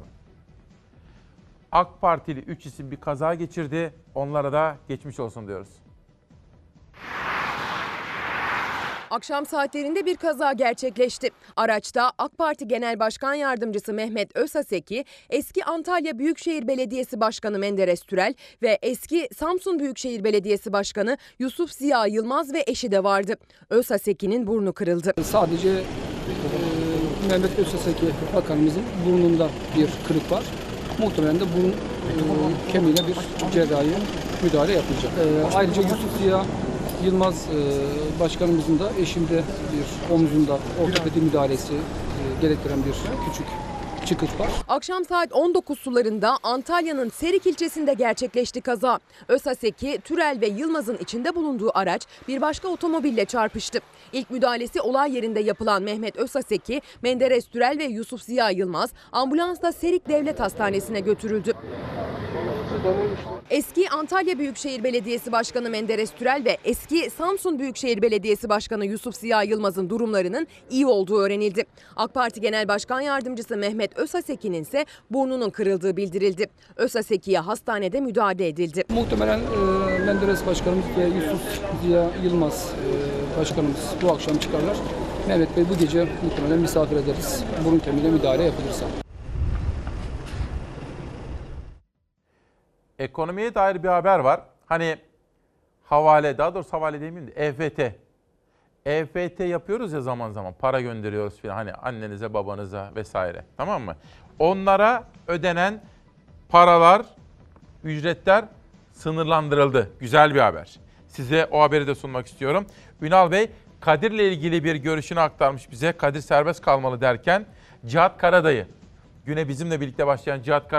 AK Partili 3 isim bir kaza geçirdi. Onlara da geçmiş olsun diyoruz. Akşam saatlerinde bir kaza gerçekleşti. Araçta AK Parti Genel Başkan Yardımcısı Mehmet Özhaseki, eski Antalya Büyükşehir Belediyesi Başkanı Menderes Türel ve eski Samsun Büyükşehir Belediyesi Başkanı Yusuf Ziya Yılmaz ve eşi de vardı. Özhaseki'nin burnu kırıldı. Sadece Mehmet Özhaseki bakanımızın burnunda bir kırık var. Muhtemelen de burun kemiğine bir cerrahi müdahale yapılacak. Ayrıca Yusuf Ziya Yılmaz başkanımızın da eşimde bir omzunda ortopedi müdahalesi gerektiren bir küçük çıkık var. Akşam saat 19 sularında Antalya'nın Serik ilçesinde gerçekleşti kaza. Özhaseki, Türel ve Yılmaz'ın içinde bulunduğu araç bir başka otomobille çarpıştı. İlk müdahalesi olay yerinde yapılan Mehmet Özhaseki, Menderes Türel ve Yusuf Ziya Yılmaz ambulansla Serik Devlet Hastanesi'ne götürüldü. Eski Antalya Büyükşehir Belediyesi Başkanı Menderes Türel ve eski Samsun Büyükşehir Belediyesi Başkanı Yusuf Ziya Yılmaz'ın durumlarının iyi olduğu öğrenildi. AK Parti Genel Başkan Yardımcısı Mehmet Özhaseki'nin ise burnunun kırıldığı bildirildi. Özhaseki'ye hastanede müdahale edildi. Muhtemelen Menderes Başkanımız ve Yusuf Ziya Yılmaz Başkanımız bu akşam çıkarlar. Mehmet Bey bu gece muhtemelen misafir ederiz. Burun kemiğine müdahale yapılırsa. Ekonomiye dair bir haber var. Hani daha doğrusu havale demeyeyim de EFT. EFT yapıyoruz ya zaman zaman. Para gönderiyoruz filan. Hani annenize, babanıza vesaire. Tamam mı? Onlara ödenen paralar, ücretler sınırlandırıldı. Güzel bir haber. Size o haberi de sunmak istiyorum. Ünal Bey, Kadir'le ilgili bir görüşünü aktarmış bize. Kadir serbest kalmalı derken Cihat Karadayı. Güne bizimle birlikte başlayan Cihat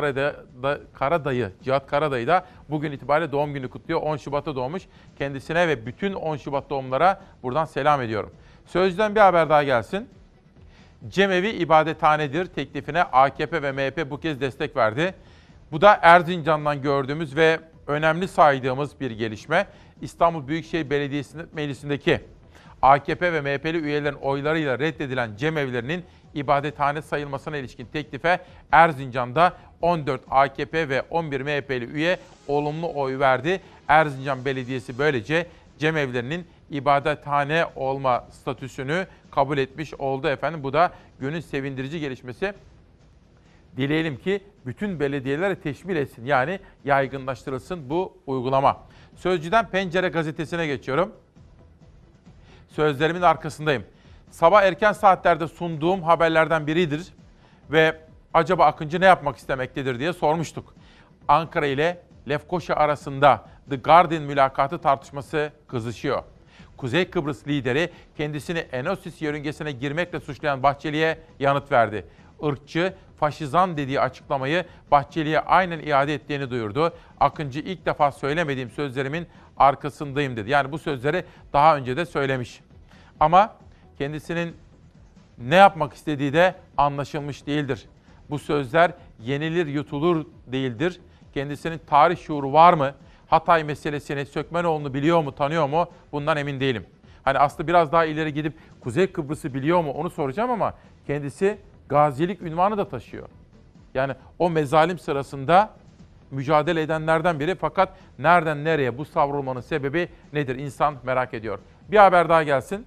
Karadayı da bugün itibariyle doğum günü kutluyor. 10 Şubat'ta doğmuş. Kendisine ve bütün 10 Şubat doğumlara buradan selam ediyorum. Sözcüden bir haber daha gelsin. Cemevi ibadethanedir teklifine AKP ve MHP bu kez destek verdi. Bu da Erzincan'dan gördüğümüz ve önemli saydığımız bir gelişme. İstanbul Büyükşehir Belediyesi Meclisi'ndeki AKP ve MHP'li üyelerin oylarıyla reddedilen cemevlerinin ibadethane sayılmasına ilişkin teklife Erzincan'da 14 AKP ve 11 MHP'li üye olumlu oy verdi. Erzincan Belediyesi böylece cemevlerinin ibadethane olma statüsünü kabul etmiş oldu efendim. Bu da günün sevindirici gelişmesi. Dileyelim ki bütün belediyelere teşmil etsin. Yani yaygınlaştırılsın bu uygulama. Sözcüden Pencere gazetesine geçiyorum. Sözlerimin arkasındayım. Sabah erken saatlerde sunduğum haberlerden biridir ve acaba Akıncı ne yapmak istemektedir diye sormuştuk. Ankara ile Lefkoşa arasında The Guardian mülakatı tartışması kızışıyor. Kuzey Kıbrıs lideri kendisini Enosis yörüngesine girmekle suçlayan Bahçeli'ye yanıt verdi. Irkçı, faşizan dediği açıklamayı Bahçeli'ye aynen iade ettiğini duyurdu. Akıncı ilk defa söylemediğim sözlerimin arkasındayım dedi. Yani bu sözleri daha önce de söylemiş. Ama kendisinin ne yapmak istediği de anlaşılmış değildir. Bu sözler yenilir yutulur değildir. Kendisinin tarih şuuru var mı? Hatay meselesini, Sökmenoğlu'nu biliyor mu, tanıyor mu? Bundan emin değilim. Hani aslında biraz daha ileri gidip Kuzey Kıbrıs'ı biliyor mu onu soracağım ama kendisi gazilik unvanı da taşıyor. Yani o mezalim sırasında mücadele edenlerden biri, fakat nereden nereye bu savrulmanın sebebi nedir? İnsan merak ediyor. Bir haber daha gelsin.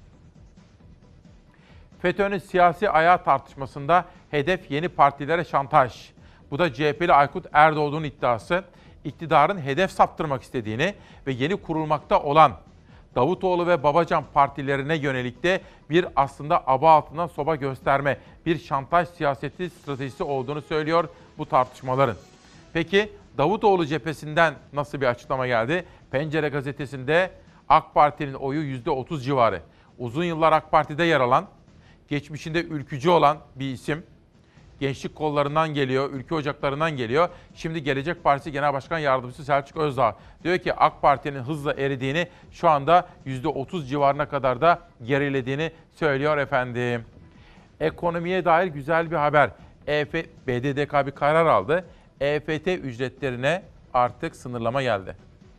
FETÖ'nün siyasi ayağı tartışmasında hedef yeni partilere şantaj. Bu da CHP'li Aykut Erdoğan'ın iddiası. İktidarın hedef saptırmak istediğini ve yeni kurulmakta olan Davutoğlu ve Babacan partilerine yönelik de bir aslında aba altından soba gösterme, bir şantaj siyaseti stratejisi olduğunu söylüyor bu tartışmaların. Peki Davutoğlu cephesinden nasıl bir açıklama geldi? Pencere gazetesinde AK Parti'nin oyu %30 civarı. Uzun yıllar AK Parti'de yer alan, geçmişinde ülkücü olan bir isim. Gençlik kollarından geliyor, ülke ocaklarından geliyor. Şimdi Gelecek Partisi Genel Başkan Yardımcısı Selçuk Özdağ diyor ki AK Parti'nin hızla eridiğini, şu anda %30 civarına kadar da gerilediğini söylüyor efendim. Ekonomiye dair güzel bir haber. BDDK bir karar aldı. EFT ücretlerine artık sınırlama geldi.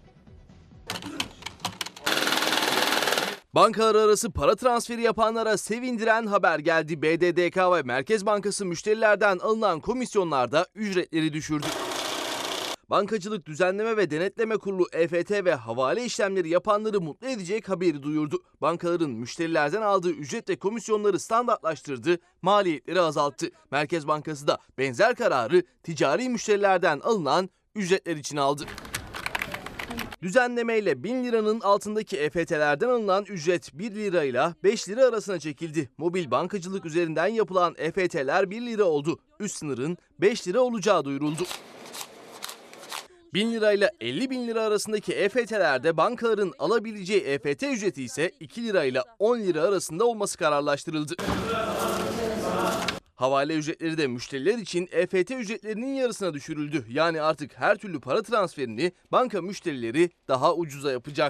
Bankalar arası para transferi yapanlara sevindiren haber geldi. BDDK ve Merkez Bankası müşterilerden alınan komisyonlarda ücretleri düşürdü. Bankacılık Düzenleme ve Denetleme Kurulu EFT ve havale işlemleri yapanları mutlu edecek haberi duyurdu. Bankaların müşterilerden aldığı ücret ve komisyonları standartlaştırdı, maliyetleri azalttı. Merkez Bankası da benzer kararı ticari müşterilerden alınan ücretler için aldı. Düzenlemeyle 1000 liranın altındaki EFT'lerden alınan ücret 1 lira ile 5 lira arasına çekildi. Mobil bankacılık üzerinden yapılan EFT'ler 1 lira oldu. Üst sınırın 5 lira olacağı duyuruldu. 1000 lira ile 50 bin lira arasındaki EFT'lerde bankaların alabileceği EFT ücreti ise 2 lira ile 10 lira arasında olması kararlaştırıldı. Havale ücretleri de müşteriler için EFT ücretlerinin yarısına düşürüldü. Yani artık her türlü para transferini banka müşterileri daha ucuza yapacak.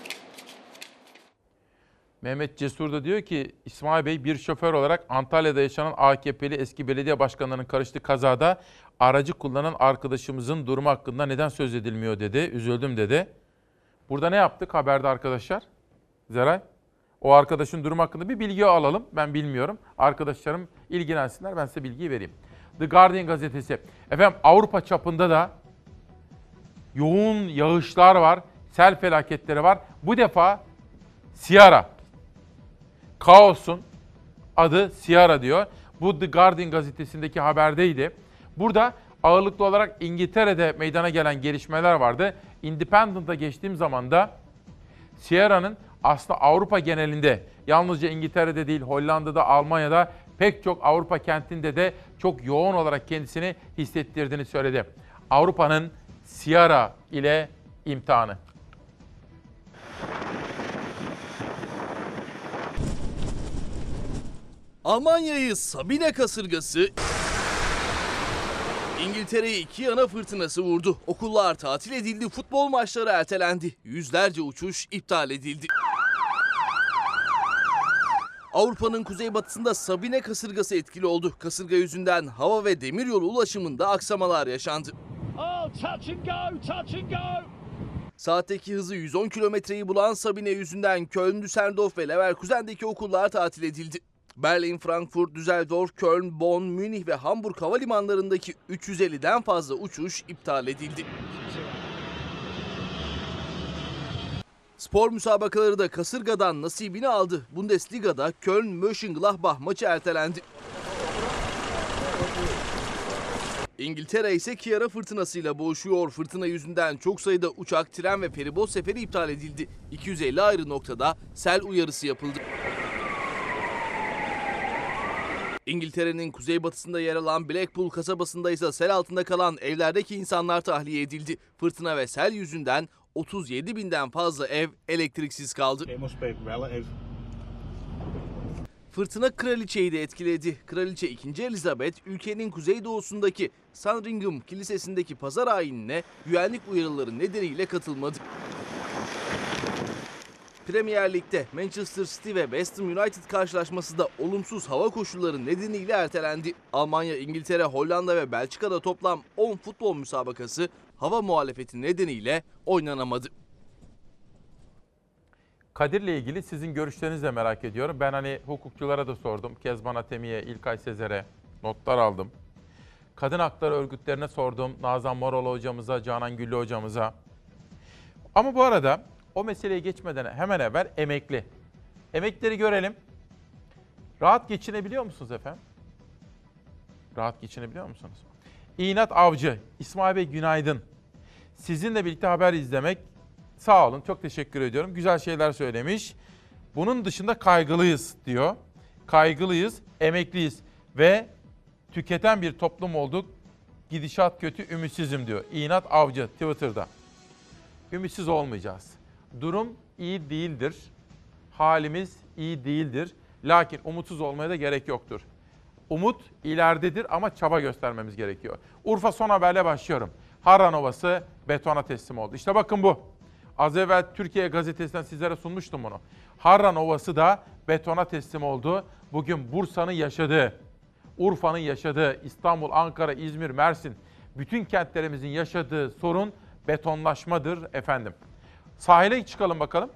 Mehmet Cesur da diyor ki İsmail Bey, bir şoför olarak Antalya'da yaşanan AKP'li eski belediye başkanlarının karıştığı kazada aracı kullanan arkadaşımızın durumu hakkında neden söz edilmiyor dedi. Üzüldüm dedi. Burada ne yaptık haberde arkadaşlar? Zeray, o arkadaşın durumu hakkında bir bilgi alalım. Ben bilmiyorum. Arkadaşlarım ilgilensinler. Ben size bilgiyi vereyim. The Guardian gazetesi. Efendim Avrupa çapında da yoğun yağışlar var. Sel felaketleri var. Bu defa Ciara. Kaos'un adı Ciara diyor. Bu The Guardian gazetesindeki haberdeydi. Burada ağırlıklı olarak İngiltere'de meydana gelen gelişmeler vardı. Independent'a geçtiğim zaman da Ciara'nın aslında Avrupa genelinde, yalnızca İngiltere'de değil, Hollanda'da, Almanya'da pek çok Avrupa kentinde de çok yoğun olarak kendisini hissettirdiğini söyledi. Avrupa'nın Ciara ile imtihanı. Almanya'yı Sabine kasırgası, İngiltere'yi 2 yana fırtınası vurdu. Okullar tatil edildi, futbol maçları ertelendi. Yüzlerce uçuş iptal edildi. Avrupa'nın kuzeybatısında Sabine kasırgası etkili oldu. Kasırga yüzünden hava ve demiryolu ulaşımında aksamalar yaşandı. Saatteki hızı 110 kilometreyi bulan Sabine yüzünden Köln, Düsseldorf ve Leverkusen'deki okullar tatil edildi. Berlin, Frankfurt, Düsseldorf, Köln, Bonn, Münih ve Hamburg havalimanlarındaki 350'den fazla uçuş iptal edildi. Spor müsabakaları da kasırgadan nasibini aldı. Bundesliga'da Köln-Mönchengladbach maçı ertelendi. İngiltere ise Ciara fırtınasıyla boğuşuyor. Fırtına yüzünden çok sayıda uçak, tren ve feribot seferi iptal edildi. 250 ayrı noktada sel uyarısı yapıldı. İngiltere'nin kuzeybatısında yer alan Blackpool kasabasında ise sel altında kalan evlerdeki insanlar tahliye edildi. Fırtına ve sel yüzünden 37 binden fazla ev elektriksiz kaldı. Fırtına kraliçeyi de etkiledi. Kraliçe 2. Elizabeth ülkenin kuzeydoğusundaki Sandringham Kilisesi'ndeki pazar ayinine güvenlik uyarıları nedeniyle katılmadı. Premier Lig'de Manchester City ve West Ham United karşılaşması da olumsuz hava koşulları nedeniyle ertelendi. Almanya, İngiltere, Hollanda ve Belçika'da toplam 10 futbol müsabakası hava muhalefeti nedeniyle oynanamadı. Kadir'le ilgili sizin görüşlerinizi de merak ediyorum. Ben hani hukukçulara da sordum. Kezban Atemi'ye, İlkay Sezer'e notlar aldım. Kadın hakları örgütlerine sordum. Nazan Moroğlu hocamıza, Canan Güllü hocamıza. Ama bu arada o meseleye geçmeden hemen evvel emekli. Emeklileri görelim. Rahat geçinebiliyor musunuz efendim? Rahat geçinebiliyor musunuz? İnat Avcı, İsmail Bey günaydın. Sizinle birlikte haber izlemek, sağ olun, çok teşekkür ediyorum. Güzel şeyler söylemiş. Bunun dışında kaygılıyız diyor. Kaygılıyız, emekliyiz ve tüketen bir toplum olduk. Gidişat kötü, ümitsizim diyor. İnat Avcı Twitter'da. Ümitsiz olmayacağız. Durum iyi değildir. Halimiz iyi değildir. Lakin umutsuz olmaya da gerek yoktur. Umut ileridedir ama çaba göstermemiz gerekiyor. Urfa Son Haber'le başlıyorum. Harran Ovası betona teslim oldu. İşte bakın bu. Az evvel Türkiye Gazetesi'nden sizlere sunmuştum bunu. Harran Ovası da betona teslim oldu. Bugün Bursa'nın yaşadığı, Urfa'nın yaşadığı, İstanbul, Ankara, İzmir, Mersin, bütün kentlerimizin yaşadığı sorun betonlaşmadır efendim. Sahile çıkalım bakalım.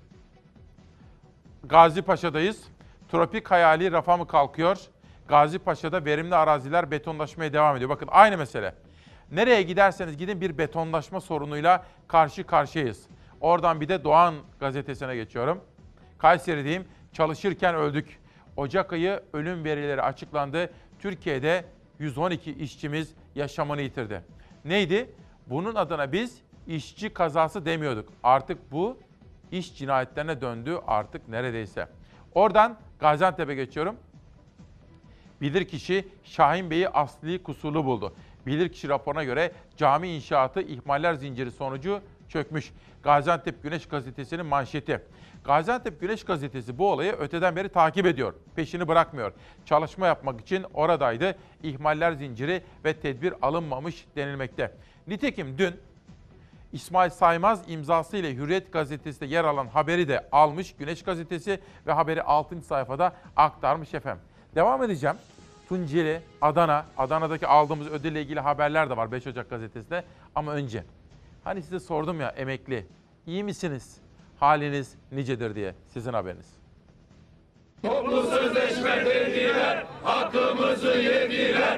Gazi Paşa'dayız. Tropik hayali rafa mı kalkıyor? Gazi Paşa'da verimli araziler betonlaşmaya devam ediyor. Bakın aynı mesele. Nereye giderseniz gidin bir betonlaşma sorunuyla karşı karşıyayız. Oradan bir de Doğan Gazetesi'ne geçiyorum. Kayseri'deyim. Çalışırken öldük. Ocak ayı ölüm verileri açıklandı. Türkiye'de 112 işçimiz yaşamını yitirdi. Neydi? Bunun adına biz işçi kazası demiyorduk. Artık bu iş cinayetlerine döndü artık neredeyse. Oradan Gaziantep'e geçiyorum. Bilirkişi Şahin Bey'i asli kusurlu buldu. Bilirkişi raporuna göre cami inşaatı ihmaller zinciri sonucu çökmüş. Gaziantep Güneş Gazetesi'nin manşeti. Gaziantep Güneş Gazetesi bu olayı öteden beri takip ediyor. Peşini bırakmıyor. Çalışma yapmak için oradaydı. İhmaller zinciri ve tedbir alınmamış denilmekte. Nitekim dün İsmail Saymaz imzasıyla Hürriyet Gazetesi'nde yer alan haberi de almış Güneş Gazetesi ve haberi 6. sayfada aktarmış efendim. Devam edeceğim. Tunceli, Adana'daki aldığımız ödülle ilgili haberler de var 5 Ocak gazetesinde. Ama önce, hani size sordum ya emekli, iyi misiniz? Haliniz nicedir diye sizin haberiniz. Toplu sözleşme dediler, hakkımızı yediler.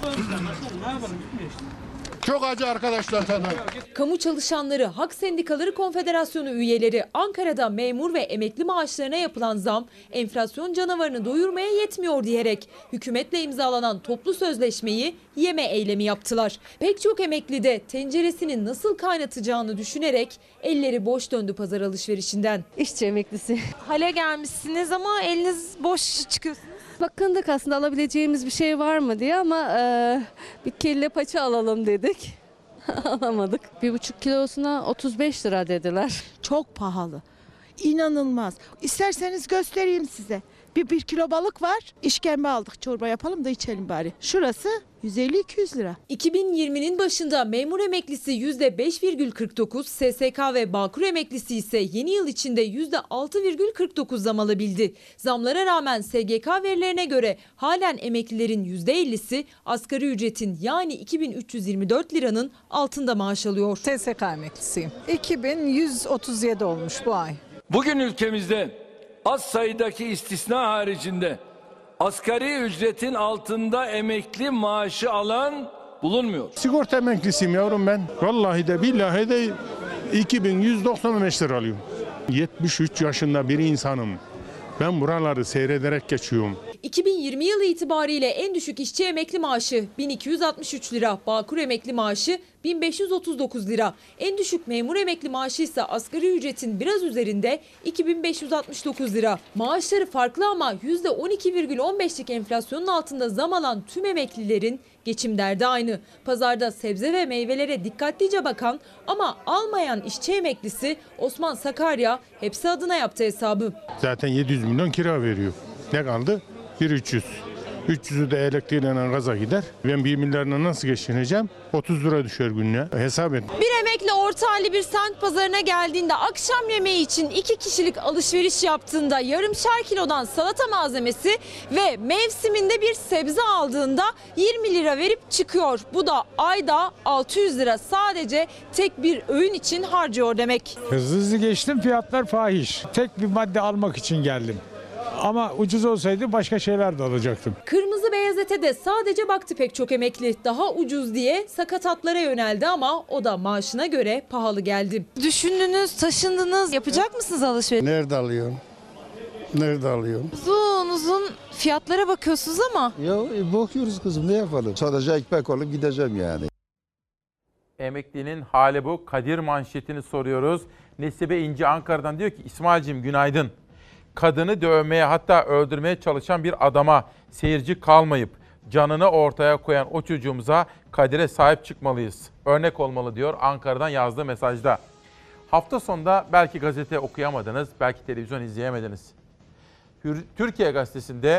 Çok acı arkadaşlar sana. Kamu Çalışanları Hak Sendikaları Konfederasyonu üyeleri Ankara'da memur ve emekli maaşlarına yapılan zam enflasyon canavarını doyurmaya yetmiyor diyerek hükümetle imzalanan toplu sözleşmeyi yeme eylemi yaptılar. Pek çok emekli de tenceresini nasıl kaynatacağını düşünerek elleri boş döndü pazar alışverişinden. İşçi emeklisi. Hale gelmişsiniz ama eliniz boş çıkıyorsunuz. Bakındık aslında alabileceğimiz bir şey var mı diye ama bir kelle paça alalım dedik. Alamadık. 1,5 kilosuna 35 lira dediler. Çok pahalı. İnanılmaz. İsterseniz göstereyim size. Bir kilo balık var. İşkembe aldık. Çorba yapalım da içelim bari. Şurası 150-200 lira. 2020'nin başında memur emeklisi %5,49, SSK ve Bağkur emeklisi ise yeni yıl içinde %6,49 zam alabildi. Zamlara rağmen SGK verilerine göre halen emeklilerin %50'si asgari ücretin yani 2324 liranın altında maaş alıyor. SSK emeklisiyim. 2137 olmuş bu ay. Bugün ülkemizde az sayıdaki istisna haricinde asgari ücretin altında emekli maaşı alan bulunmuyor. Sigorta emeklisiyim yavrum ben. Vallahi de billahi de 2195 lira alıyorum. 73 yaşında bir insanım. Ben buraları seyrederek geçiyorum. 2020 yılı itibariyle en düşük işçi emekli maaşı 1263 lira, Bağkur emekli maaşı 1539 lira. En düşük memur emekli maaşı ise asgari ücretin biraz üzerinde 2569 lira. Maaşları farklı ama %12,15'lik enflasyonun altında zam alan tüm emeklilerin geçim derdi aynı. Pazarda sebze ve meyvelere dikkatlice bakan ama almayan işçi emeklisi Osman Sakarya hepsi adına yaptı hesabı. Zaten 700 milyon kira veriyor. Ne kaldı? 1.300. 300'ü de elektriğiyle gaza gider. Ben 1 milyarla nasıl geçineceğim? 30 lira düşer gününe. Hesap et. Bir emekli orta halli bir semt pazarına geldiğinde akşam yemeği için 2 kişilik alışveriş yaptığında yarımşar kilodan salata malzemesi ve mevsiminde bir sebze aldığında 20 lira verip çıkıyor. Bu da ayda 600 lira sadece tek bir öğün için harcıyor demek. Hızlı geçtim, fiyatlar fahiş. Tek bir madde almak için geldim. Ama ucuz olsaydı başka şeyler de alacaktım. Kırmızı beyaz ete de sadece baktı pek çok emekli. Daha ucuz diye sakatatlara yöneldi ama o da maaşına göre pahalı geldi. Düşündünüz, taşındınız, yapacak mısınız alışveriş? Nerede alıyorum? Nerede alıyorum? Uzun fiyatlara bakıyorsunuz ama. Ya bakıyoruz kızım, ne yapalım? Sadece ekmek alıp gideceğim yani. Emeklinin hali bu. Kadir manşetini soruyoruz. Nesibe İnci Ankara'dan diyor ki İsmail'cim günaydın. Kadını dövmeye hatta öldürmeye çalışan bir adama seyirci kalmayıp canını ortaya koyan o çocuğumuza Kadir'e sahip çıkmalıyız. Örnek olmalı diyor Ankara'dan yazdığı mesajda. Hafta sonunda belki gazete okuyamadınız, belki televizyon izleyemediniz. Türkiye Gazetesi'nde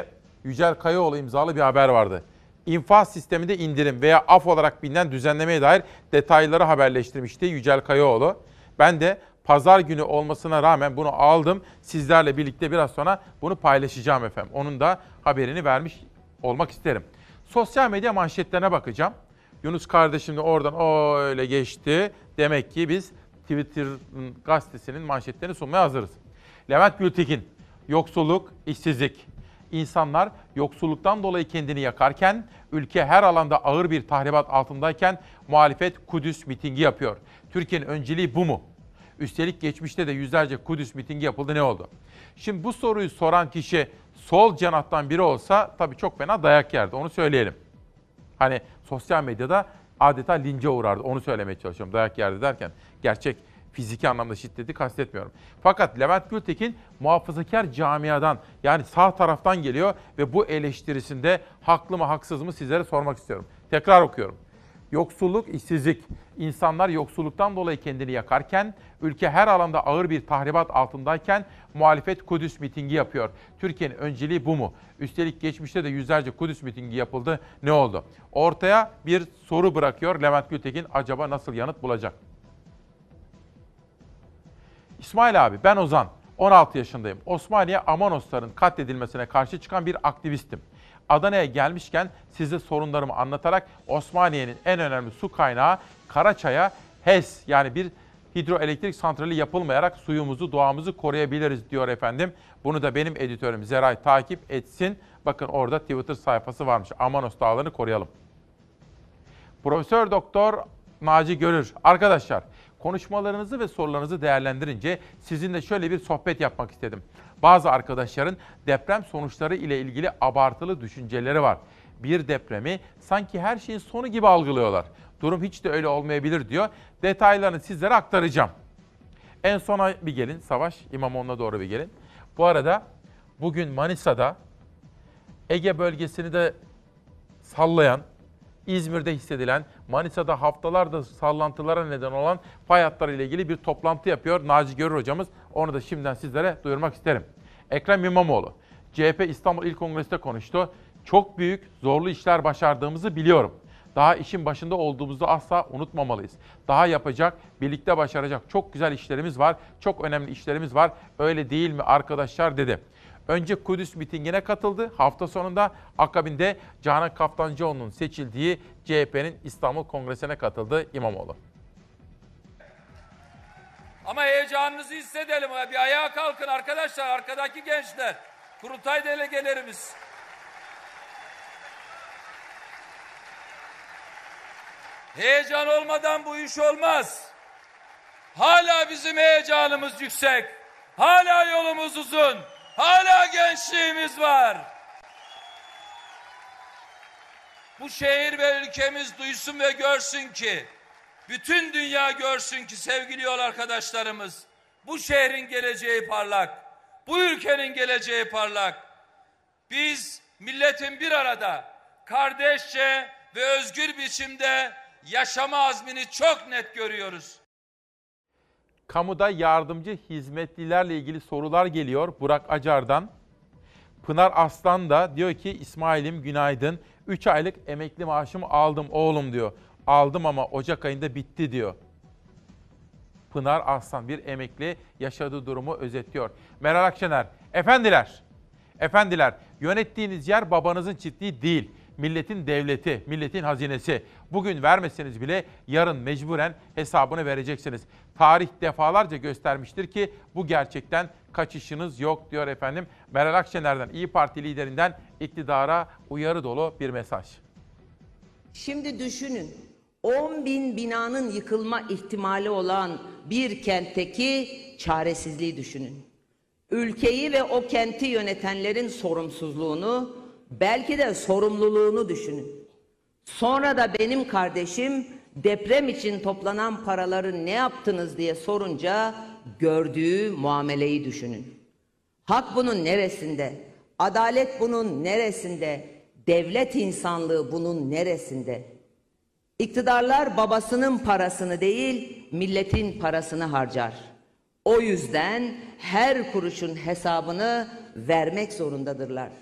Yücel Kayaoğlu imzalı bir haber vardı. İnfaz sisteminde indirim veya af olarak bilinen düzenlemeye dair detayları haberleştirmişti Yücel Kayaoğlu. Ben de pazar günü olmasına rağmen bunu aldım. Sizlerle birlikte biraz sonra bunu paylaşacağım efendim. Onun da haberini vermiş olmak isterim. Sosyal medya manşetlerine bakacağım. Yunus kardeşim de oradan öyle geçti. Demek ki biz Twitter gazetesinin manşetlerini sunmaya hazırız. Levent Gültekin, yoksulluk, işsizlik. İnsanlar yoksulluktan dolayı kendini yakarken, ülke her alanda ağır bir tahribat altındayken muhalefet Kudüs mitingi yapıyor. Türkiye'nin önceliği bu mu? Üstelik geçmişte de yüzlerce Kudüs mitingi yapıldı, ne oldu? Şimdi bu soruyu soran kişi sol cenahtan biri olsa tabii çok fena dayak yerdi, onu söyleyelim. Hani sosyal medyada adeta lince uğrardı, onu söylemeye çalışıyorum dayak yerdi derken. Gerçek fiziki anlamda şiddeti kastetmiyorum. Fakat Levent Gültekin muhafazakar camiadan, yani sağ taraftan geliyor ve bu eleştirisinde haklı mı haksız mı sizlere sormak istiyorum. Tekrar okuyorum. Yoksulluk, işsizlik. İnsanlar yoksulluktan dolayı kendini yakarken, ülke her alanda ağır bir tahribat altındayken muhalefet Kudüs mitingi yapıyor. Türkiye'nin önceliği bu mu? Üstelik geçmişte de yüzlerce Kudüs mitingi yapıldı. Ne oldu? Ortaya bir soru bırakıyor Levent Gültekin. Acaba nasıl yanıt bulacak? İsmail abi, ben Ozan, 16 yaşındayım. Osmaniye Amanosların katledilmesine karşı çıkan bir aktivistim. Adana'ya gelmişken size sorunlarımı anlatarak Osmaniye'nin en önemli su kaynağı Karaçay'a HES, yani bir hidroelektrik santrali yapılmayarak suyumuzu, doğamızı koruyabiliriz diyor efendim. Bunu da benim editörüm Zeray takip etsin. Bakın orada Twitter sayfası varmış. Amanos Dağları'nı koruyalım. Profesör Doktor Naci Görür. Arkadaşlar, konuşmalarınızı ve sorularınızı değerlendirince sizinle şöyle bir sohbet yapmak istedim. Bazı arkadaşların deprem sonuçları ile ilgili abartılı düşünceleri var. Bir depremi sanki her şeyin sonu gibi algılıyorlar. Durum hiç de öyle olmayabilir diyor. Detaylarını sizlere aktaracağım. En sona bir gelin, Savaş İmamoğlu'na doğru bir gelin. Bu arada bugün Manisa'da Ege bölgesini de sallayan, İzmir'de hissedilen, Manisa'da haftalardır sallantılara neden olan fay hatları ile ilgili bir toplantı yapıyor Naci Görür hocamız. Onu da şimdiden sizlere duyurmak isterim. Ekrem İmamoğlu, CHP İstanbul İl Kongresi'nde konuştu. Çok büyük, zorlu işler başardığımızı biliyorum. Daha işin başında olduğumuzu asla unutmamalıyız. Daha yapacak, birlikte başaracak çok güzel işlerimiz var, çok önemli işlerimiz var. Öyle değil mi arkadaşlar dedi. Önce Kudüs mitingine katıldı. Hafta sonunda akabinde Canan Kaftancıoğlu'nun seçildiği CHP'nin İstanbul Kongresi'ne katıldı İmamoğlu. Ama heyecanınızı hissedelim. Bir ayağa kalkın arkadaşlar, arkadaki gençler, kurultay delegelerimiz. Heyecan olmadan bu iş olmaz. Hala bizim heyecanımız yüksek. Hala yolumuz uzun. Hala gençliğimiz var. Bu şehir ve ülkemiz duysun ve görsün ki, bütün dünya görsün ki sevgili yol arkadaşlarımız, bu şehrin geleceği parlak, bu ülkenin geleceği parlak. Biz milletin bir arada, kardeşçe ve özgür biçimde yaşama azmini çok net görüyoruz. Kamuda yardımcı hizmetlilerle ilgili sorular geliyor Burak Acar'dan. Pınar Aslan da diyor ki İsmail'im günaydın. 3 aylık emekli maaşımı aldım oğlum diyor. Aldım ama Ocak ayında bitti diyor. Pınar Aslan bir emekli yaşadığı durumu özetliyor. Meral Akşener, efendiler yönettiğiniz yer babanızın çiftliği değil. Milletin devleti, milletin hazinesi. Bugün vermeseniz bile yarın mecburen hesabını vereceksiniz. Tarih defalarca göstermiştir ki bu gerçekten kaçışınız yok diyor efendim. Meral Akşener'den, İYİ Parti liderinden iktidara uyarı dolu bir mesaj. Şimdi düşünün, 10.000 binanın yıkılma ihtimali olan bir kentteki çaresizliği düşünün. Ülkeyi ve o kenti yönetenlerin sorumsuzluğunu, belki de sorumluluğunu düşünün. Sonra da benim kardeşim deprem için toplanan paraları ne yaptınız diye sorunca gördüğü muameleyi düşünün. Hak bunun neresinde? Adalet bunun neresinde? Devlet insanlığı bunun neresinde? İktidarlar babasının parasını değil, milletin parasını harcar. O yüzden her kuruşun hesabını vermek zorundadırlar.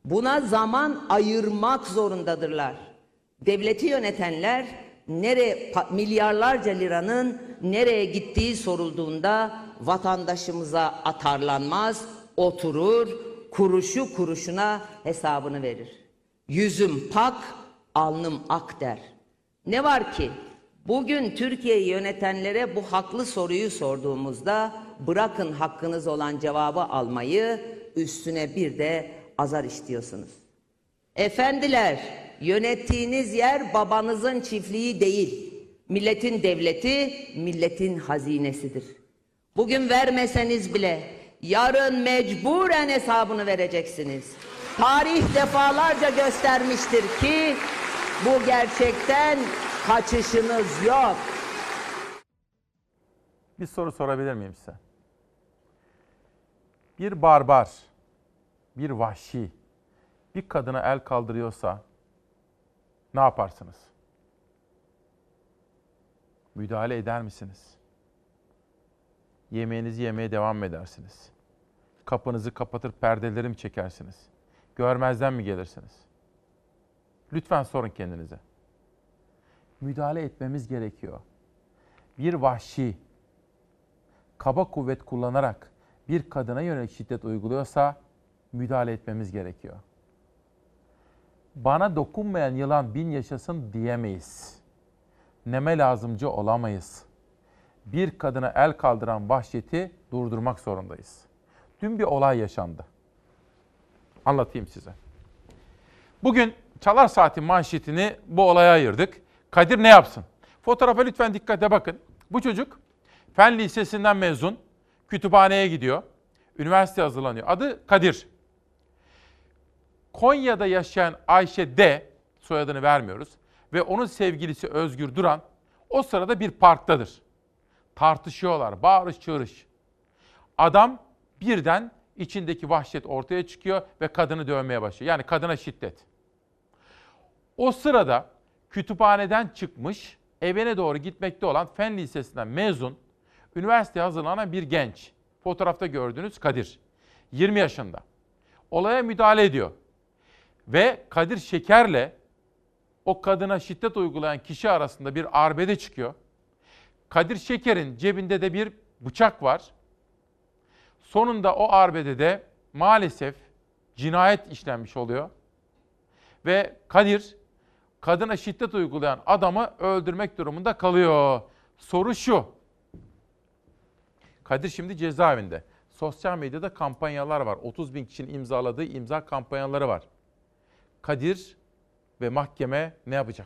Buna zaman ayırmak zorundadırlar. Devleti yönetenler milyarlarca liranın nereye gittiği sorulduğunda vatandaşımıza atarlanmaz, oturur, kuruşu kuruşuna hesabını verir. Yüzüm pak, alnım ak der. Ne var ki bugün Türkiye'yi yönetenlere bu haklı soruyu sorduğumuzda bırakın hakkınız olan cevabı almayı, üstüne bir de azar istiyorsunuz. Efendiler, yönettiğiniz yer babanızın çiftliği değil, milletin devleti, milletin hazinesidir. Bugün vermeseniz bile yarın mecburen hesabını vereceksiniz. Tarih defalarca göstermiştir ki bu gerçekten kaçışınız yok. Bir soru sorabilir miyim size? Bir barbar, bir vahşi bir kadına el kaldırıyorsa ne yaparsınız? Müdahale eder misiniz? Yemeğinizi yemeye devam mı edersiniz? Kapınızı kapatır perdeleri mi çekersiniz? Görmezden mi gelirsiniz? Lütfen sorun kendinize. Müdahale etmemiz gerekiyor. Bir vahşi kaba kuvvet kullanarak bir kadına yönelik şiddet uyguluyorsa müdahale etmemiz gerekiyor. Bana dokunmayan yılan bin yaşasın diyemeyiz. Neme lazımcı olamayız. Bir kadına el kaldıran vahşeti durdurmak zorundayız. Dün bir olay yaşandı. Anlatayım size. Bugün Çalar Saat'in manşetini bu olaya ayırdık. Kadir ne yapsın? Fotoğrafa lütfen dikkate bakın. Bu çocuk Fen Lisesi'nden mezun. Kütüphaneye gidiyor. Üniversite hazırlanıyor. Adı Kadir. Konya'da yaşayan Ayşe D, soyadını vermiyoruz, ve onun sevgilisi Özgür Duran o sırada bir parktadır. Tartışıyorlar, bağırış çığırış. Adam birden içindeki vahşet ortaya çıkıyor ve kadını dövmeye başlıyor. Yani kadına şiddet. O sırada kütüphaneden çıkmış, evine doğru gitmekte olan Fen Lisesi'nden mezun, üniversiteye hazırlanan bir genç. Fotoğrafta gördüğünüz Kadir. 20 yaşında. Olaya müdahale ediyor. Ve Kadir Şeker'le o kadına şiddet uygulayan kişi arasında bir arbede çıkıyor. Kadir Şeker'in cebinde de bir bıçak var. Sonunda o arbedede maalesef cinayet işlenmiş oluyor. Ve Kadir, kadına şiddet uygulayan adamı öldürmek durumunda kalıyor. Soru şu. Kadir şimdi cezaevinde. Sosyal medyada kampanyalar var. 30 bin kişinin imzaladığı imza kampanyaları var. Kadir ve mahkeme ne yapacak?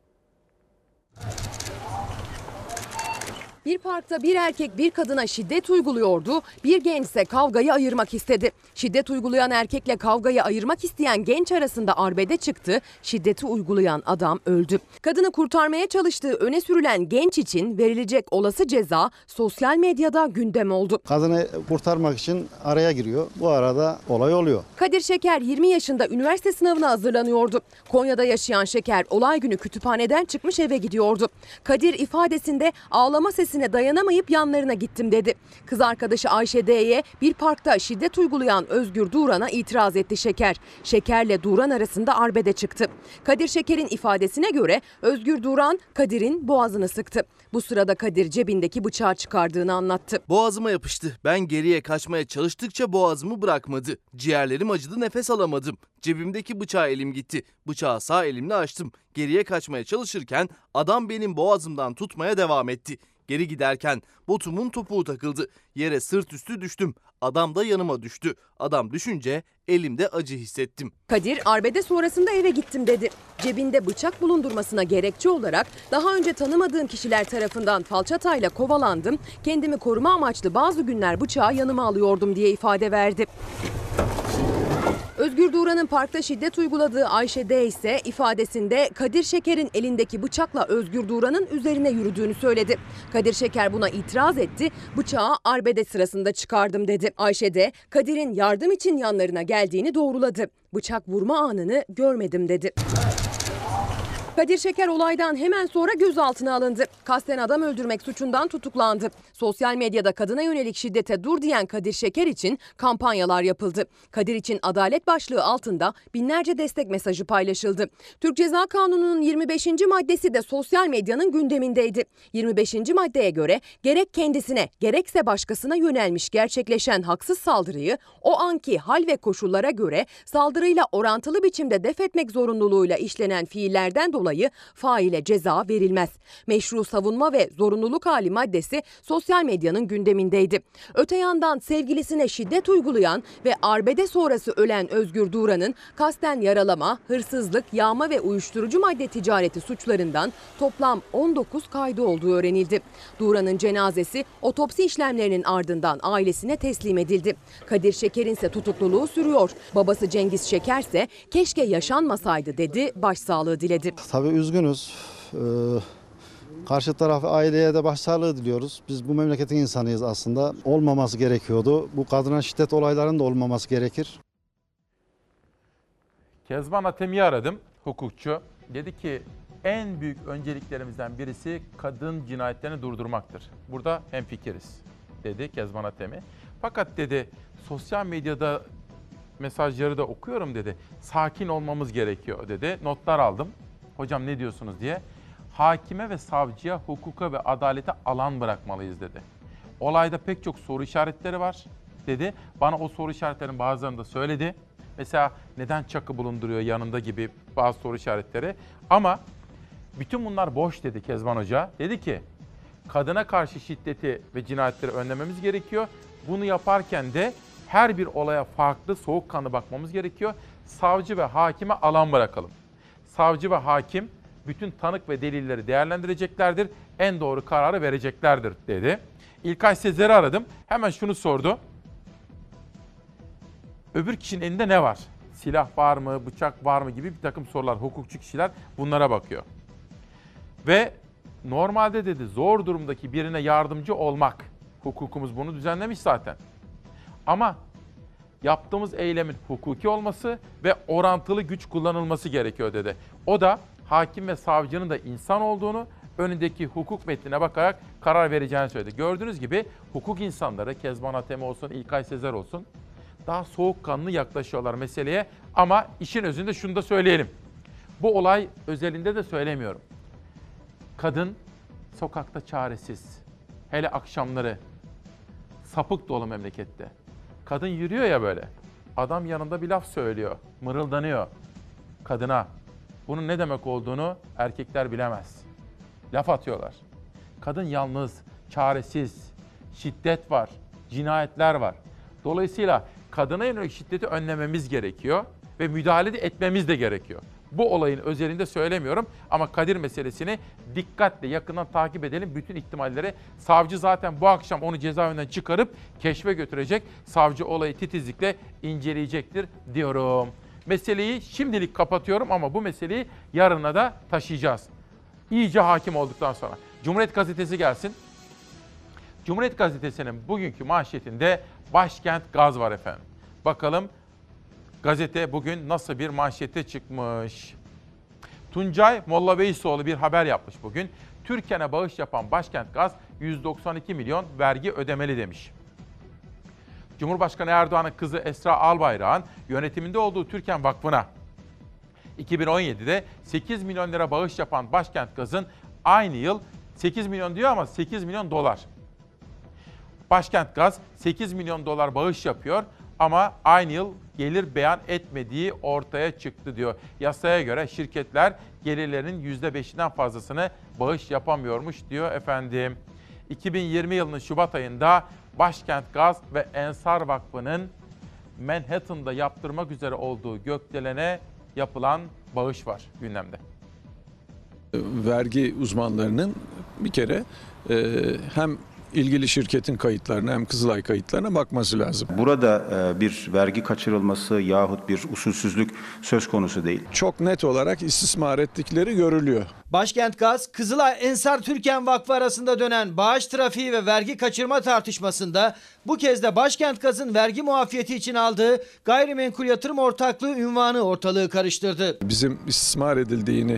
Bir parkta bir erkek bir kadına şiddet uyguluyordu. Bir genç ise kavgayı ayırmak istedi. Şiddet uygulayan erkekle kavgayı ayırmak isteyen genç arasında arbede çıktı. Şiddeti uygulayan adam öldü. Kadını kurtarmaya çalıştığı öne sürülen genç için verilecek olası ceza sosyal medyada gündem oldu. Kadını kurtarmak için araya giriyor. Bu arada olay oluyor. Kadir Şeker 20 yaşında üniversite sınavına hazırlanıyordu. Konya'da yaşayan Şeker olay günü kütüphaneden çıkmış eve gidiyordu. Kadir ifadesinde ağlama sesine dayanamayıp yanlarına gittim dedi. Kız arkadaşı Ayşe D'ye bir parkta şiddet uygulayan Özgür Duran'a itiraz etti Şeker. Şeker'le Duran arasında arbede çıktı. Kadir Şeker'in ifadesine göre Özgür Duran Kadir'in boğazını sıktı. Bu sırada Kadir cebindeki bıçağı çıkardığını anlattı. Boğazıma yapıştı. Ben geriye kaçmaya çalıştıkça boğazımı bırakmadı. Ciğerlerim acıdı, nefes alamadım. Cebimdeki bıçağa elim gitti. Bıçağı sağ elimle açtım. Geriye kaçmaya çalışırken adam benim boğazımdan tutmaya devam etti. Geri giderken botumun topuğu takıldı. Yere sırt üstü düştüm. Adam da yanıma düştü. Adam düşünce elimde acı hissettim. Kadir arbede sonrasında eve gittim dedi. Cebinde bıçak bulundurmasına gerekçe olarak daha önce tanımadığım kişiler tarafından falçatayla kovalandım. Kendimi koruma amaçlı bazı günler bıçağı yanıma alıyordum diye ifade verdi. Özgür Duran'ın parkta şiddet uyguladığı Ayşe D ise ifadesinde Kadir Şeker'in elindeki bıçakla Özgür Duran'ın üzerine yürüdüğünü söyledi. Kadir Şeker buna itiraz etti. Bıçağı arbede sırasında çıkardım dedi. Ayşe D, Kadir'in yardım için yanlarına geldiğini doğruladı. Bıçak vurma anını görmedim dedi. Kadir Şeker olaydan hemen sonra gözaltına alındı. Kasten adam öldürmek suçundan tutuklandı. Sosyal medyada kadına yönelik şiddete dur diyen Kadir Şeker için kampanyalar yapıldı. Kadir için adalet başlığı altında binlerce destek mesajı paylaşıldı. Türk Ceza Kanunu'nun 25. maddesi de sosyal medyanın gündemindeydi. 25. maddeye göre gerek kendisine gerekse başkasına yönelmiş gerçekleşen haksız saldırıyı o anki hal ve koşullara göre saldırıyla orantılı biçimde def etmek zorunluluğuyla işlenen fiillerden dolayı faile ceza verilmez. Meşru savunma ve zorunluluk hali maddesi sosyal medyanın gündemindeydi. Öte yandan sevgilisine şiddet uygulayan ve arbede sonrası ölen Özgür Duran'ın kasten yaralama, hırsızlık, yağma ve uyuşturucu madde ticareti suçlarından toplam 19 kaydı olduğu öğrenildi. Duran'ın cenazesi otopsi işlemlerinin ardından ailesine teslim edildi. Kadir Şeker'in ise tutukluluğu sürüyor. Babası Cengiz Şeker ise keşke yaşanmasaydı dedi, başsağlığı diledi. Tabii üzgünüz. Karşı taraf aileye de başsağlığı diliyoruz. Biz bu memleketin insanıyız aslında. Olmaması gerekiyordu. Bu kadına şiddet olaylarının da olmaması gerekir. Kezban Atemi'yi aradım, hukukçu. Dedi ki en büyük önceliklerimizden birisi kadın cinayetlerini durdurmaktır. Burada hemfikiriz dedi Kezban Atemi. Fakat dedi sosyal medyada mesajları da okuyorum dedi. Sakin olmamız gerekiyor dedi. Notlar aldım. Hocam ne diyorsunuz diye. Hakime ve savcıya, hukuka ve adalete alan bırakmalıyız dedi. Olayda pek çok soru işaretleri var dedi. Bana o soru işaretlerinin bazılarını da söyledi. Mesela neden çakı bulunduruyor yanında gibi bazı soru işaretleri. Ama bütün bunlar boş dedi Kezban Hoca. Dedi ki kadına karşı şiddeti ve cinayetleri önlememiz gerekiyor. Bunu yaparken de her bir olaya farklı soğukkanlı bakmamız gerekiyor. Savcı ve hakime alan bırakalım. Savcı ve hakim bütün tanık ve delilleri değerlendireceklerdir. En doğru kararı vereceklerdir dedi. İlkay Sezer'i aradım. Hemen şunu sordu. Öbür kişinin elinde ne var? Silah var mı, bıçak var mı gibi bir takım sorular. Hukukçu kişiler bunlara bakıyor. Ve normalde dedi zor durumdaki birine yardımcı olmak. Hukukumuz bunu düzenlemiş zaten. Ama yaptığımız eylemin hukuki olması ve orantılı güç kullanılması gerekiyor dedi. O da hakim ve savcının da insan olduğunu, önündeki hukuk metnine bakarak karar vereceğini söyledi. Gördüğünüz gibi hukuk insanları, Kezban Atemi olsun, İlkay Sezer olsun, daha soğukkanlı yaklaşıyorlar meseleye. Ama işin özünde şunu da söyleyelim. Bu olay özelinde de söylemiyorum. Kadın sokakta çaresiz. Hele akşamları sapık dolu memlekette. Kadın yürüyor ya böyle. Adam yanında bir laf söylüyor. Mırıldanıyor kadına. Bunun ne demek olduğunu erkekler bilemez. Laf atıyorlar. Kadın yalnız, çaresiz, şiddet var, cinayetler var. Dolayısıyla kadına yönelik şiddeti önlememiz gerekiyor ve müdahale etmemiz de gerekiyor. Bu olayın özelinde söylemiyorum ama Kadir meselesini dikkatle yakından takip edelim. Bütün ihtimalleri savcı zaten bu akşam onu cezaevinden çıkarıp keşfe götürecek. Savcı olayı titizlikle inceleyecektir diyorum. Meseleyi şimdilik kapatıyorum ama bu meseleyi yarına da taşıyacağız. İyice hakim olduktan sonra. Cumhuriyet Gazetesi gelsin. Cumhuriyet Gazetesi'nin bugünkü manşetinde başkent gaz var efendim. Bakalım gazete bugün nasıl bir manşete çıkmış. Tuncay Mollabeysoğlu bir haber yapmış bugün. Türken'e bağış yapan Başkent Gaz 192 milyon vergi ödemeli demiş. Cumhurbaşkanı Erdoğan'ın kızı Esra Albayrak'ın yönetiminde olduğu Türken Vakfı'na 2017'de 8 milyon lira bağış yapan Başkent Gaz'ın aynı yıl 8 milyon diyor ama 8 milyon dolar. Başkent Gaz 8 milyon dolar bağış yapıyor ama aynı yıl gelir beyan etmediği ortaya çıktı diyor. Yasaya göre şirketler gelirlerinin %5'inden fazlasını bağış yapamıyormuş diyor efendim. 2020 yılının Şubat ayında Başkent Gaz ve Ensar Vakfı'nın Manhattan'da yaptırmak üzere olduğu gökdelene yapılan bağış var gündemde. Vergi uzmanlarının bir kere hem ilgili şirketin kayıtlarına hem Kızılay kayıtlarına bakması lazım. Burada bir vergi kaçırılması yahut bir usulsüzlük söz konusu değil. Çok net olarak istismar ettikleri görülüyor. Başkent Gaz, Kızılay Ensar Türken Vakfı arasında dönen bağış trafiği ve vergi kaçırma tartışmasında bu kez de Başkent Gaz'ın vergi muafiyeti için aldığı gayrimenkul yatırım ortaklığı unvanı ortalığı karıştırdı. Bizim istismar edildiğini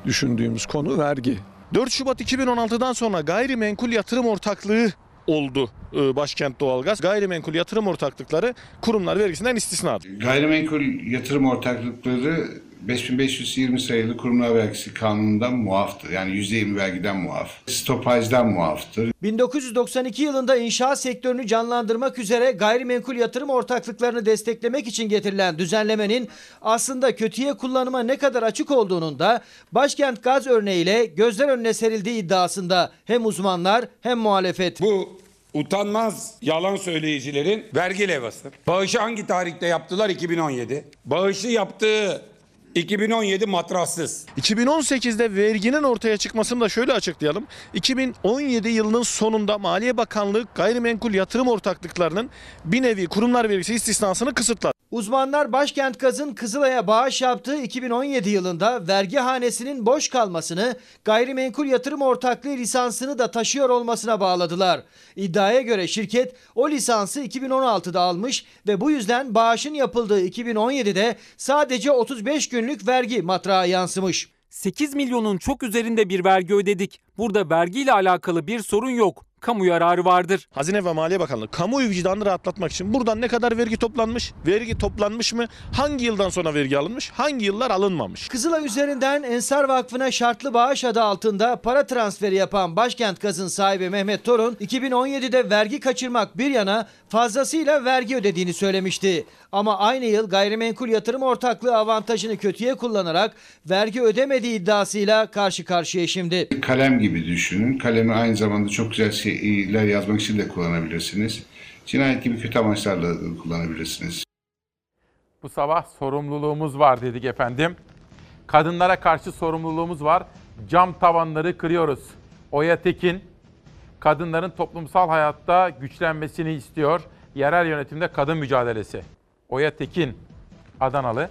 düşündüğümüz konu vergi. 4 Şubat 2016'dan sonra gayrimenkul yatırım ortaklığı oldu Başkent Doğalgaz. Gayrimenkul yatırım ortaklıkları kurumlar vergisinden istisnadır. Gayrimenkul yatırım ortaklıkları 5520 sayılı kurumlar vergisi kanunundan muaftır. Yani %20 vergiden muaf. Stopajdan muaftır. 1992 yılında inşaat sektörünü canlandırmak üzere gayrimenkul yatırım ortaklıklarını desteklemek için getirilen düzenlemenin aslında kötüye kullanıma ne kadar açık olduğunun da Başkent Gaz örneğiyle gözler önüne serildiği iddiasında hem uzmanlar hem muhalefet. Bu utanmaz yalan söyleyicilerin vergi levhası. Bağışı hangi tarihte yaptılar? 2017. Bağışı yaptığı 2017 matrassız. 2018'de verginin ortaya çıkmasını da şöyle açıklayalım. 2017 yılının sonunda Maliye Bakanlığı gayrimenkul yatırım ortaklıklarının bir nevi kurumlar vergisi istisnasını kısıtladı. Uzmanlar Başkent Gaz'ın Kızılay'a bağış yaptığı 2017 yılında vergi hanesinin boş kalmasını gayrimenkul yatırım ortaklığı lisansını da taşıyor olmasına bağladılar. İddiaya göre şirket o lisansı 2016'da almış ve bu yüzden bağışın yapıldığı 2017'de sadece 35 günlük vergi matrağı yansımış. 8 milyonun çok üzerinde bir vergi ödedik. Burada vergiyle alakalı bir sorun yok. Kamu yararı vardır. Hazine ve Maliye Bakanlığı kamuoyu vicdanını rahatlatmak için buradan ne kadar vergi toplanmış? Vergi toplanmış mı? Hangi yıldan sonra vergi alınmış? Hangi yıllar alınmamış? Kızılay üzerinden Ensar Vakfı'na şartlı bağış adı altında para transferi yapan Başkent Gaz'ın sahibi Mehmet Torun 2017'de vergi kaçırmak bir yana fazlasıyla vergi ödediğini söylemişti. Ama aynı yıl gayrimenkul yatırım ortaklığı avantajını kötüye kullanarak vergi ödemediği iddiasıyla karşı karşıya şimdi. Kalem gibi düşünün. Kalemi aynı zamanda çok güzel şeyler yazmak için de kullanabilirsiniz. Cinayet gibi kötü amaçlarla kullanabilirsiniz. Bu sabah sorumluluğumuz var dedik efendim. Kadınlara karşı sorumluluğumuz var. Cam tavanları kırıyoruz. Oya Tekin, kadınların toplumsal hayatta güçlenmesini istiyor. Yerel yönetimde kadın mücadelesi. Oya Tekin, Adanalı.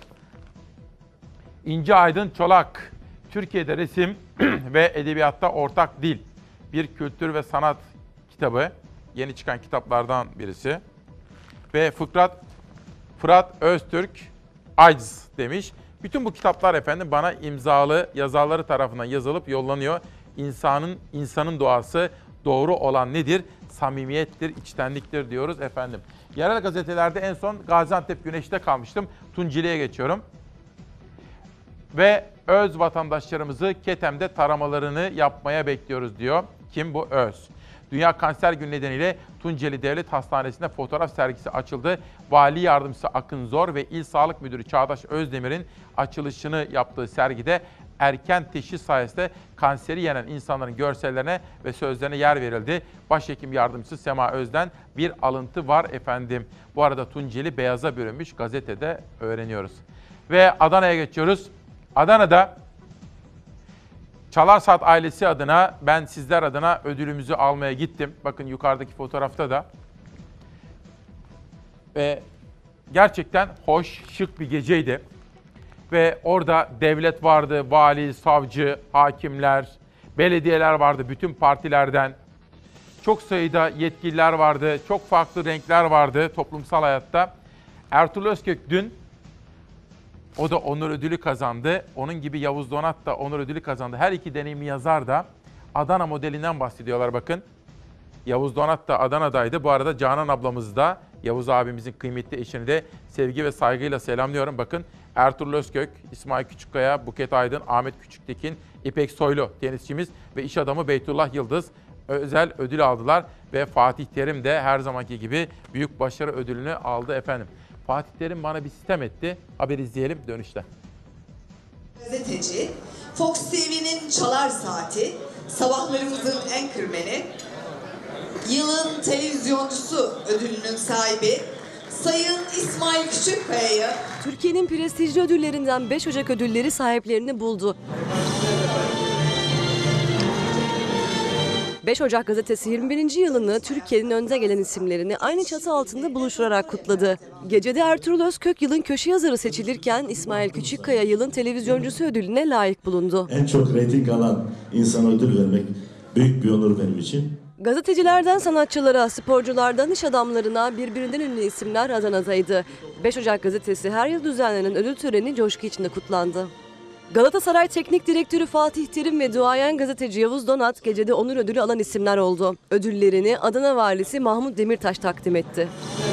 İnci Aydın Çolak, Türkiye'de resim ve edebiyatta ortak dil. Bir kültür ve sanat kitabı. Yeni çıkan kitaplardan birisi. Ve Fırat Öztürk, Aciz demiş. Bütün bu kitaplar efendim bana imzalı yazarları tarafından yazılıp yollanıyor. İnsanın doğası doğru olan nedir? Samimiyettir, içtenliktir diyoruz efendim. Yerel gazetelerde en son Gaziantep Güneş'te kalmıştım. Tunceli'ye geçiyorum. Ve öz vatandaşlarımızı Ketem'de taramalarını yapmaya bekliyoruz diyor. Kim bu öz? Dünya Kanser Günü nedeniyle Tunceli Devlet Hastanesi'nde fotoğraf sergisi açıldı. Vali Yardımcısı Akın Zor ve İl Sağlık Müdürü Çağdaş Özdemir'in açılışını yaptığı sergide erken teşhis sayesinde kanseri yenen insanların görsellerine ve sözlerine yer verildi. Başhekim Yardımcısı Sema Öz'den bir alıntı var efendim. Bu arada Tunceli beyaza bürünmüş, gazetede öğreniyoruz. Ve Adana'ya geçiyoruz. Adana'da Çalarsat ailesi adına, ben sizler adına ödülümüzü almaya gittim. Bakın yukarıdaki fotoğrafta da. Ve gerçekten hoş, şık bir geceydi. Ve orada devlet vardı, vali, savcı, hakimler, belediyeler vardı bütün partilerden. Çok sayıda yetkililer vardı, çok farklı renkler vardı toplumsal hayatta. Ertuğrul Özkök dün, o da onur ödülü kazandı. Onun gibi Yavuz Donat da onur ödülü kazandı. Her iki deneyimli yazar da Adana modelinden bahsediyorlar bakın. Yavuz Donat da Adana'daydı. Bu arada Canan ablamız da, Yavuz abimizin kıymetli eşini de sevgi ve saygıyla selamlıyorum. Bakın Ertuğrul Özkök, İsmail Küçükkaya, Buket Aydın, Ahmet Küçüktekin, İpek Soylu tenisçimiz ve iş adamı Beytullah Yıldız özel ödül aldılar. Ve Fatih Terim de her zamanki gibi büyük başarı ödülünü aldı efendim. Fatih Terim bana bir sitem etti. Haber izleyelim dönüşte. Gazeteci, Fox TV'nin Çalar Saati, sabahlarımızın anchorman'i, yılın televizyoncusu ödülünün sahibi Sayın İsmail Küçükkaya'yı, Türkiye'nin prestijli ödüllerinden 5 Ocak ödülleri sahiplerini buldu. 5 Ocak gazetesi 21. yılını Türkiye'nin önde gelen isimlerini aynı çatı altında buluşturarak kutladı. Gecede Ertuğrul Özkök yılın köşe yazarı seçilirken İsmail Küçükkaya yılın televizyoncusu ödülüne layık bulundu. En çok reyting alan insana ödül vermek büyük bir onur benim için. Gazetecilerden sanatçılara, sporculardan iş adamlarına birbirinden ünlü isimler Adana'daydı. 5 Ocak gazetesi her yıl düzenlenen ödül töreni coşku içinde kutlandı. Galatasaray Teknik Direktörü Fatih Terim ve duayen gazeteci Yavuz Donat gecede onur ödülü alan isimler oldu. Ödüllerini Adana Valisi Mahmut Demirtaş takdim etti.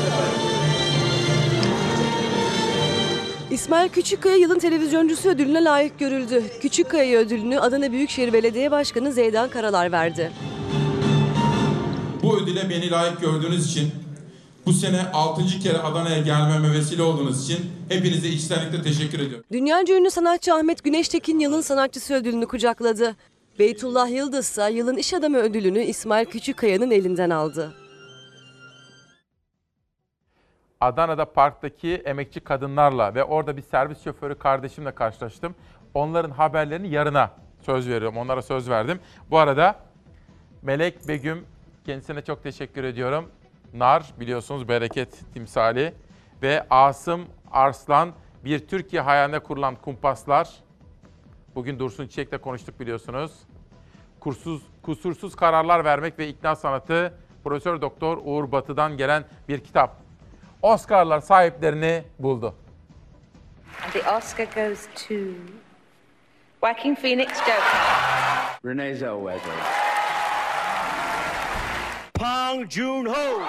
İsmail Küçükkaya yılın televizyoncusu ödülüne layık görüldü. Küçükkaya ödülünü Adana Büyükşehir Belediye Başkanı Zeydan Karalar verdi. Bu ödüle beni layık gördüğünüz için, bu sene 6. kere Adana'ya gelmeme vesile olduğunuz için hepinize içtenlikle teşekkür ediyorum. Dünyaca ünlü sanatçı Ahmet Güneştekin yılın sanatçısı ödülünü kucakladı. Beytullah Yıldız ise yılın iş adamı ödülünü İsmail Küçükkaya'nın elinden aldı. Adana'da parktaki emekçi kadınlarla ve orada bir servis şoförü kardeşimle karşılaştım. Onların haberlerini yarına söz veriyorum. Onlara söz verdim. Bu arada Melek Begüm, kendisine çok teşekkür ediyorum. Nar, biliyorsunuz bereket timsali. Ve Asım Arslan, bir Türkiye hayalinde kurulan kumpaslar. Bugün Dursun Çiçek'le konuştuk biliyorsunuz. Kusursuz kararlar vermek ve ikna sanatı, Profesör Doktor Uğur Batı'dan gelen bir kitap. Oscar'lar sahiplerini buldu. And the Oscar goes to Joaquin Phoenix Joker. Renee Zellweger. Bong Joon-ho.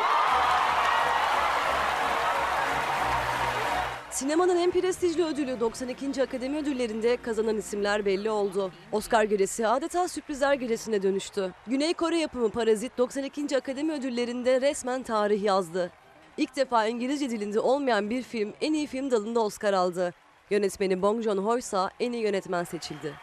Sinemanın en prestijli ödülü 92. Akademi Ödülleri'nde kazanan isimler belli oldu. Oscar gecesi adeta sürprizler gecesine dönüştü. Güney Kore yapımı Parazit 92. Akademi Ödülleri'nde resmen tarih yazdı. İlk defa İngilizce dilinde olmayan bir film en iyi film dalında Oscar aldı. Yönetmeni Bong Joon-ho ise en iyi yönetmen seçildi.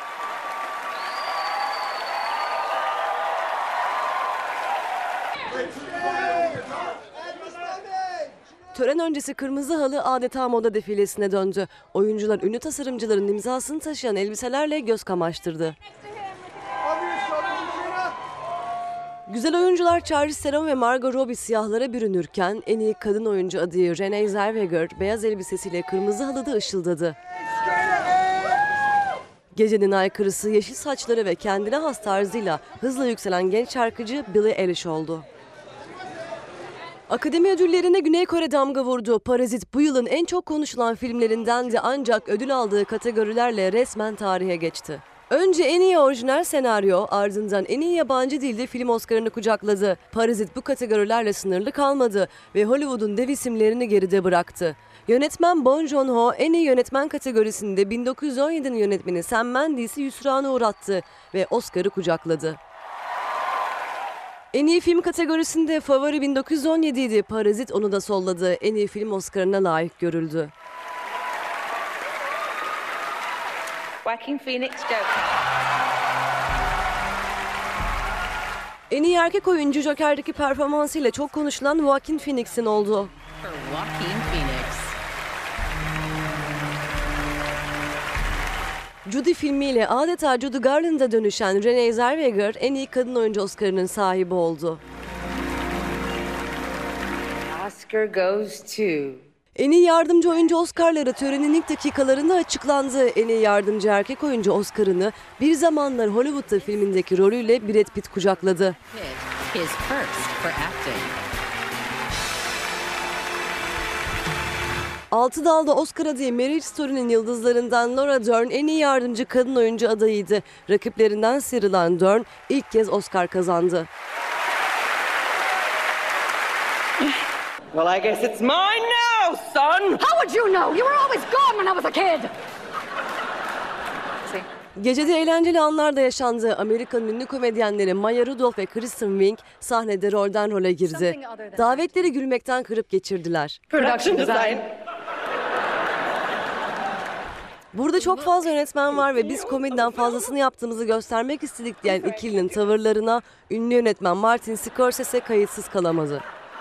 Tören öncesi kırmızı halı adeta moda defilesine döndü. Oyuncular ünlü tasarımcıların imzasını taşıyan elbiselerle göz kamaştırdı. Güzel oyuncular Charlize Theron ve Margot Robbie siyahlara bürünürken en iyi kadın oyuncu adayı Renee Zellweger beyaz elbisesiyle kırmızı halıda ışıldadı. Gecenin aykırısı yeşil saçları ve kendine has tarzıyla hızla yükselen genç şarkıcı Billie Eilish oldu. Akademi ödüllerine Güney Kore damga vurdu. Parazit bu yılın en çok konuşulan filmlerindendi ancak ödül aldığı kategorilerle resmen tarihe geçti. Önce en iyi orijinal senaryo, ardından en iyi yabancı dilde film Oscar'ını kucakladı. Parazit bu kategorilerle sınırlı kalmadı ve Hollywood'un dev isimlerini geride bıraktı. Yönetmen Bong Joon-ho en iyi yönetmen kategorisinde 1917'nin yönetmeni Sam Mendes'i hüsrana uğrattı ve Oscar'ı kucakladı. En iyi film kategorisinde favori 1917 idi. Parazit onu da solladı. En iyi film Oscar'ına layık görüldü. Joaquin Phoenix Joker. En iyi erkek oyuncu Joker'deki performansıyla çok konuşulan Joaquin Phoenix'in oldu. Joaquin Phoenix. Judy filmiyle adeta Judy Garland'a dönüşen Renee Zellweger en iyi kadın oyuncu Oscar'ının sahibi oldu. Oscar goes to En iyi yardımcı oyuncu Oscar'ları törenin ilk dakikalarında açıklandı. En iyi yardımcı erkek oyuncu Oscar'ını Bir Zamanlar Hollywood'da filmindeki rolüyle Brad Pitt kucakladı. his perks for acting. 6 dalda Oscar adayı Marriage Story'nin yıldızlarından Laura Dern en iyi yardımcı kadın oyuncu adayıydı. Rakiplerinden sıyrılan Dern ilk kez Oscar kazandı. Well, I guess it's mine now, son. How would you know? You were always gone when I was a kid. Gecede eğlenceli anlar da yaşandı. Amerikan ünlü komedyenleri Maya Rudolph ve Kristen Wiig sahnede rolden role girdi. Davetleri gülmekten kırıp geçirdiler. Production design. Burada çok fazla yönetmen var ve biz komediden fazlasını yaptığımızı göstermek istedik diyen ikilinin tavırlarına ünlü yönetmen Martin Scorsese kayıtsız kalamadı.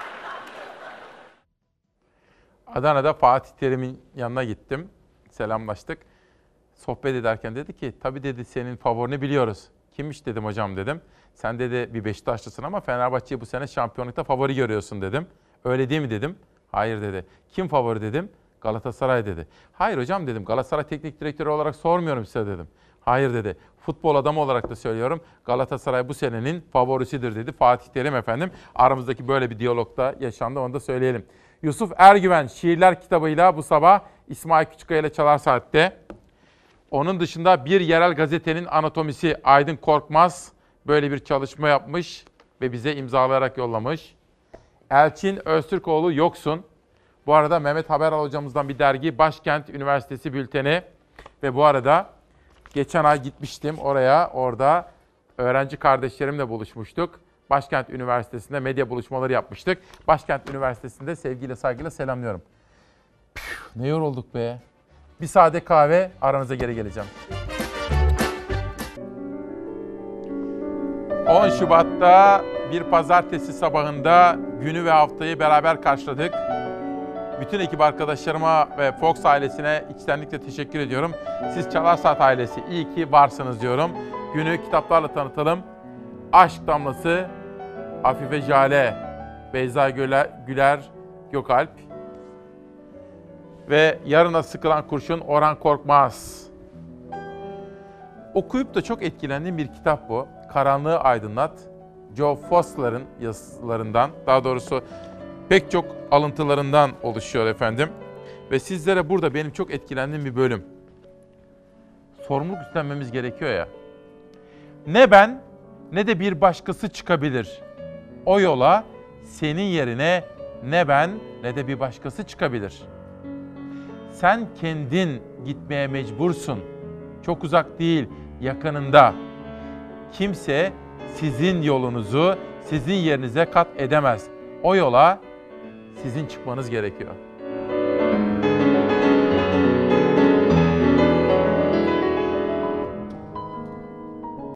Adana'da Fatih Terim'in yanına gittim. Selamlaştık. Sohbet ederken dedi ki, tabii dedi senin favorini biliyoruz. Kimmiş dedim hocam dedim. Sen dedi bir Beşiktaşlısın ama Fenerbahçe'yi bu sene şampiyonlukta favori görüyorsun dedim. Öyle değil mi dedim. Hayır dedi. Kim favori dedim. Galatasaray dedi. Hayır hocam dedim. Galatasaray teknik direktörü olarak sormuyorum size dedim. Hayır dedi. Futbol adamı olarak da söylüyorum. Galatasaray bu senenin favorisidir dedi. Fatih Terim efendim. Aramızdaki böyle bir diyalogda yaşandı, onu da söyleyelim. Yusuf Ergüven şiirler kitabıyla bu sabah İsmail Küçükkaya ile Çalar Saat'te. Onun dışında bir yerel gazetenin anatomisi Aydın Korkmaz böyle bir çalışma yapmış ve bize imzalayarak yollamış. Elçin Öztürkoğlu Yoksun. Bu arada Mehmet Haberal hocamızdan bir dergi Başkent Üniversitesi Bülteni ve bu arada geçen ay gitmiştim orada öğrenci kardeşlerimle buluşmuştuk. Başkent Üniversitesi'nde medya buluşmaları yapmıştık. Başkent Üniversitesi'nde sevgiyle saygıyla selamlıyorum. Ne yorulduk be. Bir sade kahve, aranıza geri geleceğim. 10 Şubat'ta bir pazartesi sabahında günü ve haftayı beraber karşıladık. Bütün ekip arkadaşlarıma ve Fox ailesine içtenlikle teşekkür ediyorum. Siz Çalar Saat ailesi iyi ki varsınız diyorum. Günü kitaplarla tanıtalım. Aşk Damlası, Afife Jale, Beyza Güler, Gökalp ve Yarına Sıkılan Kurşun Orhan Korkmaz. Okuyup da çok etkilendiğim bir kitap bu. Karanlığı Aydınlat. Joe Foster'ın yazılarından, daha doğrusu pek çok alıntılarından oluşuyor efendim. Ve sizlere burada benim çok etkilendiğim bir bölüm. Sorumluluk üstlenmemiz gerekiyor ya. Ne ben ne de bir başkası çıkabilir. O yola senin yerine ne ben ne de bir başkası çıkabilir. Sen kendin gitmeye mecbursun. Çok uzak değil, yakınında. Kimse sizin yolunuzu sizin yerinize kat edemez. O yola sizin çıkmanız gerekiyor.